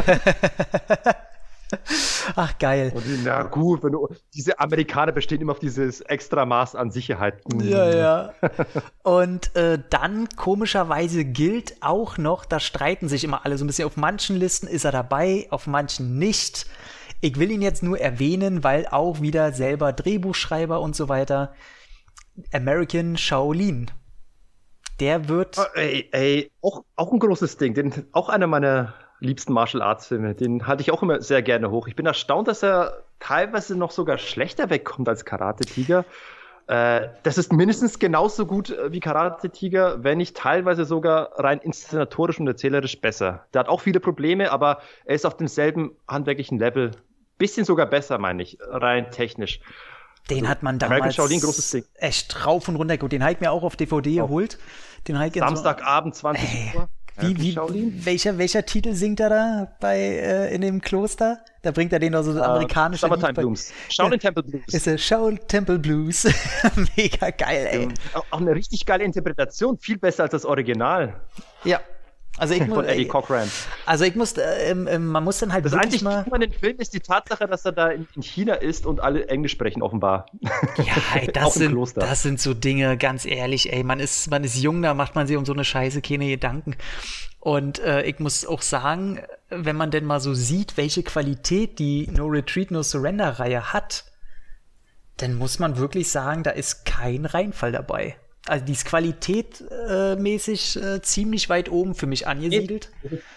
Ach, geil. Und na gut, diese Amerikaner bestehen immer auf dieses extra Maß an Sicherheit. Ja. Und dann komischerweise gilt auch noch, da streiten sich immer alle so ein bisschen. Auf manchen Listen ist er dabei, auf manchen nicht. Ich will ihn jetzt nur erwähnen, weil auch wieder selber Drehbuchschreiber und so weiter. American Shaolin. Der wird... Auch ein großes Ding. Auch einer meiner liebsten Martial Arts Filme. Den halte ich auch immer sehr gerne hoch. Ich bin erstaunt, dass er teilweise noch sogar schlechter wegkommt als Karate Tiger. Das ist mindestens genauso gut wie Karate Tiger, wenn nicht teilweise sogar rein inszenatorisch und erzählerisch besser. Der hat auch viele Probleme, aber er ist auf demselben handwerklichen Level. Bisschen sogar besser, meine ich, rein technisch. Den hat man damals echt rauf und runter geholt. Den habe ich mir auch auf DVD geholt. Den Samstagabend, 20 Uhr. Welcher Titel singt er da in dem Kloster? Da bringt er den doch so amerikanische Summertime Blues. Shaolin Temple Blues. Ist der Shaolin Temple Blues. Mega geil, ey. Auch eine richtig geile Interpretation. Viel besser als das Original. Ja. Also von Eddie Cochran. Also man muss dann halt das einzig Gute an dem Film ist die Tatsache, dass er da in China ist und alle Englisch sprechen, offenbar. Ja, ey, das sind so Dinge, ganz ehrlich, ey, man ist jung, da macht man sich um so eine Scheiße keine Gedanken. Und ich muss auch sagen, wenn man denn mal so sieht, welche Qualität die No Retreat, No Surrender Reihe hat, dann muss man wirklich sagen, da ist kein Reinfall dabei. Also die ist qualitätmäßig ziemlich weit oben für mich angesiedelt.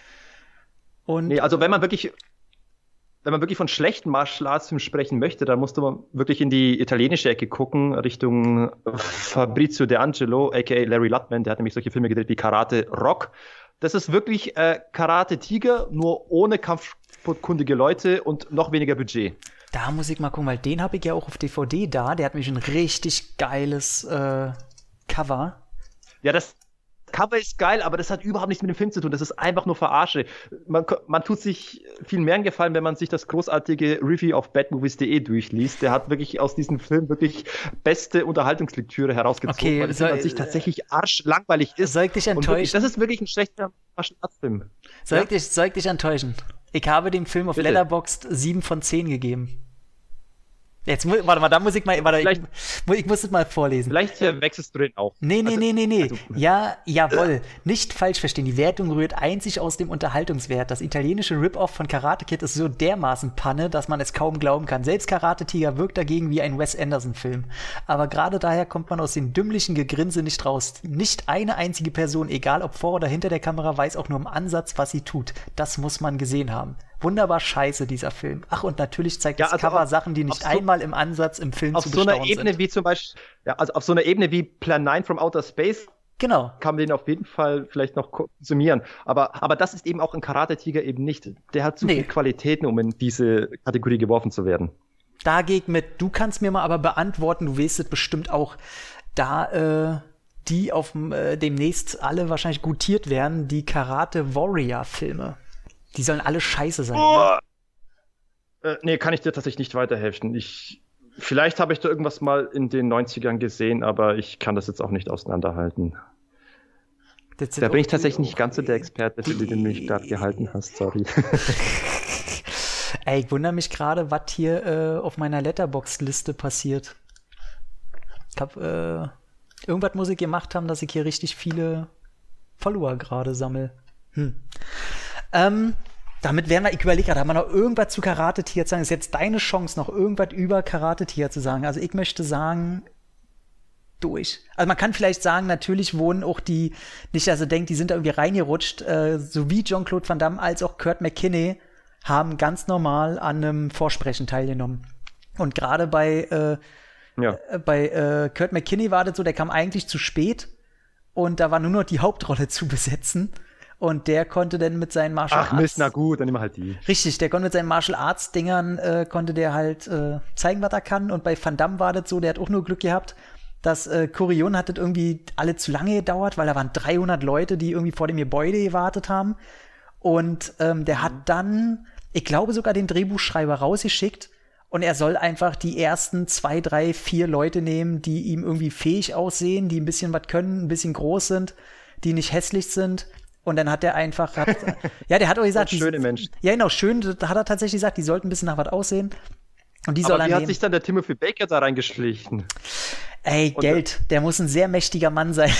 Und also wenn man wirklich von schlechten Martial Arts Filmen sprechen möchte, dann musste man wirklich in die italienische Ecke gucken, Richtung Fabrizio De Angelo, aka Larry Lutman, der hat nämlich solche Filme gedreht wie Karate Rock. Das ist wirklich Karate Tiger, nur ohne kampfkundige Leute und noch weniger Budget. Da muss ich mal gucken, weil den habe ich ja auch auf DVD da. Der hat nämlich ein richtig geiles Cover. Ja, das Cover ist geil, aber das hat überhaupt nichts mit dem Film zu tun. Das ist einfach nur Verarsche. Man tut sich viel mehr einen Gefallen, wenn man sich das großartige Review auf badmovies.de durchliest. Der hat wirklich aus diesem Film wirklich beste Unterhaltungslektüre herausgezogen, weil es an sich tatsächlich arschlangweilig ist. Soll ich dich enttäuschen? Wirklich, das ist wirklich ein schlechter Martial-Arts-Film. Soll ich dich enttäuschen? Ich habe dem Film auf Letterboxd 7 von 10 gegeben. Jetzt, warte mal, da muss ich mal, ich muss das mal vorlesen. Vielleicht wechselst du den auch. Nee. Also, ja, jawohl. Nicht falsch verstehen. Die Wertung rührt einzig aus dem Unterhaltungswert. Das italienische Rip-Off von Karate Kid ist so dermaßen Panne, dass man es kaum glauben kann. Selbst Karate Tiger wirkt dagegen wie ein Wes Anderson-Film. Aber gerade daher kommt man aus dem dümmlichen Gegrinse nicht raus. Nicht eine einzige Person, egal ob vor oder hinter der Kamera, weiß auch nur im Ansatz, was sie tut. Das muss man gesehen haben. Wunderbar scheiße, dieser Film. Ach, und natürlich zeigt das Cover Sachen, die nicht einmal im Ansatz im Film zu bestaunen sind. Auf so einer Ebene wie zum Beispiel, also auf so einer Ebene wie Plan 9 from Outer Space, genau, kann man den auf jeden Fall vielleicht noch konsumieren. Aber das ist eben auch ein Karate-Tiger eben nicht. Der hat zu viele Qualitäten, um in diese Kategorie geworfen zu werden. Da gehe ich mit. Du kannst mir mal aber beantworten, du weißt es bestimmt auch, da die auf demnächst alle wahrscheinlich gutiert werden, die Karate-Warrior-Filme. Die sollen alle scheiße sein. Nee, kann ich dir tatsächlich nicht weiterhelfen. Vielleicht habe ich da irgendwas mal in den 90ern gesehen, aber ich kann das jetzt auch nicht auseinanderhalten. Da bin ich tatsächlich nicht ganz so der Experte, für den du mich gerade gehalten hast, sorry. Ey, ich wundere mich gerade, was hier auf meiner Letterboxd-Liste passiert. Ich habe irgendwas muss ich gemacht haben, dass ich hier richtig viele Follower gerade sammle. damit wären wir, ich überlege gerade, haben wir noch irgendwas zu Karate Tiger zu sagen? Das ist jetzt deine Chance, noch irgendwas über Karate Tiger zu sagen. Also ich möchte sagen, durch. Also man kann vielleicht sagen, natürlich wohnen auch die, nicht dass ihr denkt, die sind da irgendwie reingerutscht, sowie Jean-Claude Van Damme als auch Kurt McKinney haben ganz normal an einem Vorsprechen teilgenommen. Und gerade bei Kurt McKinney war das so, der kam eigentlich zu spät und da war nur noch die Hauptrolle zu besetzen. Und der konnte dann mit seinen Martial Arts... Ach Mist, na gut, dann nehmen wir halt die. Richtig, der konnte mit seinen Martial Arts Dingern, konnte der halt zeigen, was er kann. Und bei Van Damme war das so, der hat auch nur Glück gehabt, dass Kurion hat das irgendwie alle zu lange gedauert, weil da waren 300 Leute, die irgendwie vor dem Gebäude gewartet haben. Und der hat dann, ich glaube sogar den Drehbuchschreiber rausgeschickt und er soll einfach die ersten 2, 3, 4 Leute nehmen, die ihm irgendwie fähig aussehen, die ein bisschen was können, ein bisschen groß sind, die nicht hässlich sind. Und dann hat er einfach, der hat auch gesagt, schöne Menschen. Ja, genau, schön, da hat er tatsächlich gesagt, die sollten ein bisschen nach was aussehen. Und die soll wie hat sich dann der Timothy Baker da reingeschlichen? Ey, und Geld, der muss ein sehr mächtiger Mann sein.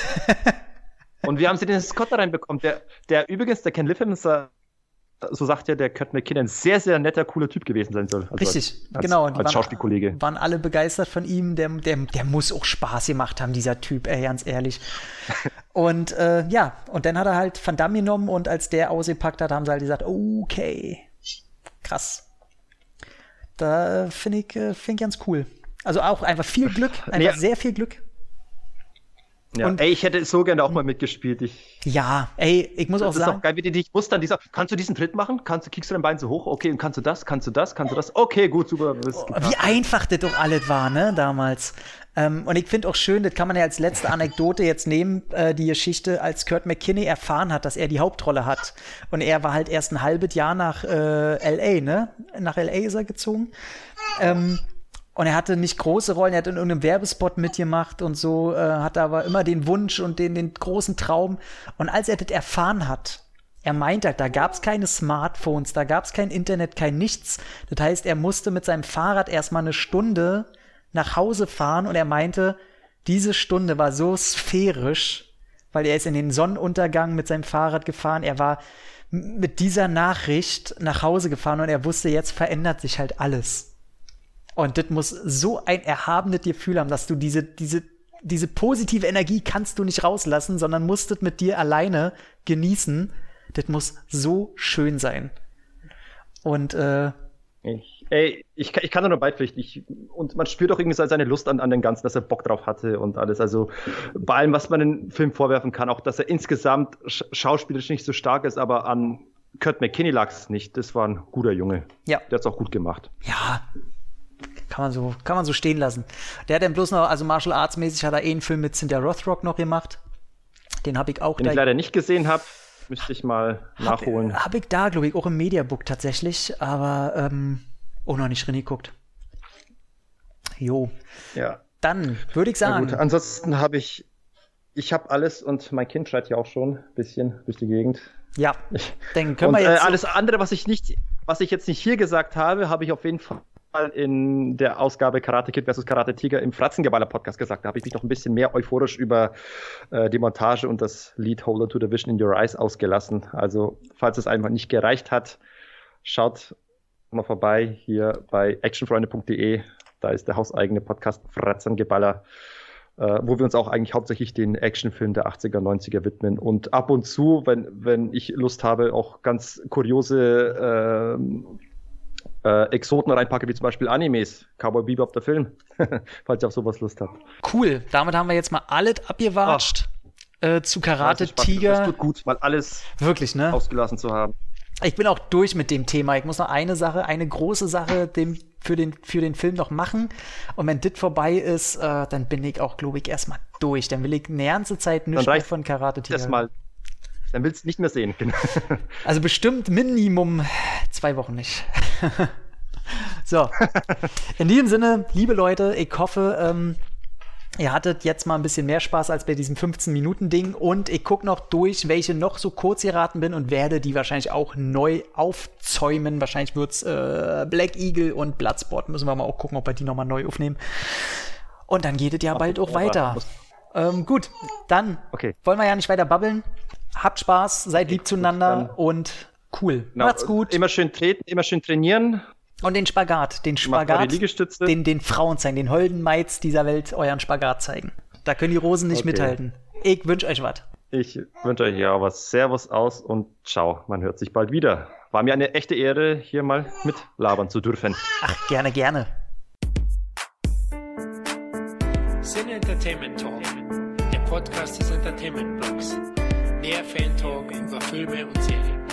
Und wie haben sie den Scott da reinbekommen? Der übrigens, der Ken Liffin, so sagt ja der Kurt McKinnon, ein sehr, sehr netter, cooler Typ gewesen sein soll. Also richtig, genau. Als Schauspielkollege. Waren alle begeistert von ihm. Der muss auch Spaß gemacht haben, dieser Typ, ganz ehrlich. Und und dann hat er halt Van Damme genommen und als der ausgepackt hat, haben sie halt gesagt, okay, krass. Da finde ich ganz cool. Also auch einfach viel Glück, sehr viel Glück. Ja, und ich hätte so gerne auch mal mitgespielt. Ich muss auch sagen. Das ist doch geil, wie ich muss dann kannst du diesen Tritt machen? Kickst du dein Bein so hoch? Okay, und kannst du das? Okay, gut, super. Wie einfach das doch alles war, ne, damals. Und ich finde auch schön, das kann man ja als letzte Anekdote jetzt nehmen, die Geschichte, als Kurt McKinney erfahren hat, dass er die Hauptrolle hat. Und er war halt erst ein halbes Jahr nach L.A., ne? Nach L.A. ist er gezogen. Und er hatte nicht große Rollen, er hat in irgendeinem Werbespot mitgemacht und so, hatte aber immer den Wunsch und den großen Traum. Und als er das erfahren hat, er meinte, da gab es keine Smartphones, da gab es kein Internet, kein nichts. Das heißt, er musste mit seinem Fahrrad erstmal eine Stunde nach Hause fahren und er meinte, diese Stunde war so sphärisch, weil er ist in den Sonnenuntergang mit seinem Fahrrad gefahren, er war mit dieser Nachricht nach Hause gefahren und er wusste, jetzt verändert sich halt alles. Und das muss so ein erhabenes Gefühl haben, dass du diese positive Energie kannst du nicht rauslassen, sondern musst es mit dir alleine genießen. Das muss so schön sein. Und ich kann da nur beipflichten. Und man spürt auch irgendwie seine Lust an dem Ganzen, dass er Bock drauf hatte und alles. Also bei allem, was man dem Film vorwerfen kann, auch dass er insgesamt schauspielerisch nicht so stark ist, aber an Kurt McKinney lag es nicht. Das war ein guter Junge. Ja. Der hat es auch gut gemacht. Ja. Kann man so stehen lassen. Der hat dann bloß noch, also Martial Arts mäßig hat er einen Film mit Cynthia Rothrock noch gemacht. Den habe ich auch Den ich leider nicht gesehen habe, müsste ich mal nachholen. Habe ich da, glaube ich, auch im Mediabook tatsächlich, aber auch noch nicht reingeguckt. Jo. Ja. Dann würde ich sagen. Gut. Ansonsten habe ich habe alles und mein Kind schreit ja auch schon ein bisschen durch die Gegend. Ja, dann können wir jetzt. Alles andere, was ich jetzt nicht hier gesagt habe ich auf jeden Fall in der Ausgabe Karate Kid vs. Karate Tiger im Fratzengeballer Podcast gesagt. Da habe ich mich noch ein bisschen mehr euphorisch über die Montage und das Lied Holder to the Vision in Your Eyes ausgelassen. Also, falls es einfach nicht gereicht hat, schaut mal vorbei hier bei actionfreunde.de. Da ist der hauseigene Podcast Fratzengeballer, wo wir uns auch eigentlich hauptsächlich den Actionfilm der 80er, 90er widmen und ab und zu, wenn ich Lust habe, auch ganz kuriose Exoten reinpacke, wie zum Beispiel Animes. Cowboy Bebop, der Film, falls ihr auf sowas Lust habt. Cool, damit haben wir jetzt mal alles abgewatscht zu Karate Tiger. Das tut gut, mal alles wirklich, ne? ausgelassen zu haben. Ich bin auch durch mit dem Thema. Ich muss noch eine große Sache für den Film noch machen. Und wenn das vorbei ist, dann bin ich auch, glaube ich, erstmal durch. Dann will ich eine ganze Zeit nichts mehr von Karate Tiger. Dann willst du nicht mehr sehen. Also bestimmt Minimum 2 Wochen nicht. So. In diesem Sinne, liebe Leute, ich hoffe, ihr hattet jetzt mal ein bisschen mehr Spaß als bei diesem 15-Minuten-Ding und ich gucke noch durch, welche noch so kurz geraten bin und werde die wahrscheinlich auch neu aufzäumen. Wahrscheinlich wird es Black Eagle und Bloodsport. Müssen wir mal auch gucken, ob wir die nochmal neu aufnehmen. Und dann geht es ja bald auch weiter. Gut, dann wollen wir ja nicht weiter babbeln. Habt Spaß, seid lieb zueinander und Cool. Genau. Macht's gut. Immer schön treten, immer schön trainieren. Und den Spagat, Die Liegestütze. den Frauen zeigen, den holden Maids dieser Welt euren Spagat zeigen. Da können die Rosen nicht mithalten. Ich wünsche euch was. Ich wünsche euch ja was. Servus aus und ciao. Man hört sich bald wieder. War mir eine echte Ehre, hier mal mit labern zu dürfen. Ach, gerne, gerne. Sin Entertainment Talk, der Podcast des Entertainment Blogs. Mehr Fan Talk über Filme und Serien.